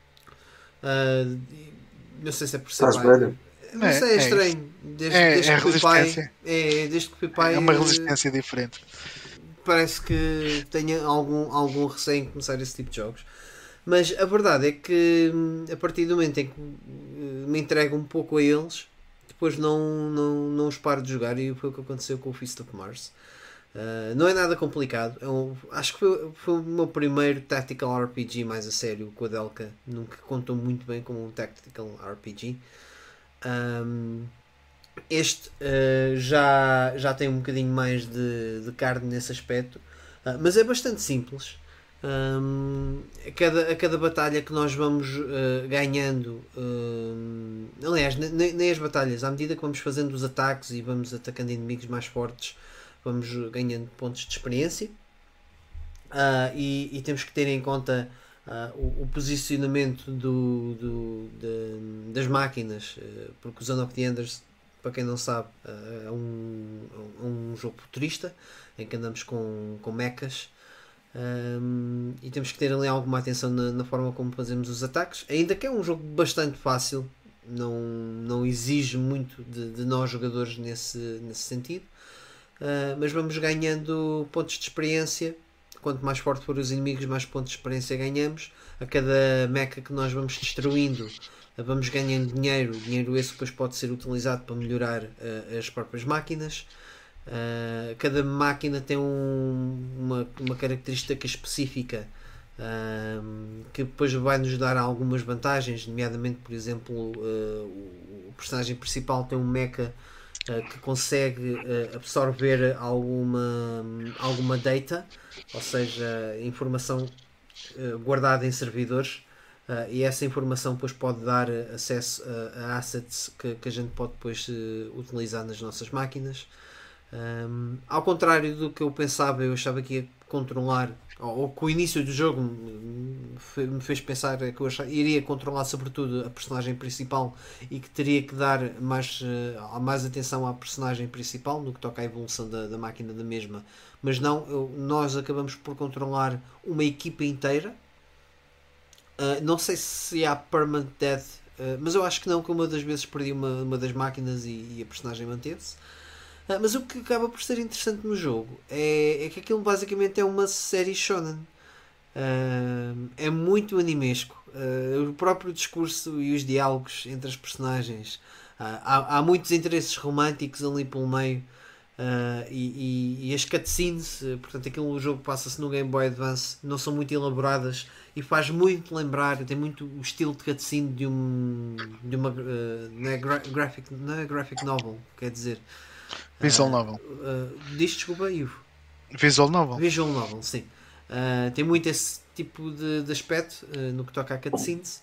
Não sei se é por ser Estás velho? Não sei, é estranho. Desde que fui pai. Desde que fui pai. É uma resistência diferente. Parece que tenha algum receio em começar esse tipo de jogos. Mas a verdade é que a partir do momento em que me entrego um pouco a eles, depois não os paro de jogar, e foi o que aconteceu com o Feast of Mars. Não é nada complicado. Acho que foi o meu primeiro Tactical RPG mais a sério com a Delca. Nunca contou muito bem como um Tactical RPG. Este já tem um bocadinho mais de carne nesse aspecto, mas é bastante simples. A cada batalha que nós vamos ganhando, aliás, nem as batalhas, à medida que vamos fazendo os ataques e vamos atacando inimigos mais fortes, vamos ganhando pontos de experiência. E temos que ter em conta o posicionamento das máquinas, porque o Zone of the Enders, para quem não sabe, é um jogo futurista em que andamos com mechas. E temos que ter ali alguma atenção na forma como fazemos os ataques, ainda que é um jogo bastante fácil, não exige muito de nós jogadores nesse sentido, mas vamos ganhando pontos de experiência. Quanto mais forte for os inimigos, mais pontos de experiência ganhamos. A cada mecha que nós vamos destruindo, vamos ganhando dinheiro esse depois pode ser utilizado para melhorar as próprias máquinas. Cada máquina tem uma característica específica, que depois vai nos dar algumas vantagens, nomeadamente, por exemplo, o personagem principal tem um mecha que consegue absorver alguma data, ou seja, informação guardada em servidores, e essa informação depois pode dar acesso a assets que a gente pode depois utilizar nas nossas máquinas. Ao contrário do que eu pensava, eu achava que ia controlar, ou que o início do jogo me fez pensar que eu iria controlar sobretudo a personagem principal e que teria que dar mais atenção à personagem principal no que toca à evolução da máquina da mesma, mas não, nós acabamos por controlar uma equipa inteira. Não sei se há permanent death, mas eu acho que não, que uma das vezes perdi uma das máquinas e a personagem manteve-se. Mas o que acaba por ser interessante no jogo é que aquilo basicamente é uma série shonen. É muito animesco. O próprio discurso e os diálogos entre as personagens. Há muitos interesses românticos ali pelo meio. E as cutscenes, portanto, o jogo passa-se no Game Boy Advance, não são muito elaboradas e faz muito lembrar, tem muito o estilo de cutscene de uma não é graphic novel, quer dizer. Visual Novel. Desculpa, Ivo. Visual Novel. Visual Novel, sim. Tem muito esse tipo de aspecto no que toca a cutscenes.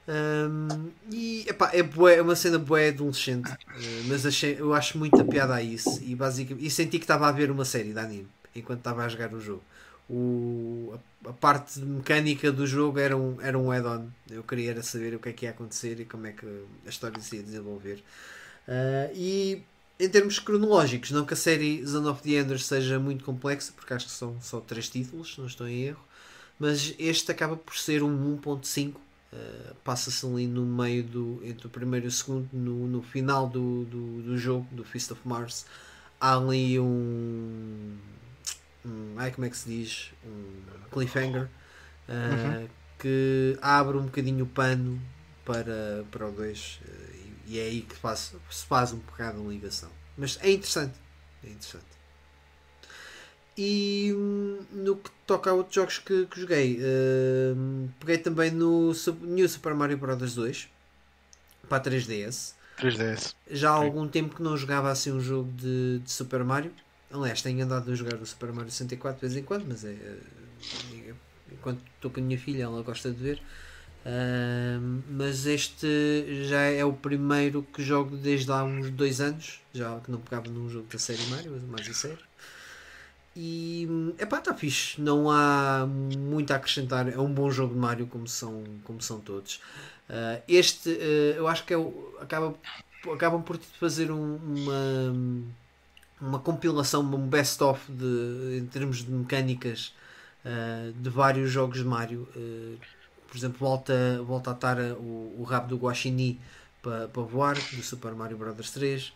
E epá, é uma cena bué adolescente, mas eu acho muita piada a isso. E senti que estava a ver uma série de anime enquanto estava a jogar o jogo. A parte mecânica do jogo era um add-on. Eu queria saber o que é que ia acontecer e como é que a história se ia desenvolver. E em termos cronológicos, não que a série Zone of the Enders seja muito complexa, porque acho que são só 3 títulos, se não estou em erro, mas este acaba por ser um 1.5 passa-se ali no meio entre o primeiro e o segundo, no final do jogo, do Fist of Mars. Há ali como é que se diz? Um cliffhanger que abre um bocadinho o pano para o 2, e é aí que se faz um bocado de ligação. Mas é interessante. É interessante. E no que toca a outros jogos que joguei, peguei também no New Super Mario Bros. 2 para a 3DS. Já há algum tempo que não jogava assim um jogo de Super Mario. Aliás, tenho andado a jogar o Super Mario 64 de vez em quando, mas enquanto estou com a minha filha, ela gosta de ver. Mas este já é o primeiro que jogo desde há uns 2 anos, já que não pegava num jogo da série Mario, mas mais a sério. E está fixe, não há muito a acrescentar, é um bom jogo de Mario como são todos. Eu acho que acabam por fazer uma compilação, um best-of em termos de mecânicas de vários jogos de Mario. Por exemplo, volta a estar o rabo do Guaxinim para voar, do Super Mario Bros. 3.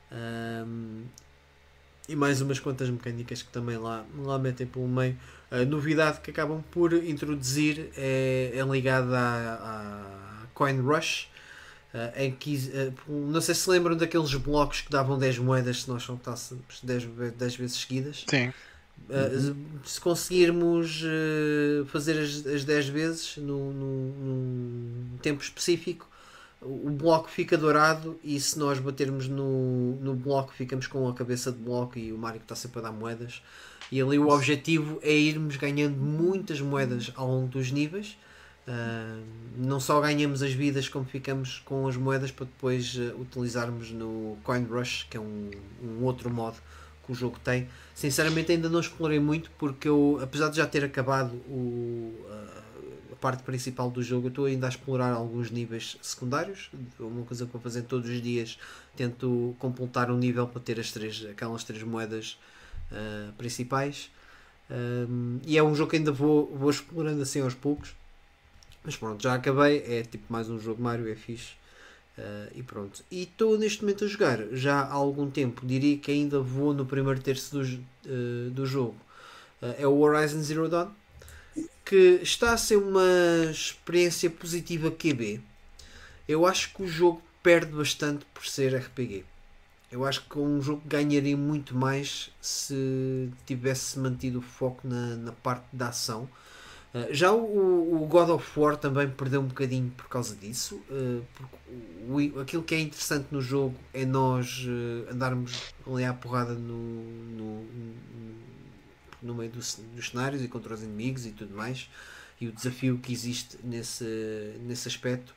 E mais umas quantas mecânicas que também lá metem pelo meio. A novidade que acabam por introduzir é ligada à Coin Rush, em que não sei se lembram daqueles blocos que davam 10 moedas se nós soltássemos 10 vezes seguidas. Sim. Se conseguirmos fazer as 10 vezes num tempo específico, o bloco fica dourado, e se nós batermos no bloco ficamos com a cabeça de bloco, e o Mario está sempre a dar moedas, e ali o objetivo é irmos ganhando muitas moedas ao longo dos níveis. Não só ganhamos as vidas, como ficamos com as moedas para depois utilizarmos no Coin Rush, que é um outro modo que o jogo tem. Sinceramente ainda não explorei muito, porque eu, apesar de já ter acabado a parte principal do jogo, eu estou ainda a explorar alguns níveis secundários. Uma coisa que vou fazer todos os dias, tento completar um nível para ter aquelas 3 moedas principais. E é um jogo que ainda vou explorando assim aos poucos. Mas pronto, já acabei, é tipo mais um jogo Mario, é fixe. E pronto. E estou neste momento a jogar já há algum tempo, diria que ainda vou no primeiro terço do jogo. É o Horizon Zero Dawn, que está a ser uma experiência positiva QB. Eu acho que o jogo perde bastante por ser RPG. Eu acho que um jogo ganharia muito mais se tivesse mantido o foco na parte da ação. Já o God of War também perdeu um bocadinho por causa disso, porque aquilo que é interessante no jogo é nós andarmos ali à porrada no meio dos cenários e contra os inimigos e tudo mais, e o desafio que existe nesse aspecto.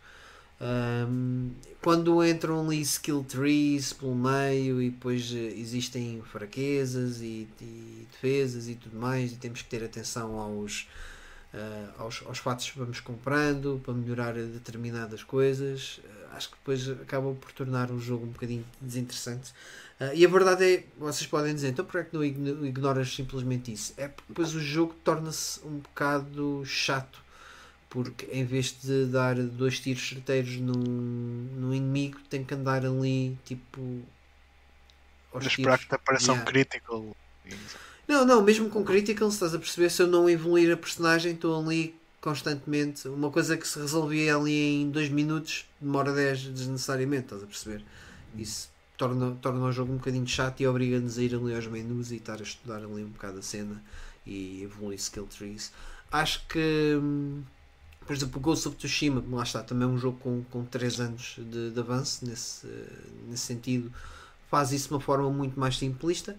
Quando entram ali skill trees pelo meio, e depois existem fraquezas e defesas e tudo mais, e temos que ter atenção aos fatos que vamos comprando para melhorar determinadas coisas. Acho que depois acabam por tornar o jogo um bocadinho desinteressante. E a verdade é, vocês podem dizer, então porquê é que não ignoras simplesmente isso? É porque depois o jogo torna-se um bocado chato, porque em vez de dar 2 tiros certeiros no inimigo, tem que andar ali tipo aos tiros. Esperar que te apareça um critical. Não, mesmo com critical, se estás a perceber, se eu não evoluir a personagem, estou ali constantemente. Uma coisa que se resolvia ali em 2 minutos demora 10 desnecessariamente, estás a perceber? Isso torna o jogo um bocadinho chato e obriga-nos a ir ali aos menus e estar a estudar ali um bocado a cena e evoluir skill trees. Acho que, por exemplo, o Ghost of Tsushima, lá está, também é um jogo com 3 anos de avanço nesse sentido, faz isso de uma forma muito mais simplista.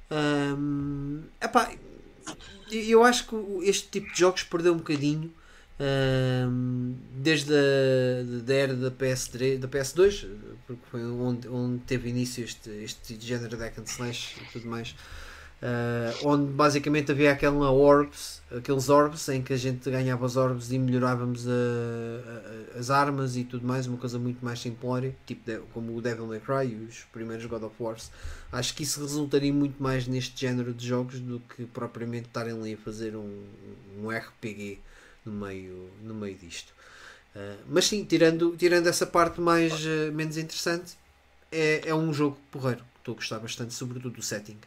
Eu acho que este tipo de jogos perdeu um bocadinho desde a era da PS3, da PS2, porque foi onde teve início este género de hack and slash e tudo mais, onde basicamente havia aqueles orbs em que a gente ganhava os orbs e melhorávamos as armas e tudo mais, uma coisa muito mais simplória, tipo como o Devil May Cry e os primeiros God of Wars. Acho que isso resultaria muito mais neste género de jogos do que propriamente estarem ali a fazer um RPG no meio disto. Mas sim, tirando essa parte menos interessante, é um jogo porreiro. Estou a gostar bastante, sobretudo do setting.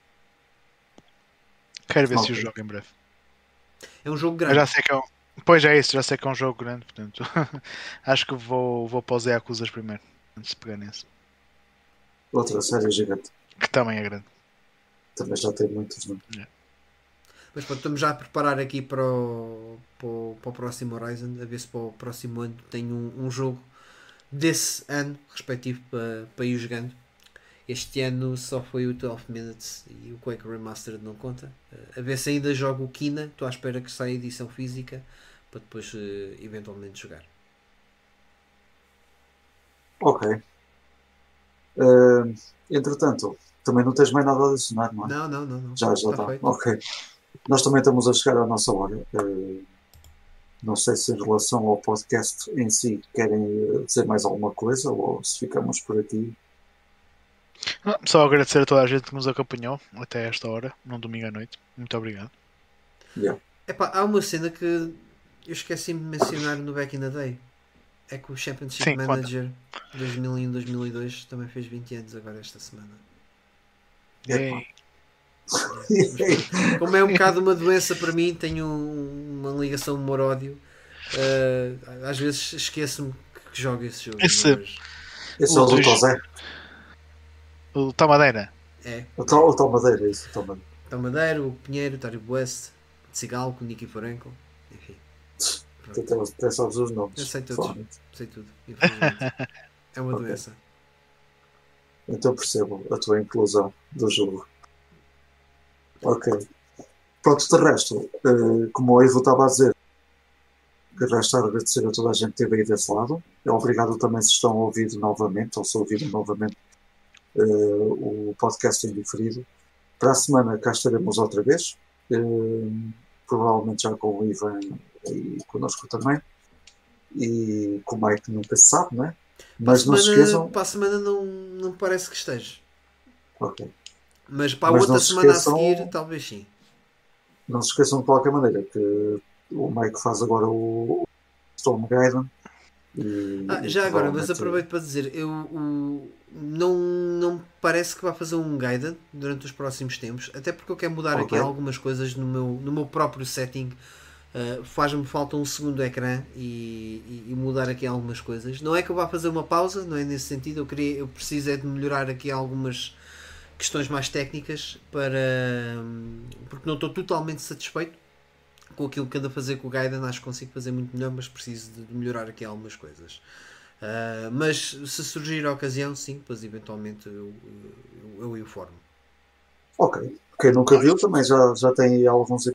Quero ver se o jogo em breve. É um jogo grande. Eu já sei que é Pois é isso, já sei que é um jogo grande, portanto acho que vou para os Yakuzas primeiro, antes de pegar nesse. Outra série gigante. Que também é grande. Também já tem muitos, não é? Mas pronto, estamos já a preparar aqui para o próximo Horizon, a ver se para o próximo ano tem um jogo desse ano, respectivo, para ir jogando. Este ano só foi o 12 Minutes e o Quake Remastered não conta. A ver se ainda jogo o Kina. Estou à espera que saia a edição física para depois eventualmente jogar. Ok. Entretanto, também não tens mais nada a adicionar, não é? Não. Já está. Ok. Nós também estamos a chegar à nossa hora. Não sei se em relação ao podcast em si querem dizer mais alguma coisa ou se ficamos por aqui. Só agradecer a toda a gente que nos acompanhou até esta hora, num domingo à noite. Muito obrigado. Yeah. Epá, há uma cena que eu esqueci-me de mencionar no Back in the Day. É que o Championship Manager 2001-2002 também fez 20 anos agora esta semana. Como é um bocado uma doença para mim, tenho uma ligação amor-ódio. Às vezes esqueço-me que jogo esse jogo. Esse é o do Tozé? O Tomadeira. É. O Tomadeira, isso. Tomadeira, o Pinheiro, o Tário West, o Cigal, o Nicky Forenko. Enfim. Até sabes os nomes. Eu sei todos. Sei tudo. É uma doença. Então percebo a tua inclusão do jogo. Ok. Pronto, de resto, como o Ivo estava a dizer, resta agradecer a toda a gente que esteve aí desse lado. Obrigado também se estão a ouvir novamente ou se ouviram novamente o podcast em diferido. Para a semana cá estaremos outra vez, provavelmente já com o Ivan e connosco também, e com o Mike nunca se sabe, não é? Mas não se esqueçam. Para a semana não parece que esteja. Ok. Mas para a outra semana a seguir, talvez sim. Não se esqueçam de qualquer maneira que o Mike faz agora o Storm Gaiden. Já agora, mas aproveito para dizer, não parece que vai fazer um Gaiden durante os próximos tempos, até porque eu quero mudar aqui algumas coisas no meu próprio setting. Faz-me falta um segundo ecrã e mudar aqui algumas coisas. Não é que eu vá fazer uma pausa, não é nesse sentido. Eu preciso de melhorar aqui algumas questões mais técnicas porque não estou totalmente satisfeito com aquilo que ando a fazer com o Gaiden. Acho que consigo fazer muito melhor, mas preciso de melhorar aqui algumas coisas. Mas se surgir a ocasião, sim, depois eventualmente eu informo. Ok. Quem nunca viu também já tem alguns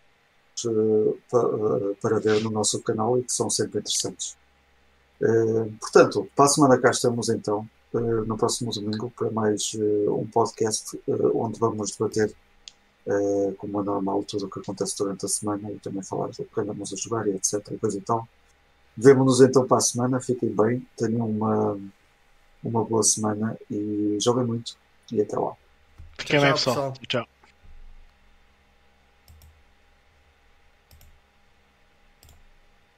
para ver no nosso canal e que são sempre interessantes. Portanto, para a semana cá estamos então, no próximo domingo, para mais um podcast onde vamos debater, como é normal, tudo o que acontece durante a semana e também falar do que andamos a jogar e etc. Coisa e tal. Vemo-nos então para a semana, fiquem bem, tenham uma boa semana e joguem muito e até lá. Fiquem bem, pessoal. Tchau.